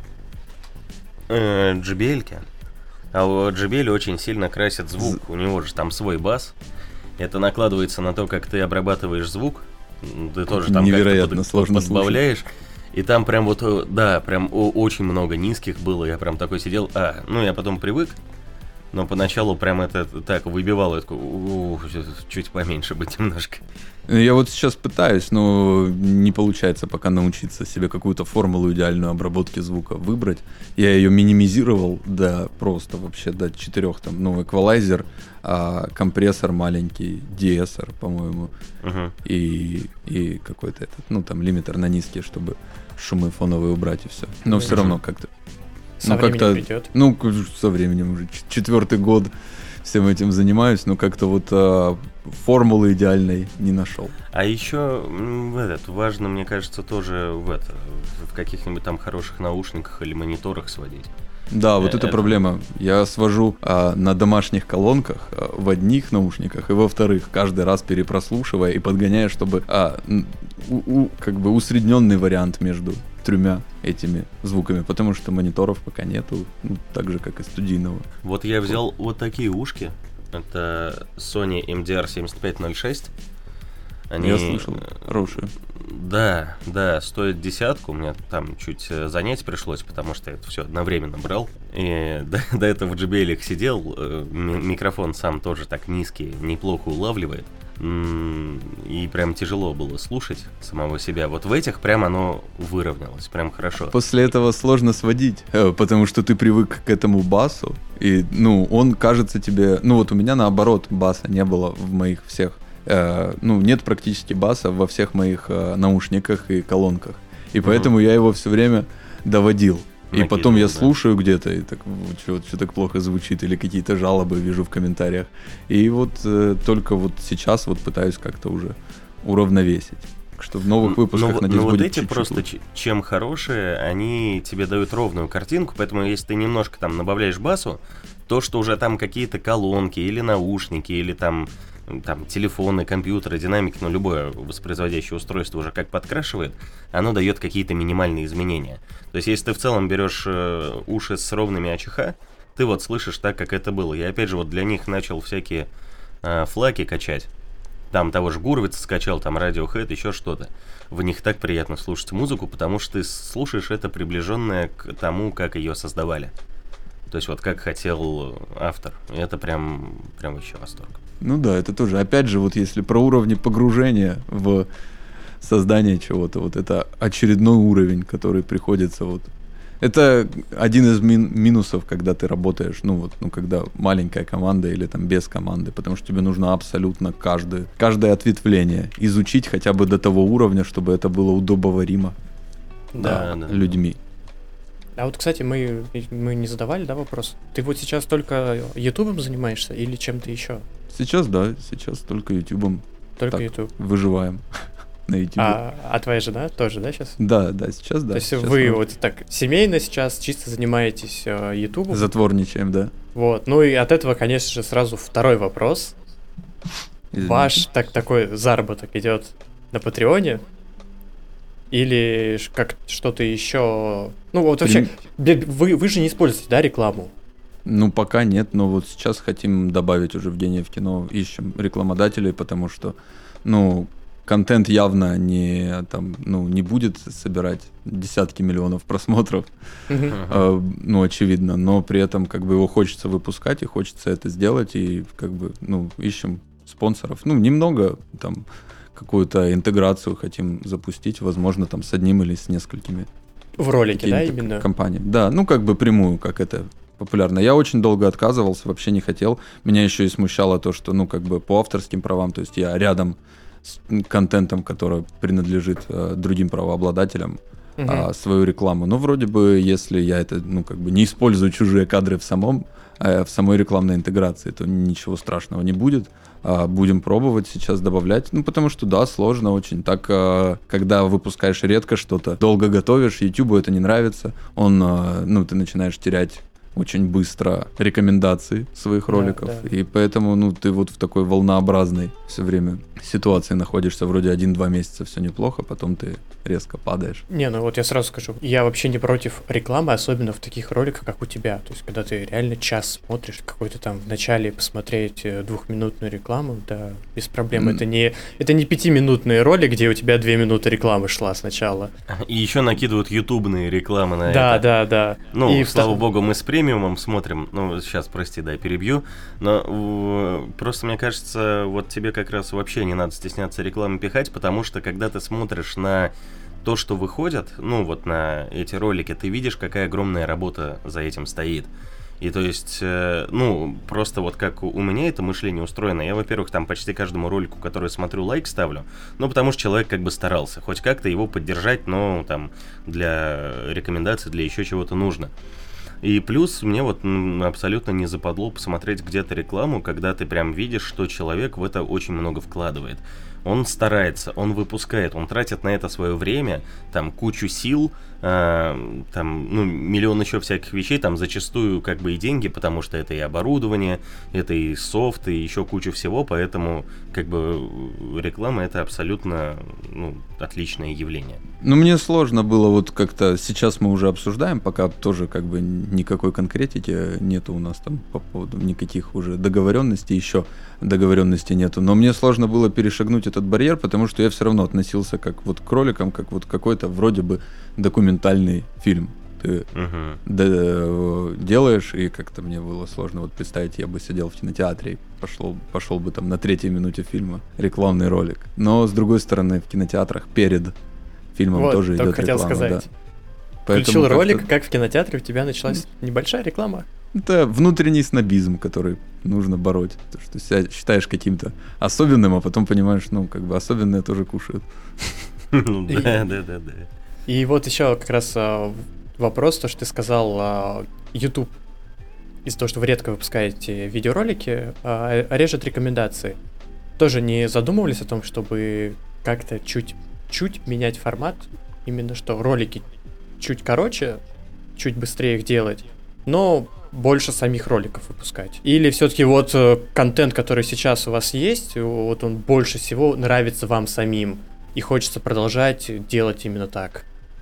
э, джей би эл-ки, а у джей би эл очень сильно красит звук, у него же там свой бас. Это накладывается на то, как ты обрабатываешь звук, ты тоже там Невероятно как-то сложно подбавляешь. И там прям вот, э, да, прям о- очень много низких было, я прям такой сидел, а, ну я потом привык, но поначалу прям это так выбивало, я такой, «У, чуть поменьше быть немножко». Я вот сейчас пытаюсь, но не получается пока научиться себе какую-то формулу идеальную обработки звука выбрать. Я ее минимизировал до просто вообще до четырех, там, ну, эквалайзер, а, компрессор маленький, ди эс ар, по-моему, Мгм. и, и какой-то этот, ну, там, лимитер на низкие, чтобы шумы фоновые убрать и все. Но все Мгм. равно как-то, Со ну, временем как-то, придет. ну, к- со временем уже ч- четвертый год всем этим занимаюсь, но как-то вот а, формулы идеальной не нашел. А еще м, в этот, важно, мне кажется, тоже в это, в каких-нибудь там хороших наушниках или мониторах сводить. Да, вот Э, это это- проблема. Я свожу а, на домашних колонках а, в одних наушниках и во вторых, каждый раз перепрослушивая и подгоняя, чтобы а, н- у- у- как бы усредненный вариант между тремя этими звуками, потому что мониторов пока нету, ну, так же как и студийного. Вот я взял вот такие ушки. Это Sony эм ди ар семьдесят пять ноль шесть. Они, Я слышал, э, хорошие. Да, да, стоит десятку. Мне там чуть э, занять пришлось, потому что я это все одновременно брал. И до, до этого в джей би эл сидел. э, ми- Микрофон сам тоже так низкий, неплохо улавливает. И прям тяжело было слушать самого себя. Вот в этих прям оно выровнялось, прям хорошо. После этого сложно сводить, потому что ты привык к этому басу, и, ну, он кажется тебе... Ну, вот у меня, наоборот, баса не было в моих всех... Э, ну, нет практически баса во всех моих э, наушниках и колонках. И поэтому mm-hmm. я его все время доводил. И Накидывал, потом я да. слушаю где-то, и так, вот, что, что так плохо звучит, или какие-то жалобы вижу в комментариях. И вот э, только вот сейчас вот пытаюсь как-то уже уравновесить. Так что в новых выпусках, но, надеюсь, но будет вот эти чуть-чуть просто лучше. Чем хорошие, они тебе дают ровную картинку, поэтому если ты немножко там добавляешь басу, то, что уже там какие-то колонки, или наушники, или там... там телефоны, компьютеры, динамики, ну любое воспроизводящее устройство уже как подкрашивает, оно дает какие-то минимальные изменения. То есть если ты в целом берешь э, уши с ровными АЧХ, ты вот слышишь так, как это было. Я опять же вот для них начал всякие э, флаки качать. Там того же Гурвица скачал, там Radiohead, еще что-то. В них так приятно слушать музыку, потому что ты слушаешь это приближенное к тому, как ее создавали. То есть вот как хотел автор. И это прям, прям вообще восторг. Ну да, это тоже. Опять же, вот если про уровни погружения в создание чего-то, вот это очередной уровень, который приходится вот... Это один из мин- минусов, когда ты работаешь, ну вот, ну когда маленькая команда или там без команды, потому что тебе нужно абсолютно каждое, каждое ответвление изучить хотя бы до того уровня, чтобы это было удобоваримо да, да, да. людьми. А вот, кстати, мы, мы не задавали, да, вопрос? Ты вот сейчас только ютубом занимаешься или чем-то еще? Сейчас, да, сейчас только ютубом. Только так, ютуб. Выживаем на ютубе. А, а твоя жена тоже, да, сейчас? Да, да, сейчас, да. То есть сейчас вы мы... вот так семейно сейчас чисто занимаетесь э, ютубом? Затворничаем, да. Вот, ну и от этого, конечно же, сразу второй вопрос. Извините. Ваш так, такой заработок идет на Патреоне? Или как что-то еще... Ну вот вообще, вы, вы же не используете, да, рекламу? Ну, пока нет, но вот сейчас хотим добавить уже в Гений в кино, ищем рекламодателей, потому что, ну, контент явно не, там, ну, не будет собирать десятки миллионов просмотров, uh-huh. э, ну, очевидно, но при этом как бы его хочется выпускать, и хочется это сделать, и как бы, ну, ищем спонсоров. Ну, немного, там, какую-то интеграцию хотим запустить, возможно, там, с одним или с несколькими. В ролике, да, именно? Компаниями. Да, ну, как бы прямую, как это... популярно. Я очень долго отказывался, вообще не хотел. Меня еще и смущало то, что, ну, как бы по авторским правам, то есть я рядом с контентом, который принадлежит э, другим правообладателям, угу. э, свою рекламу. Но вроде бы, если я это, ну, как бы не использую чужие кадры в самом, э, в самой рекламной интеграции, то ничего страшного не будет. Э, будем пробовать сейчас добавлять. Ну, потому что, да, сложно очень. Так, э, когда выпускаешь редко что-то, долго готовишь, Ютубу это не нравится, он, э, ну, ты начинаешь терять очень быстро рекомендации своих роликов, да, да. И поэтому, ну, ты вот в такой волнообразной все время ситуации находишься, вроде один-два месяца все неплохо, потом ты резко падаешь. Не, ну вот я сразу скажу, я вообще не против рекламы, особенно в таких роликах, как у тебя, то есть когда ты реально час смотришь, какой-то там в начале посмотреть двухминутную рекламу, да, без проблем, mm. это не, это не пятиминутный ролик, где у тебя две минуты рекламы шла сначала. И еще накидывают ютубные рекламы на да, это. Да, да, да. Ну, и слава в... богу, мы с премиумом смотрим, ну, сейчас, прости, да, перебью, но uh, просто мне кажется, вот тебе как раз вообще не надо стесняться рекламы пихать, потому что когда ты смотришь на то, что выходит, ну, вот на эти ролики, ты видишь, какая огромная работа за этим стоит. И то есть, э, ну, просто вот как у меня это мышление устроено, я, во-первых, там почти каждому ролику, который смотрю, лайк ставлю, ну, потому что человек как бы старался, хоть как-то его поддержать, но там для рекомендаций, для еще чего-то нужно. И плюс мне вот абсолютно не западло посмотреть где-то рекламу, когда ты прям видишь, что человек в это очень много вкладывает. Он старается, он выпускает, он тратит на это свое время, там кучу сил, э, там, ну, миллион еще всяких вещей, там зачастую как бы и деньги, потому что это и оборудование, это и софт, и еще кучу всего, поэтому как бы реклама это абсолютно, ну, отличное явление. Ну, мне сложно было вот как-то, сейчас мы уже обсуждаем, пока тоже как бы никакой конкретики нету у нас там по поводу никаких уже договоренностей, еще договоренности нету, но мне сложно было перешагнуть этот барьер, потому что я все равно относился как вот к роликам, как вот какой-то вроде бы документальный фильм. То ты Мгм. д- делаешь, и как-то мне было сложно вот представить, я бы сидел в кинотеатре и пошел, пошел бы там на третьей минуте фильма рекламный ролик. Но, с другой стороны, в кинотеатрах перед фильмом Вот, тоже только идет хотел реклама. сказать. Да. Включил как-то- ролик, как в кинотеатре у тебя началась небольшая реклама. Это внутренний снобизм, который нужно бороть. То, что себя считаешь каким-то особенным, а потом понимаешь, ну, как бы особенные тоже кушают. Ну да, да, да, да. И вот еще как раз а, вопрос, то, что ты сказал, а, YouTube, из-за того, что вы редко выпускаете видеоролики, а, режет рекомендации. Тоже не задумывались о том, чтобы как-то чуть, чуть менять формат, именно что ролики чуть короче, чуть быстрее их делать, но больше самих роликов выпускать? Или все-таки вот э, контент, который сейчас у вас есть, вот он больше всего нравится вам самим, и хочется продолжать делать именно так,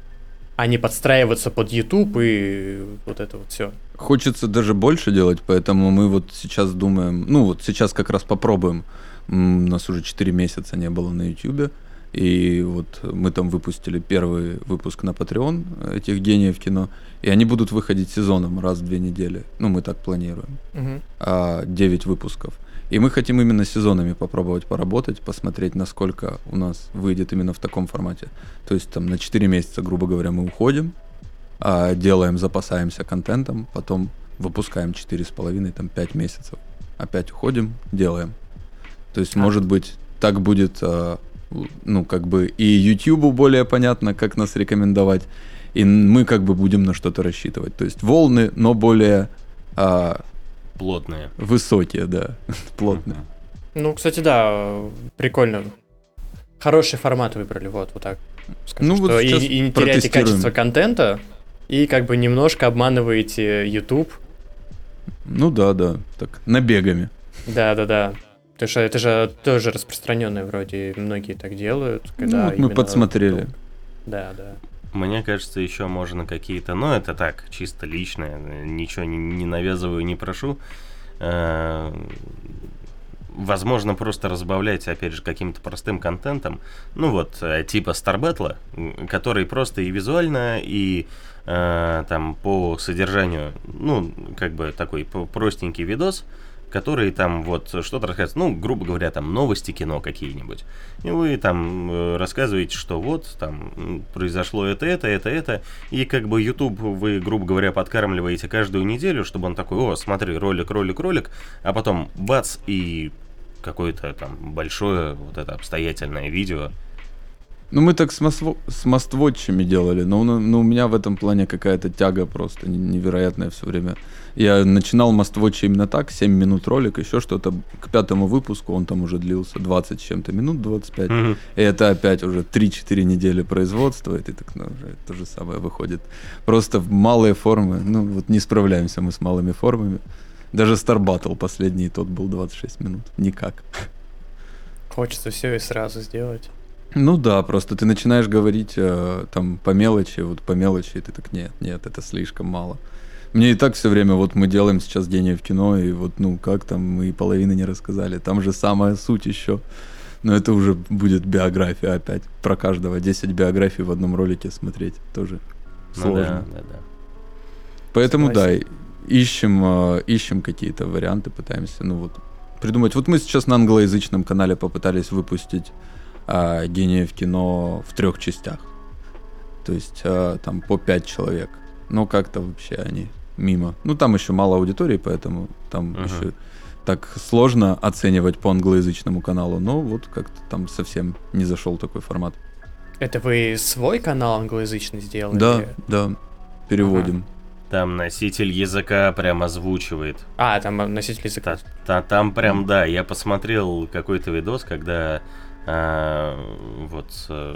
а не подстраиваться под YouTube и вот это вот все? Хочется даже больше делать, поэтому мы вот сейчас думаем, ну вот сейчас как раз попробуем. М, У нас уже четыре месяца не было на YouTube, и вот мы там выпустили первый выпуск на Patreon этих гениев кино, и они будут выходить сезоном раз в две недели. Ну, мы так планируем. Мгм. а, девять выпусков. И мы хотим именно сезонами попробовать поработать, посмотреть, насколько у нас выйдет именно в таком формате. То есть там на четыре месяца, грубо говоря, мы уходим, а, делаем, запасаемся контентом, потом выпускаем четыре с половиной, там пять месяцев. Опять уходим, делаем. То есть, А. может быть, так будет, а, ну, как бы и Ютубу более понятно, как нас рекомендовать, и мы как бы будем на что-то рассчитывать. То есть волны, но более а, Плотные. высокие, да, плотные. Ну, кстати, да, прикольно. Хороший формат выбрали, вот, вот так скажу, Ну, вот что и, сейчас и не теряете протестируем. качество контента, и как бы немножко обманываете YouTube. Ну да, да, так, набегами. Да-да-да. Потому что это же тоже распространенное вроде, многие так делают, когда Ну, вот мы именно подсмотрели. долго. Да, да. Мне кажется, еще можно какие-то, ну это так, чисто личное, ничего не, не навязываю, не прошу. Э, Возможно, просто разбавлять, опять же, каким-то простым контентом. Ну вот, э, типа Star Battle, м, который просто и визуально, и э, там по содержанию, ну, как бы такой по- простенький видос, который там вот что-то рассказывает, ну, грубо говоря, там новости кино какие-нибудь. И вы там э, рассказываете, что вот там м, произошло это, это, это, это. И как бы YouTube вы, грубо говоря, подкармливаете каждую неделю, чтобы он такой: о, смотри, ролик, ролик, ролик, а потом бац, и какое-то там большое вот это обстоятельное видео. Ну, мы так с, Мосво- с Моствотчами делали, но, у- но у меня в этом плане какая-то тяга просто не- невероятная все время. Я начинал Моствотчи именно так, семь минут ролик, еще что-то. К пятому выпуску он там уже длился двадцать с чем-то минут, двадцать пять. Мгм. И это опять уже три-четыре недели производства, и ты так, ну, уже то же самое выходит. Просто в малые формы, ну, вот не справляемся мы с малыми формами. Даже Star Battle последний, тот был двадцать шесть минут. Никак. Хочется все и сразу сделать. Ну да, просто ты начинаешь говорить э, там по мелочи, вот по мелочи, и ты так, нет, нет, это слишком мало. Мне и так все время, вот мы делаем сейчас «Гений в кино», и вот, ну, как там, мы и половины не рассказали, там же самая суть еще. Но это уже будет биография опять, про каждого, десять биографий в одном ролике смотреть, тоже Ну сложно. да, да, да. Поэтому Согласен. да, ищем, э, ищем какие-то варианты, пытаемся, ну вот, придумать. Вот мы сейчас на англоязычном канале попытались выпустить а, «Гениев кино» в трех частях. То есть а, там по пять человек. Но как-то вообще они мимо. Ну там еще мало аудитории, поэтому там Мгм. еще так сложно оценивать по англоязычному каналу. Но вот как-то там совсем не зашел такой формат. Это вы свой канал англоязычный сделали? Да, да, переводим. Там носитель языка прям озвучивает. А, там носитель языка. Та- та- там прям, да, я посмотрел какой-то видос, когда а, вот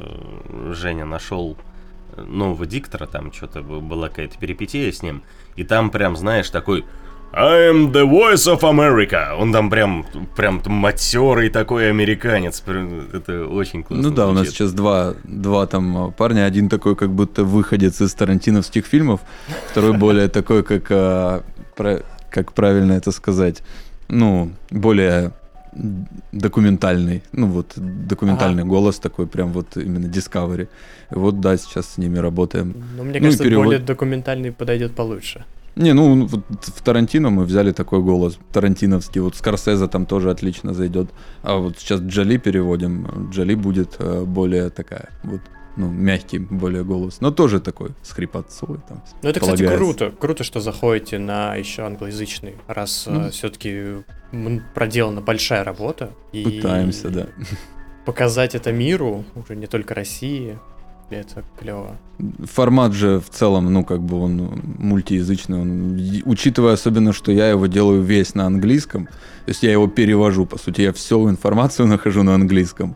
э, Женя нашел нового диктора, там что-то была какая-то перипетия с ним, и там прям, знаешь, такой I am the voice of America. Он там прям, прям матерый такой американец. Прям, это очень классно. Ну да, у нас звучит. сейчас два, два там парня. Один такой, как будто выходец из тарантиновских фильмов, второй более такой, как, а, про- как правильно это сказать, ну, более документальный, ну вот документальный ага. голос такой, прям вот именно Discovery. Вот да, сейчас с ними работаем. Ну, мне ну, кажется, перевод... более документальный подойдет получше. Не, ну вот в Тарантино мы взяли такой голос, тарантиновский, вот Скорсезе там тоже отлично зайдет. А вот сейчас Джоли переводим, Джоли будет э, более такая вот, ну, мягкий более голос, но тоже такой с хрипотцой там. Ну это, кстати, круто, круто, что заходите на еще англоязычный, раз ну, все-таки проделана большая работа. Пытаемся, и да. Показать это миру, уже не только России. Это клево. Формат же в целом, ну, как бы он мультиязычный. Он, учитывая особенно, что я его делаю весь на английском, то есть я его перевожу, по сути, я всю информацию нахожу на английском.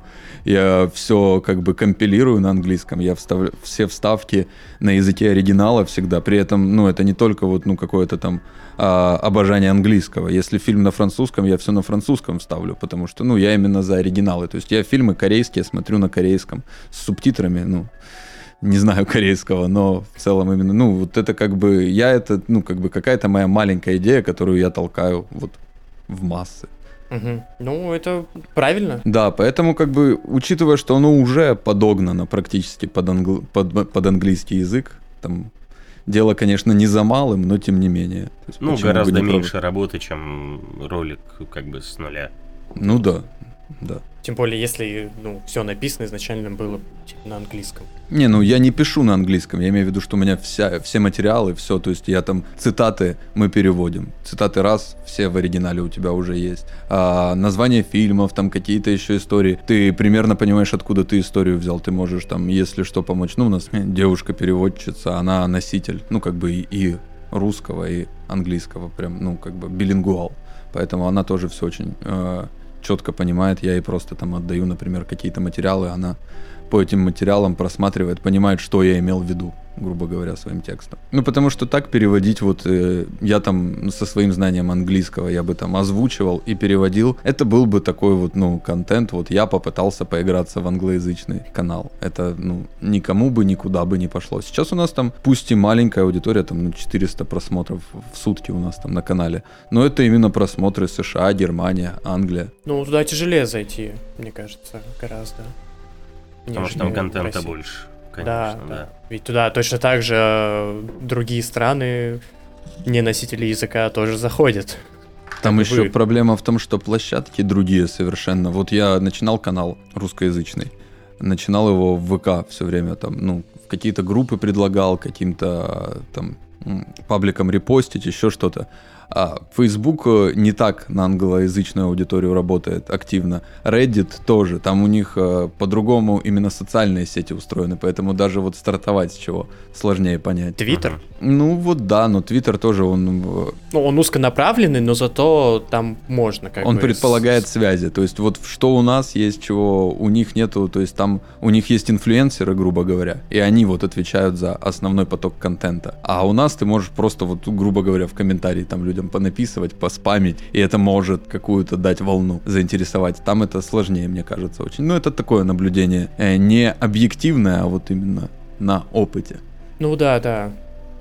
Я все как бы компилирую на английском, я вставляю все вставки на языке оригинала всегда. При этом, ну, это не только вот, ну, какое-то там а, обожание английского. Если фильм на французском, я все на французском вставлю, потому что, ну, я именно за оригиналы. То есть я фильмы корейские смотрю на корейском с субтитрами, ну, не знаю корейского, но в целом именно, ну, вот это как бы, я это, ну, как бы какая-то моя маленькая идея, которую я толкаю вот в массы. Угу. Ну, это правильно. Да, поэтому, как бы, учитывая, что оно уже подогнано практически под, англ... под, под английский язык, там, дело, конечно, не за малым, но тем не менее. Есть, ну, гораздо меньше прав... работы, чем ролик, как бы, с нуля. Ну, да, да. Тем более, если, ну, все написано изначально было типа, на английском. Не, ну я не пишу на английском, я имею в виду, что у меня вся, все материалы, все, то есть я там, цитаты мы переводим. Цитаты раз, все в оригинале у тебя уже есть. А название фильмов, там какие-то еще истории. Ты примерно понимаешь, откуда ты историю взял, ты можешь там, если что, помочь. Ну, у нас девушка-переводчица, она носитель, ну, как бы и, и русского, и английского, прям, ну, как бы билингвал. Поэтому она тоже все очень... Э- четко понимает, я ей просто там отдаю, например, какие-то материалы, она по этим материалам просматривает, понимает, что я имел в виду, грубо говоря, своим текстом. Ну, потому что так переводить, вот э, я там со своим знанием английского, я бы там озвучивал и переводил, это был бы такой вот, ну, контент, вот я попытался поиграться в англоязычный канал. Это, ну, никому бы никуда бы не пошло. Сейчас у нас там, пусть и маленькая аудитория, там, ну, четыреста просмотров в сутки у нас там на канале, но это именно просмотры США, Германия, Англия. Ну, туда тяжелее зайти, мне кажется, гораздо. Потому что там контента больше, конечно, да, да. да. Ведь туда точно так же другие страны, не носители языка, тоже заходят. Там как еще вы... проблема в том, что площадки другие совершенно. Вот я начинал канал русскоязычный, начинал его в ВК все время, там, ну, в какие-то группы предлагал, каким-то там пабликам репостить, еще что-то. А Facebook не так на англоязычную аудиторию работает активно. Reddit тоже. Там у них э, по-другому именно социальные сети устроены, поэтому даже вот стартовать с чего сложнее понять. Твиттер? Ну вот да, но Твиттер тоже он... Ну он узконаправленный, но зато там можно как Он бы... предполагает связи. То есть вот что у нас есть, чего у них нету. То есть там у них есть инфлюенсеры, грубо говоря, и они вот отвечают за основной поток контента. А у нас ты можешь просто вот, грубо говоря, в комментарии там людям понаписывать, поспамить, и это может какую-то дать волну, заинтересовать. Там это сложнее, мне кажется, очень. Ну, это такое наблюдение э, не объективное, а вот именно на опыте. Ну да, да.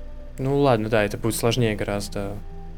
Ну ладно, да, это будет сложнее гораздо.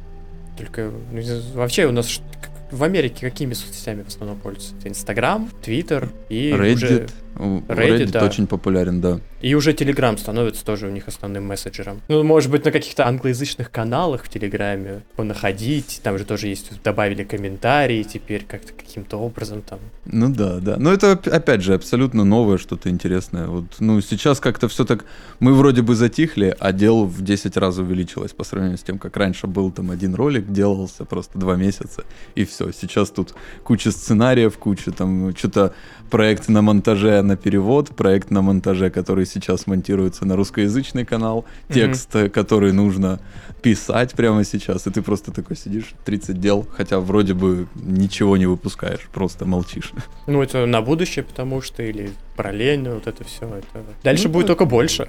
Только ну, вообще у нас в Америке какими соцсетями в основном пользуются? Это Инстаграм, Твиттер и Reddit. уже... Reddit, Reddit да. очень популярен, да. И уже Telegram становится тоже у них основным мессенджером. Ну, может быть, на каких-то англоязычных каналах в Телеграме понаходить, там же тоже есть, добавили комментарии теперь как-то каким-то образом там. Ну да, да. Но это, опять же, абсолютно новое, что-то интересное. Вот, ну, сейчас как-то все так... Мы вроде бы затихли, а дел в десять раз увеличилось по сравнению с тем, как раньше был там один ролик, делался просто два месяца, и все. Сейчас тут куча сценариев, куча там что-то проект на монтаже, на перевод, проект на монтаже, который сейчас монтируется на русскоязычный канал, текст, mm-hmm. который нужно писать прямо сейчас, и ты просто такой сидишь, тридцать дел, хотя вроде бы ничего не выпускаешь, просто молчишь. Ну, это на будущее, потому что, или параллельно, вот это все. Это... Дальше ну, будет да. только больше,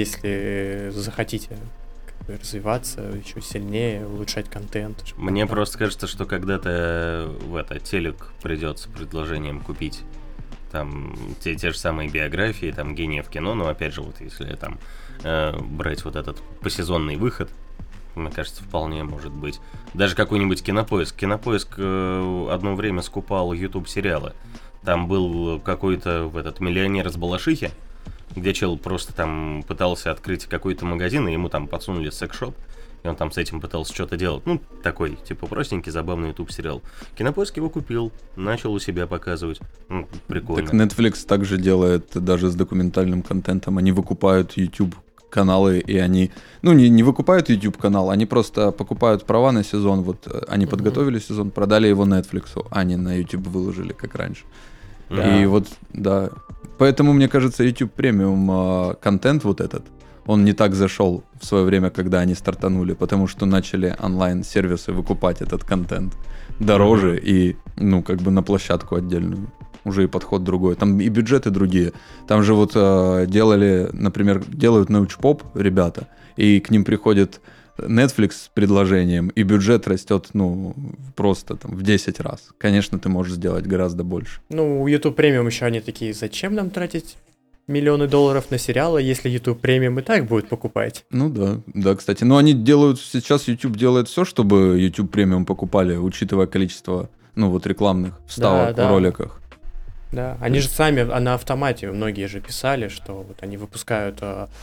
если захотите развиваться еще сильнее, улучшать контент. Мне там. Просто кажется, что когда-то в это телек придет с предложением купить там те, те же самые биографии, там гениев кино, но опять же, вот если там э, брать вот этот посезонный выход, мне кажется, вполне может быть. Даже какой-нибудь Кинопоиск. Кинопоиск э, одно время скупал YouTube-сериалы. Там был какой-то в этот миллионер из Балашихи, где чел просто там пытался открыть какой-то магазин, и ему там подсунули секс-шоп, и он там с этим пытался что-то делать. Ну, такой, типа, простенький, забавный YouTube-сериал. Кинопоиск его купил, начал у себя показывать. Ну, прикольно. Так Netflix также делает даже с документальным контентом. Они выкупают YouTube-каналы, и они... Ну, не, не выкупают YouTube-канал, они просто покупают права на сезон. Вот они mm-hmm. подготовили сезон, продали его Netflix, а не на YouTube выложили, как раньше. Yeah. И вот, да... Поэтому, мне кажется, YouTube премиум контент вот этот, он не так зашел в свое время, когда они стартанули, потому что начали онлайн-сервисы выкупать этот контент дороже mm-hmm. и, ну, как бы на площадку отдельную. Уже и подход другой. Там и бюджеты другие. Там же вот э, делали, например, делают научпоп ребята, и к ним приходит Netflix с предложением, и бюджет растет, ну, просто там в десять раз. Конечно, ты можешь сделать гораздо больше. Ну, у YouTube Premium еще они такие, зачем нам тратить миллионы долларов на сериалы, если YouTube Premium и так будет покупать? Ну да, да, кстати. Но они делают, сейчас YouTube делает все, чтобы YouTube Premium покупали, учитывая количество, ну, вот рекламных вставок да, да. в роликах. Да, они же сами на автомате, многие же писали, что вот они выпускают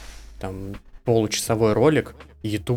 там получасовой ролик, и YouTube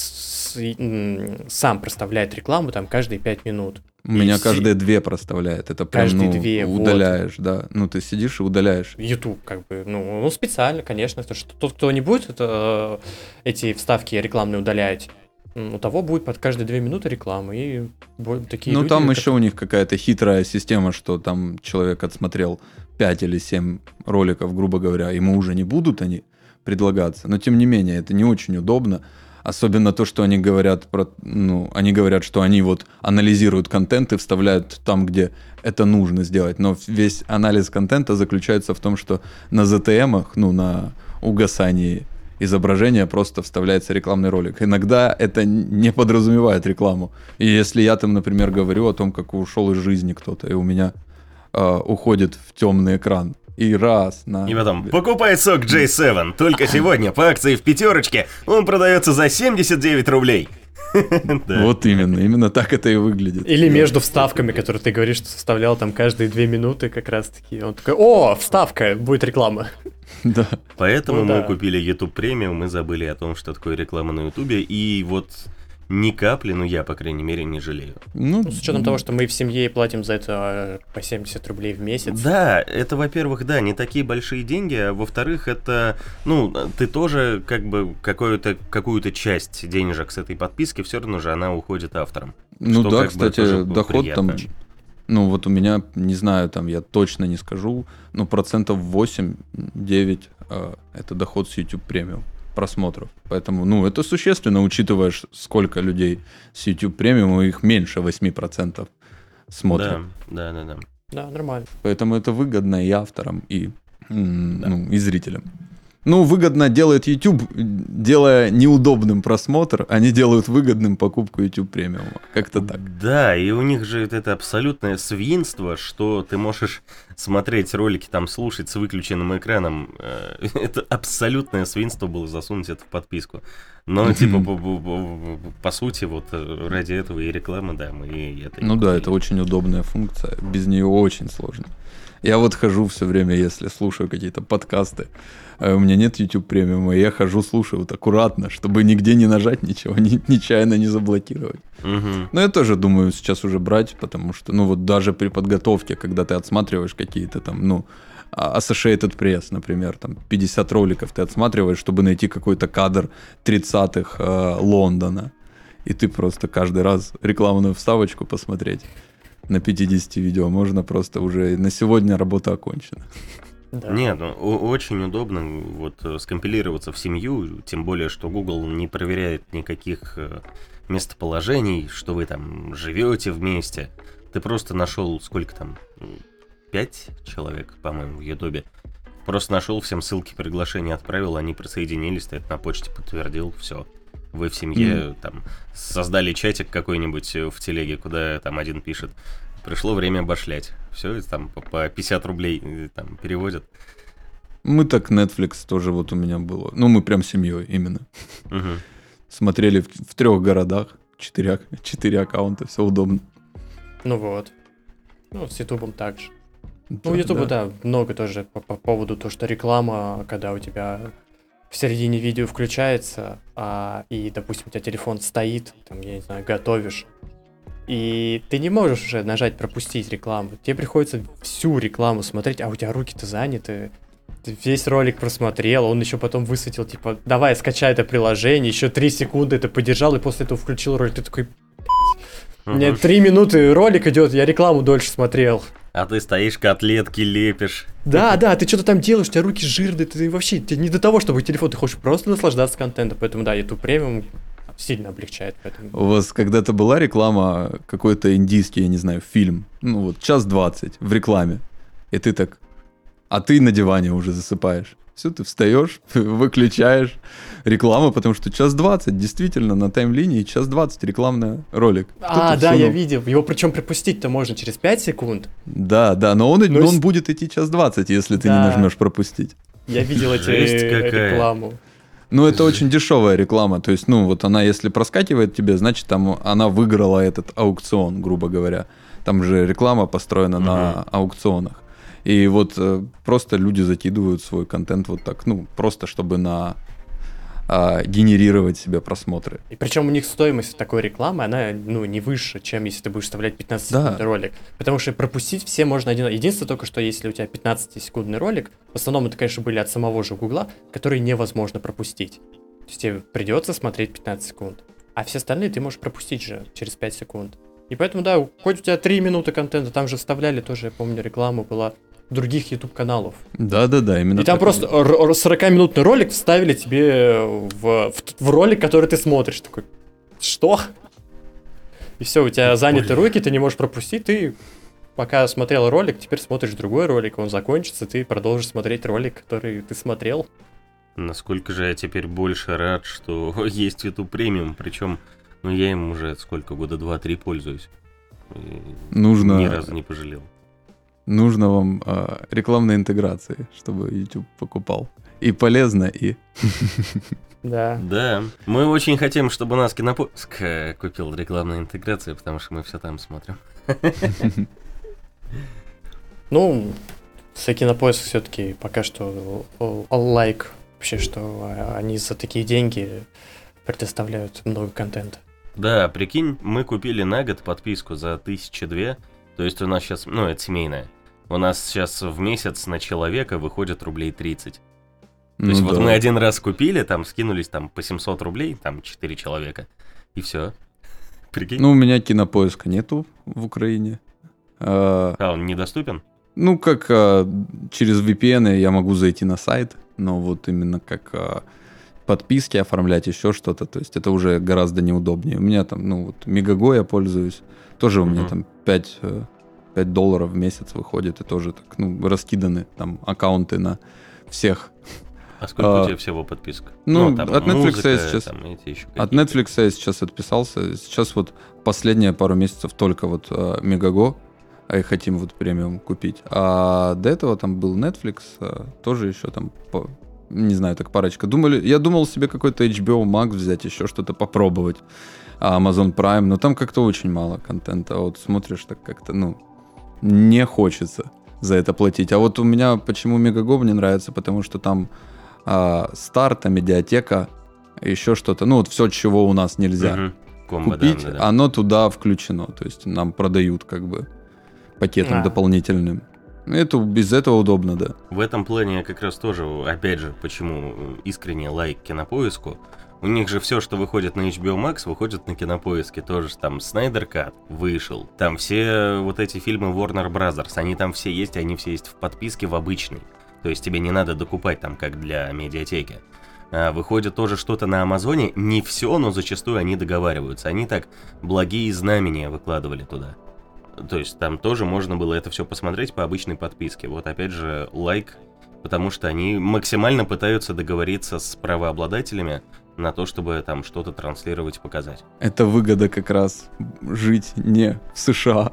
с, с, сам проставляет рекламу там каждые пять минут. У меня все... каждые две проставляет. Это прям, каждые ну, две, удаляешь, вот. Да. Ну, ты сидишь и удаляешь. YouTube, как бы, ну, ну специально, конечно. Потому что тот, кто не будет это, эти вставки рекламные удалять, у того будет под каждые две минуты реклама. И такие ну, люди, там как... еще у них какая-то хитрая система, что там человек отсмотрел пять или семь роликов, грубо говоря, ему уже не будут они предлагаться. Но, тем не менее, это не очень удобно. Особенно то, что они говорят про, ну, они говорят, что они вот анализируют контент и вставляют там, где это нужно сделать. Но весь анализ контента заключается в том, что на зет ти эмах, ну, на угасании изображения просто вставляется рекламный ролик. Иногда это не подразумевает рекламу. И если я там, например, говорю о том, как ушел из жизни кто-то, и у меня э, уходит в темный экран, и раз на... И потом, покупай сок джей семь, только сегодня по акции в пятерочке он продается за семьдесят девять рублей. Вот именно, именно так это и выглядит. Или между вставками, которые ты говоришь, что вставлял там каждые две минуты как раз таки. Он такой, о, вставка, будет реклама. Да. Поэтому мы купили YouTube Premium, мы забыли о том, что такое реклама на YouTube, и вот... Ни капли, но я, по крайней мере, не жалею. Ну, ну, с учетом того, что мы в семье платим за это по семьдесят рублей в месяц. Да, это, во-первых, да, не такие большие деньги, а во-вторых, это, ну, ты тоже, как бы, какую-то, какую-то часть денежек с этой подписки, все равно же она уходит авторам. Ну что, да, кстати, доход приятно. Там, ну, вот у меня, не знаю, там, я точно не скажу, но процентов восемь-девять э, это доход с YouTube Premium. Просмотров. Поэтому, ну, это существенно, учитывая, сколько людей с YouTube Premium, их меньше восемь процентов смотрят. Да, да, да, да. Да, нормально. Поэтому это выгодно и авторам, и, да. ну, и зрителям. Ну, выгодно делает YouTube, делая неудобным просмотр, они делают выгодным покупку YouTube премиума. Как-то так. Да, и у них же это абсолютное свинство, что ты можешь смотреть ролики, там, слушать с выключенным экраном. Это абсолютное свинство было засунуть это в подписку. Но, mm-hmm. типа, по, по, по, по сути, вот ради этого и реклама, да, мы и это... Ну да, это очень удобная функция, без нее очень сложно. Я вот хожу все время, если слушаю какие-то подкасты, у меня нет YouTube премиума, и я хожу, слушаю вот аккуратно, чтобы нигде не нажать ничего, ни, нечаянно не заблокировать. Угу. Но я тоже думаю сейчас уже брать, потому что, ну вот даже при подготовке, когда ты отсматриваешь какие-то там, ну, Associated Press, например, там пятьдесят роликов ты отсматриваешь, чтобы найти какой-то кадр тридцатых э, Лондона, и ты просто каждый раз рекламную вставочку посмотреть. На пятидесяти видео можно просто уже на сегодня работа окончена. Да. Нет, ну, очень удобно вот скомпилироваться в семью, тем более, что Google не проверяет никаких местоположений, что вы там живете вместе. Ты просто нашел, сколько там, пять человек, по-моему, в Ютубе. Просто нашел, всем ссылки, приглашения отправил, они присоединились, ты это на почте подтвердил, все. Вы в семье mm. там создали чатик какой-нибудь в телеге, куда там один пишет: пришло время башлять. Все, там по пятьдесят рублей там переводят. Мы так, Netflix тоже вот у меня было. Ну, мы прям семьей именно. Uh-huh. смотрели в, в трех городах, четыре, четыре аккаунта, все удобно. Ну вот. Ну, с Ютубом также. Да, Ну, у Ютуба, да. да, много тоже по, по поводу того, что реклама, когда у тебя в середине видео включается, а, и, допустим, у тебя телефон стоит, там, я не знаю, готовишь, и ты не можешь уже нажать пропустить рекламу. Тебе приходится всю рекламу смотреть, а у тебя руки-то заняты. Ты весь ролик просмотрел, он еще потом высветил, типа, давай, скачай это приложение, еще три секунды это подержал, и после этого включил ролик. Ты такой, у меня три минуты ролик идет, я рекламу дольше смотрел. А ты стоишь, котлетки лепишь. Да, да, ты что-то там делаешь, у тебя руки жирные, ты вообще, тебе не до того, чтобы телефон, ты хочешь просто наслаждаться контентом, поэтому, да, YouTube премиум сильно облегчает. Поэтому... У вас когда-то была реклама, какой-то индийский, я не знаю, фильм, ну вот, час двадцать в рекламе, и ты так, а ты на диване уже засыпаешь. Все, ты встаешь, выключаешь рекламу, потому что час двадцать, действительно, на таймлинии час двадцать рекламный ролик. А, Кто-то да, всунул. я видел, его причем пропустить-то можно через пять секунд. Да, да, но он, Но но он с- будет идти час двадцать, если ты Да. не нажмешь пропустить. Я видел эти Жесть какая. рекламу. Ну, это очень дешевая реклама. То есть, ну, вот она, если проскакивает тебе, значит, там она выиграла этот аукцион, грубо говоря. Там же реклама построена на аукционах. И вот э, просто люди закидывают свой контент вот так, ну, просто чтобы на а, генерировать себе просмотры. И причем у них стоимость такой рекламы, она, ну, не выше, чем если ты будешь вставлять пятнадцатисекундный Да. ролик. Потому что пропустить все можно один. Единственное только, что если у тебя пятнадцатисекундный ролик, в основном это, конечно, были от самого же Гугла, которые невозможно пропустить. То есть тебе придется смотреть пятнадцать секунд. А все остальные ты можешь пропустить же через пять секунд. И поэтому, да, хоть у тебя три минуты контента, там же вставляли тоже, я помню, рекламу была других YouTube-каналов. Да-да-да, именно И там так просто было. р- р- сорокаминутный ролик вставили тебе в, в, в ролик, который ты смотришь. Такой, что? И все, у тебя заняты руки, ты не можешь пропустить, ты пока смотрел ролик, теперь смотришь другой ролик, он закончится, ты продолжишь смотреть ролик, который ты смотрел. Насколько же я теперь больше рад, что есть YouTube премиум, причем, ну, я им уже сколько, года два-три пользуюсь. И Нужно, ни разу не пожалел. нужно вам а, рекламной интеграции, чтобы YouTube покупал. И полезно, и... Да. Да, мы очень хотим, чтобы у нас Кинопоиск э, купил рекламную интеграцию, потому что мы все там смотрим. Ну, с Кинопоиск все-таки пока что о- о- лайк вообще, что они за такие деньги предоставляют много контента. Да, прикинь, мы купили на год подписку за тысячи две, то есть у нас сейчас, ну, это семейная. У нас сейчас в месяц на человека выходит рублей тридцать. То есть Ну вот да. мы один раз купили, там скинулись там по семьсот рублей, там четыре человека, и все. Прикинь? Ну, у меня Кинопоиска нету в Украине. А, А, он недоступен? Ну, как а, через ви пи эн я могу зайти на сайт, но вот именно как а, подписки оформлять, еще что-то, то есть это уже гораздо неудобнее. У меня там, ну, вот Мегаго я пользуюсь, тоже у меня Мгм. там пять, э, пять долларов в месяц выходит, и тоже так, ну, раскиданы там аккаунты на всех. А сколько А, у тебя всего подписок? ну, там от Netflix музыка, я сейчас- там эти еще От какие-то. Netflix я сейчас отписался, сейчас вот последние пару месяцев только вот э, Мегаго, а и хотим вот премиум купить. А до этого там был Netflix, э, тоже еще там, по- не знаю, так парочка. Думали, я думал себе какой-то эйч би о Max взять, еще что-то попробовать. А Amazon Prime, но там как-то очень мало контента. Вот смотришь, так как-то, ну, не хочется за это платить. А вот у меня почему Мегаго мне нравится, потому что там а, старт, а медиатека, еще что-то. Ну, вот все, чего у нас нельзя Мгм. Комбо, купить, да, да, да. оно туда включено. То есть нам продают как бы пакетом А. дополнительным. Это без этого удобно, да. В этом плане я как раз тоже, опять же, почему искренне лайк Кинопоиску. У них же все, что выходит на эйч би о Max, выходит на Кинопоиске. Тоже ж там Снайдер Кат вышел. Там все вот эти фильмы Warner Brothers, они там все есть, они все есть в подписке в обычной. То есть тебе не надо докупать там, как для медиатеки. А выходит тоже что-то на Амазоне. Не все, но зачастую они договариваются. Они так благие знамения выкладывали туда. То есть там тоже можно было это все посмотреть по обычной подписке. Вот опять же, лайк потому что они максимально пытаются договориться с правообладателями на то, чтобы там что-то транслировать и показать. Это выгода как раз жить не в США,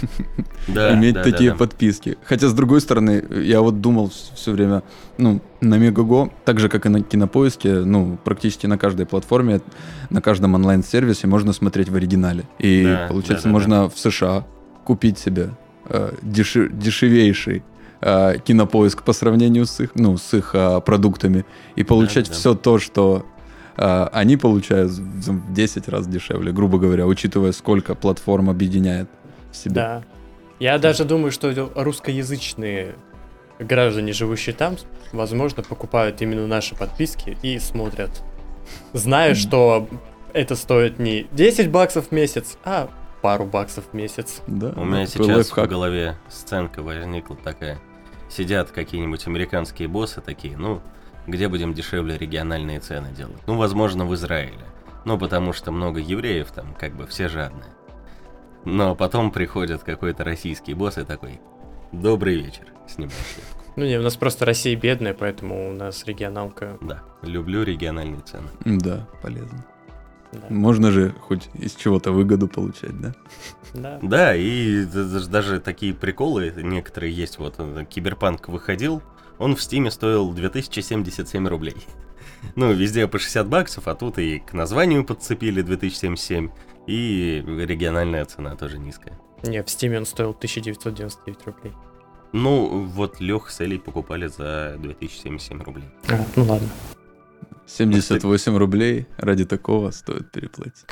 Да, иметь да, такие да, да. подписки. Хотя, с другой стороны, я вот думал все время, ну, на Мегаго, так же, как и на Кинопоиске, ну, практически на каждой платформе, на каждом онлайн-сервисе можно смотреть в оригинале. И, Да, получается, да, да, можно в США купить себе э, дешев- дешевейший э, Кинопоиск по сравнению с их, ну, с их э, продуктами и получать Да, да. все то, что Uh, они получают в десять раз дешевле, грубо говоря, учитывая, сколько платформ объединяет в себе. Да. Я даже думаю, что русскоязычные граждане, живущие там, возможно, покупают именно наши подписки и смотрят, зная, что это стоит не десять баксов в месяц, а пару баксов в месяц. Да, У меня такой сейчас лайфхак. в голове сценка возникла такая. Сидят какие-нибудь американские боссы такие, ну, где будем дешевле региональные цены делать? Ну, возможно, в Израиле. Ну, потому что много евреев там, как бы все жадные. Но потом приходит какой-то российский босс и такой: добрый вечер, снимай шляпку. Ну не, у нас просто Россия бедная, поэтому у нас регионалка. Да, люблю региональные цены. Да, полезно. Да. Можно же хоть из чего-то выгоду получать, да? Да. Да, и д- д- даже такие приколы некоторые есть. Вот э, Киберпанк выходил, он в Стиме стоил две тысячи семьдесят семь рублей. Ну, везде по шестьдесят баксов, а тут и к названию подцепили две тысячи семьдесят семь, и региональная цена тоже низкая. Не, в Стиме он стоил тысяча девятьсот девяносто девять рублей. Ну, вот Лех с Элей покупали за две тысячи семьдесят семь рублей. А, ну ладно. семьдесят восемь рублей ради такого стоит переплатить.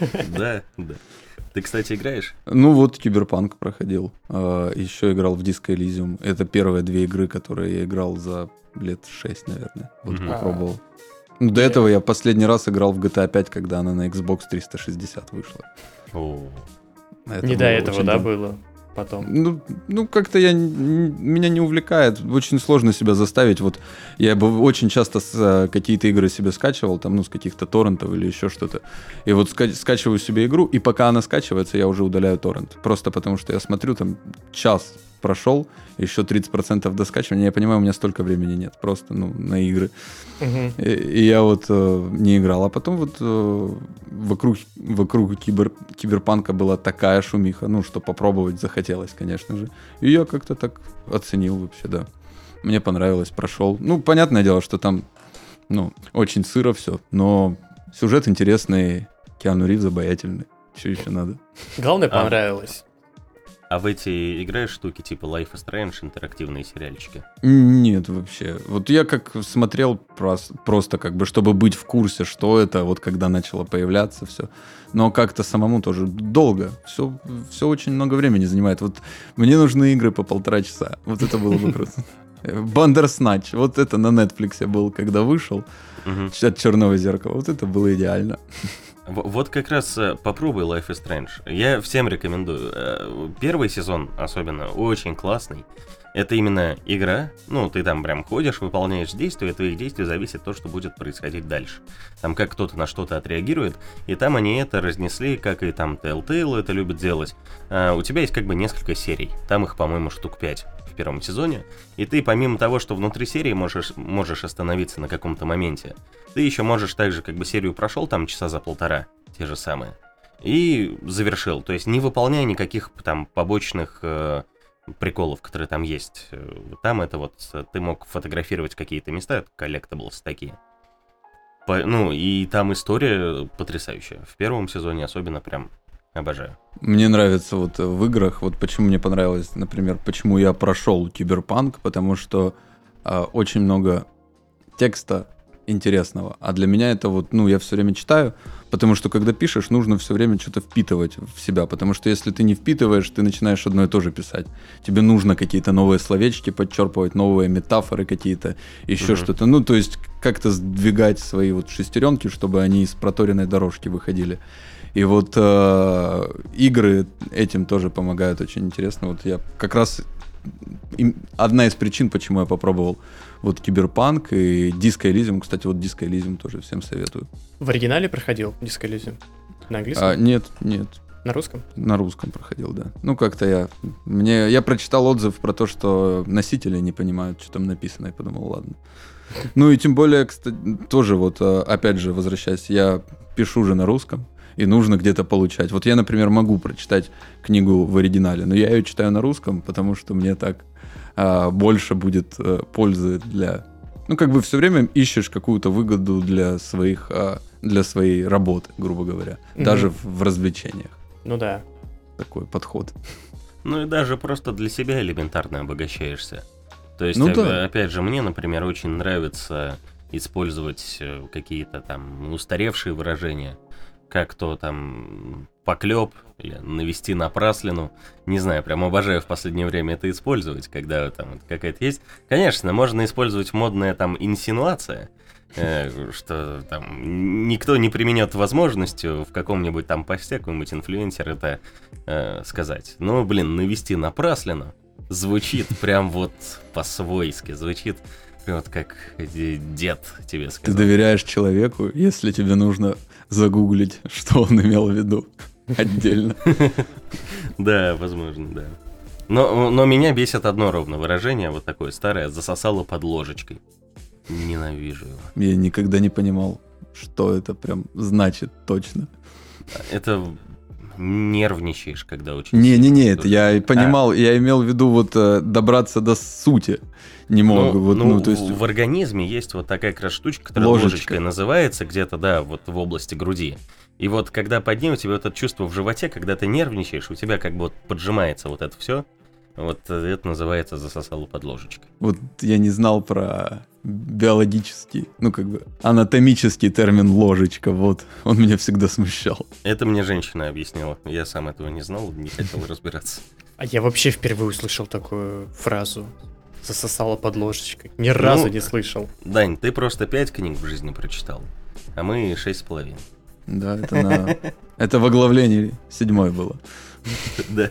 Да, да. Ты, кстати, играешь? Ну вот, Киберпанк проходил. А, еще играл в Disco Elysium. Это первые две игры, которые я играл за лет шесть, наверное. Вот Мгм. попробовал. Ну, до этого я последний раз играл в джи ти эй пять, когда она на Xbox триста шестьдесят вышла. О, Это Не до было этого, очень да, давно. было потом. Ну, ну как-то я, н- меня не увлекает. Очень сложно себя заставить. Вот я бы очень часто с, э, какие-то игры себе скачивал, там, ну, с каких-то торрентов или еще что-то. И вот ска- скачиваю себе игру, и пока она скачивается, я уже удаляю торрент. Просто потому что я смотрю, там, час прошел, еще тридцать процентов до скачивания. Я понимаю, у меня столько времени нет. Просто, ну, на игры. Мгм. И, и я вот э, не играл. А потом вот э, вокруг, вокруг кибер, киберпанка была такая шумиха, ну, что попробовать захотелось, конечно же. И я как-то так оценил вообще, да. Мне понравилось, прошел. Ну, понятное дело, что там, ну, очень сыро все, но сюжет интересный, Киану Ривз обаятельный. Что еще надо? Главное, А. понравилось. а в эти играешь штуки типа Life is Strange, интерактивные сериальчики? Нет, вообще. Вот я как смотрел прос- просто как бы, чтобы быть в курсе, что это, вот когда начало появляться все. Но как-то самому тоже долго. Все, все очень много времени занимает. Вот мне нужны игры по полтора часа. Вот это было бы просто. Бандерснач. Вот это на Netflix был, когда вышел. Мгм. От черного зеркала. Вот это было идеально. В- Вот как раз э, попробуй Life is Strange. Я всем рекомендую. Э, Первый сезон особенно очень классный. Это именно игра. Ну, ты там прям ходишь, выполняешь действия, и от твоих действий зависит то, что будет происходить дальше. Там как кто-то на что-то отреагирует, и там они это разнесли, как и там Telltale это любит делать. А, у тебя есть как бы несколько серий. Там их, по-моему, штук пять в первом сезоне. И ты помимо того, что внутри серии можешь, можешь остановиться на каком-то моменте, ты еще можешь также как бы серию прошел там часа за полтора, те же самые, и завершил. То есть не выполняя никаких там побочных э, приколов, которые там есть. Э, Там это вот э, ты мог фотографировать какие-то места, collectibles такие. По- ну и там история потрясающая. В первом сезоне особенно прям обожаю. Мне нравится вот э, в играх, вот почему мне понравилось, например, почему я прошел Киберпанк, потому что э, очень много текста интересного. А для меня это вот, ну, я все время читаю, потому что когда пишешь, нужно все время что-то впитывать в себя, потому что если ты не впитываешь, ты начинаешь одно и то же писать. Тебе нужно какие-то новые словечки подчерпывать, новые метафоры какие-то, еще Мгм. что-то. Ну, то есть как-то сдвигать свои вот шестеренки, чтобы они из проторенной дорожки выходили. И вот э, игры этим тоже помогают очень интересно. Вот я как раз им- одна из причин, почему я попробовал вот Киберпанк и Disco Elysium. Кстати, вот Disco Elysium тоже всем советую. В оригинале проходил Disco Elysium? На английском? А, нет, нет. На русском? На русском проходил, да. Ну, как-то я... Мне, я прочитал отзыв про то, что носители не понимают, что там написано, и подумал, ладно. Ну и тем более, кстати, тоже вот, опять же, возвращаясь, я пишу же на русском, и нужно где-то получать. Вот я, например, могу прочитать книгу в оригинале, но я ее читаю на русском, потому что мне так а, больше будет а, пользы для... Ну, как бы все время ищешь какую-то выгоду для своих, а, для своей работы, грубо говоря, mm-hmm. даже в, в развлечениях. Ну да. Такой подход. Ну и даже просто для себя элементарно обогащаешься. То есть, ну, да. опять же, мне, например, очень нравится использовать какие-то там устаревшие выражения, как то там поклеп или навести напраслину. Не знаю, прям обожаю в последнее время это использовать, когда там какая-то есть. Конечно, можно использовать модная там инсинуация, э, что там никто не применет возможностью в каком-нибудь там посте какой-нибудь инфлюенсер это э, сказать. Но, блин, навести напраслину звучит прям вот по-свойски, звучит прям вот как дед тебе сказал. Ты доверяешь человеку, если тебе нужно загуглить, что он имел в виду отдельно. Да, возможно, да. Но, но меня бесит одно ровно выражение, вот такое старое, засосало под ложечкой. Ненавижу его. Я никогда не понимал, что это прям значит точно. Это нервничаешь, когда очень... Не-не-не, это я понимал, а. я имел в виду вот добраться до сути. Не могу. Ну, вот, ну, ну, то есть... в организме есть вот такая как раз штучка, которая ложечка. ложечкой называется, где-то, да, вот в области груди. И вот когда под ней у тебя вот это чувство в животе, когда ты нервничаешь, у тебя как бы вот поджимается вот это все, вот это называется засосало под ложечкой. Вот я не знал про биологический, ну как бы анатомический термин ложечка, вот, он меня всегда смущал. Это мне женщина объяснила, я сам этого не знал, не хотел разбираться. А я вообще впервые услышал такую фразу. Засосала под ложечкой. Ни разу ну, не слышал. Дань, ты просто пять книг в жизни прочитал, а мы шесть с половиной. Да, это на... Это в оглавлении седьмое было. Да.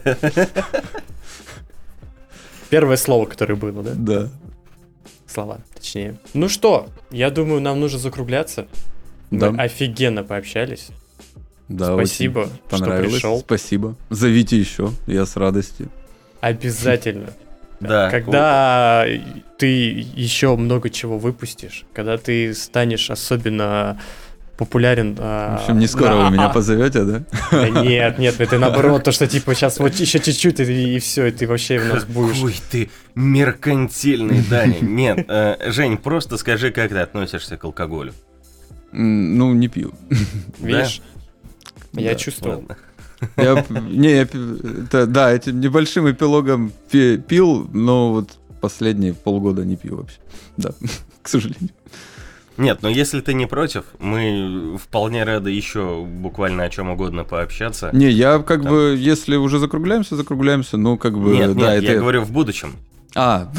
Первое слово, которое было, да? Да. Слова, точнее. Ну что, я думаю, нам нужно закругляться. Да. Мы офигенно пообщались. Да, спасибо, что пришел. Спасибо. Зовите еще, я с радостью. Обязательно. Да. Когда ты еще много чего выпустишь, когда ты станешь особенно популярен... В общем, не скоро на... вы меня позовете, да? Да нет, нет, это наоборот, то, что типа сейчас вот еще чуть-чуть и, и все, и ты вообще у нас будешь... Какой ты меркантильный, Даня. Нет, э, Жень, просто скажи, как ты относишься к алкоголю. Ну, не пью. Видишь? Да. Я чувствовал. Ладно. Я, не, я, это, да, этим небольшим эпилогом пил, но вот последние полгода не пью вообще. Да, к сожалению. Нет, но если ты не против, мы вполне рады еще буквально о чем угодно пообщаться. Не, я как Там... бы, если уже закругляемся, закругляемся, ну как бы... Нет, да, нет, это... я говорю в будущем. А,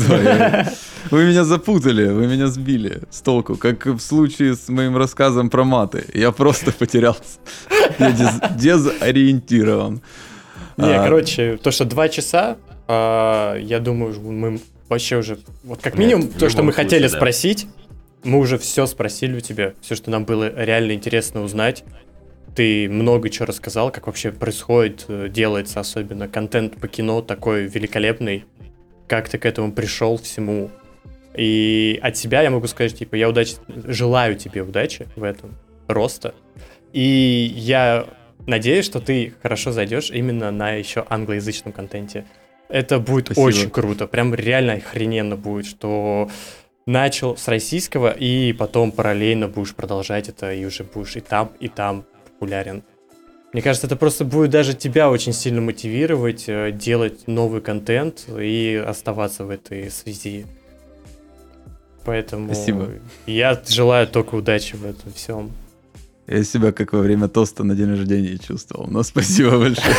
вы меня запутали, вы меня сбили с толку, как в случае с моим рассказом про маты. Я просто потерялся, я дезориентирован. Не, короче, то, что два часа, я думаю, мы вообще уже, вот как минимум, то, что мы хотели спросить, мы уже все спросили у тебя, все, что нам было реально интересно узнать. Ты много чего рассказал, как вообще происходит, делается особенно контент по кино такой великолепный. Как ты к этому пришел всему. И от себя я могу сказать, типа, я удачи, желаю тебе удачи в этом, роста. И я надеюсь, что ты хорошо зайдешь именно на еще англоязычном контенте. Это будет Спасибо. Очень круто, прям реально охрененно будет, что начал с российского, и потом параллельно будешь продолжать это, и уже будешь и там, и там популярен. Мне кажется, это просто будет даже тебя очень сильно мотивировать делать новый контент и оставаться в этой связи. Поэтому Спасибо. Я желаю только удачи в этом всем. Я себя как во время тоста на день рождения чувствовал, но спасибо большое.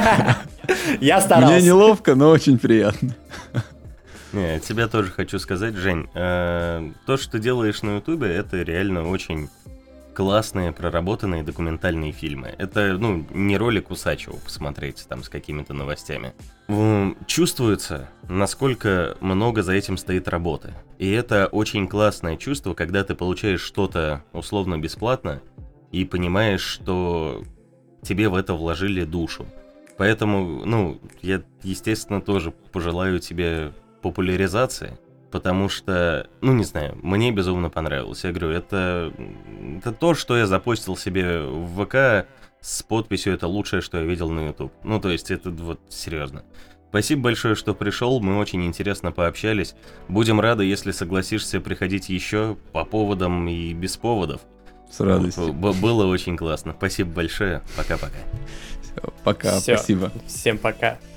Я старался. Мне неловко, но очень приятно. Не, тебе тоже хочу сказать, Жень, э, то, что ты делаешь на Ютубе, это реально очень классные, проработанные документальные фильмы. Это, ну, не ролик Усачева посмотреть там с какими-то новостями. Чувствуется, насколько много за этим стоит работы. И это очень классное чувство, когда ты получаешь что-то условно бесплатно и понимаешь, что тебе в это вложили душу. Поэтому, ну, я, естественно, тоже пожелаю тебе популяризации, потому что, ну, не знаю, мне безумно понравилось. Я говорю, это, это то, что я запостил себе в ВК с подписью «Это лучшее, что я видел на YouTube». Ну, то есть, это вот серьезно. Спасибо большое, что пришел, мы очень интересно пообщались. Будем рады, если согласишься приходить еще по поводам и без поводов. С радостью. Б- было очень классно. Спасибо большое. Пока-пока. Пока, Всё. спасибо. Всем пока.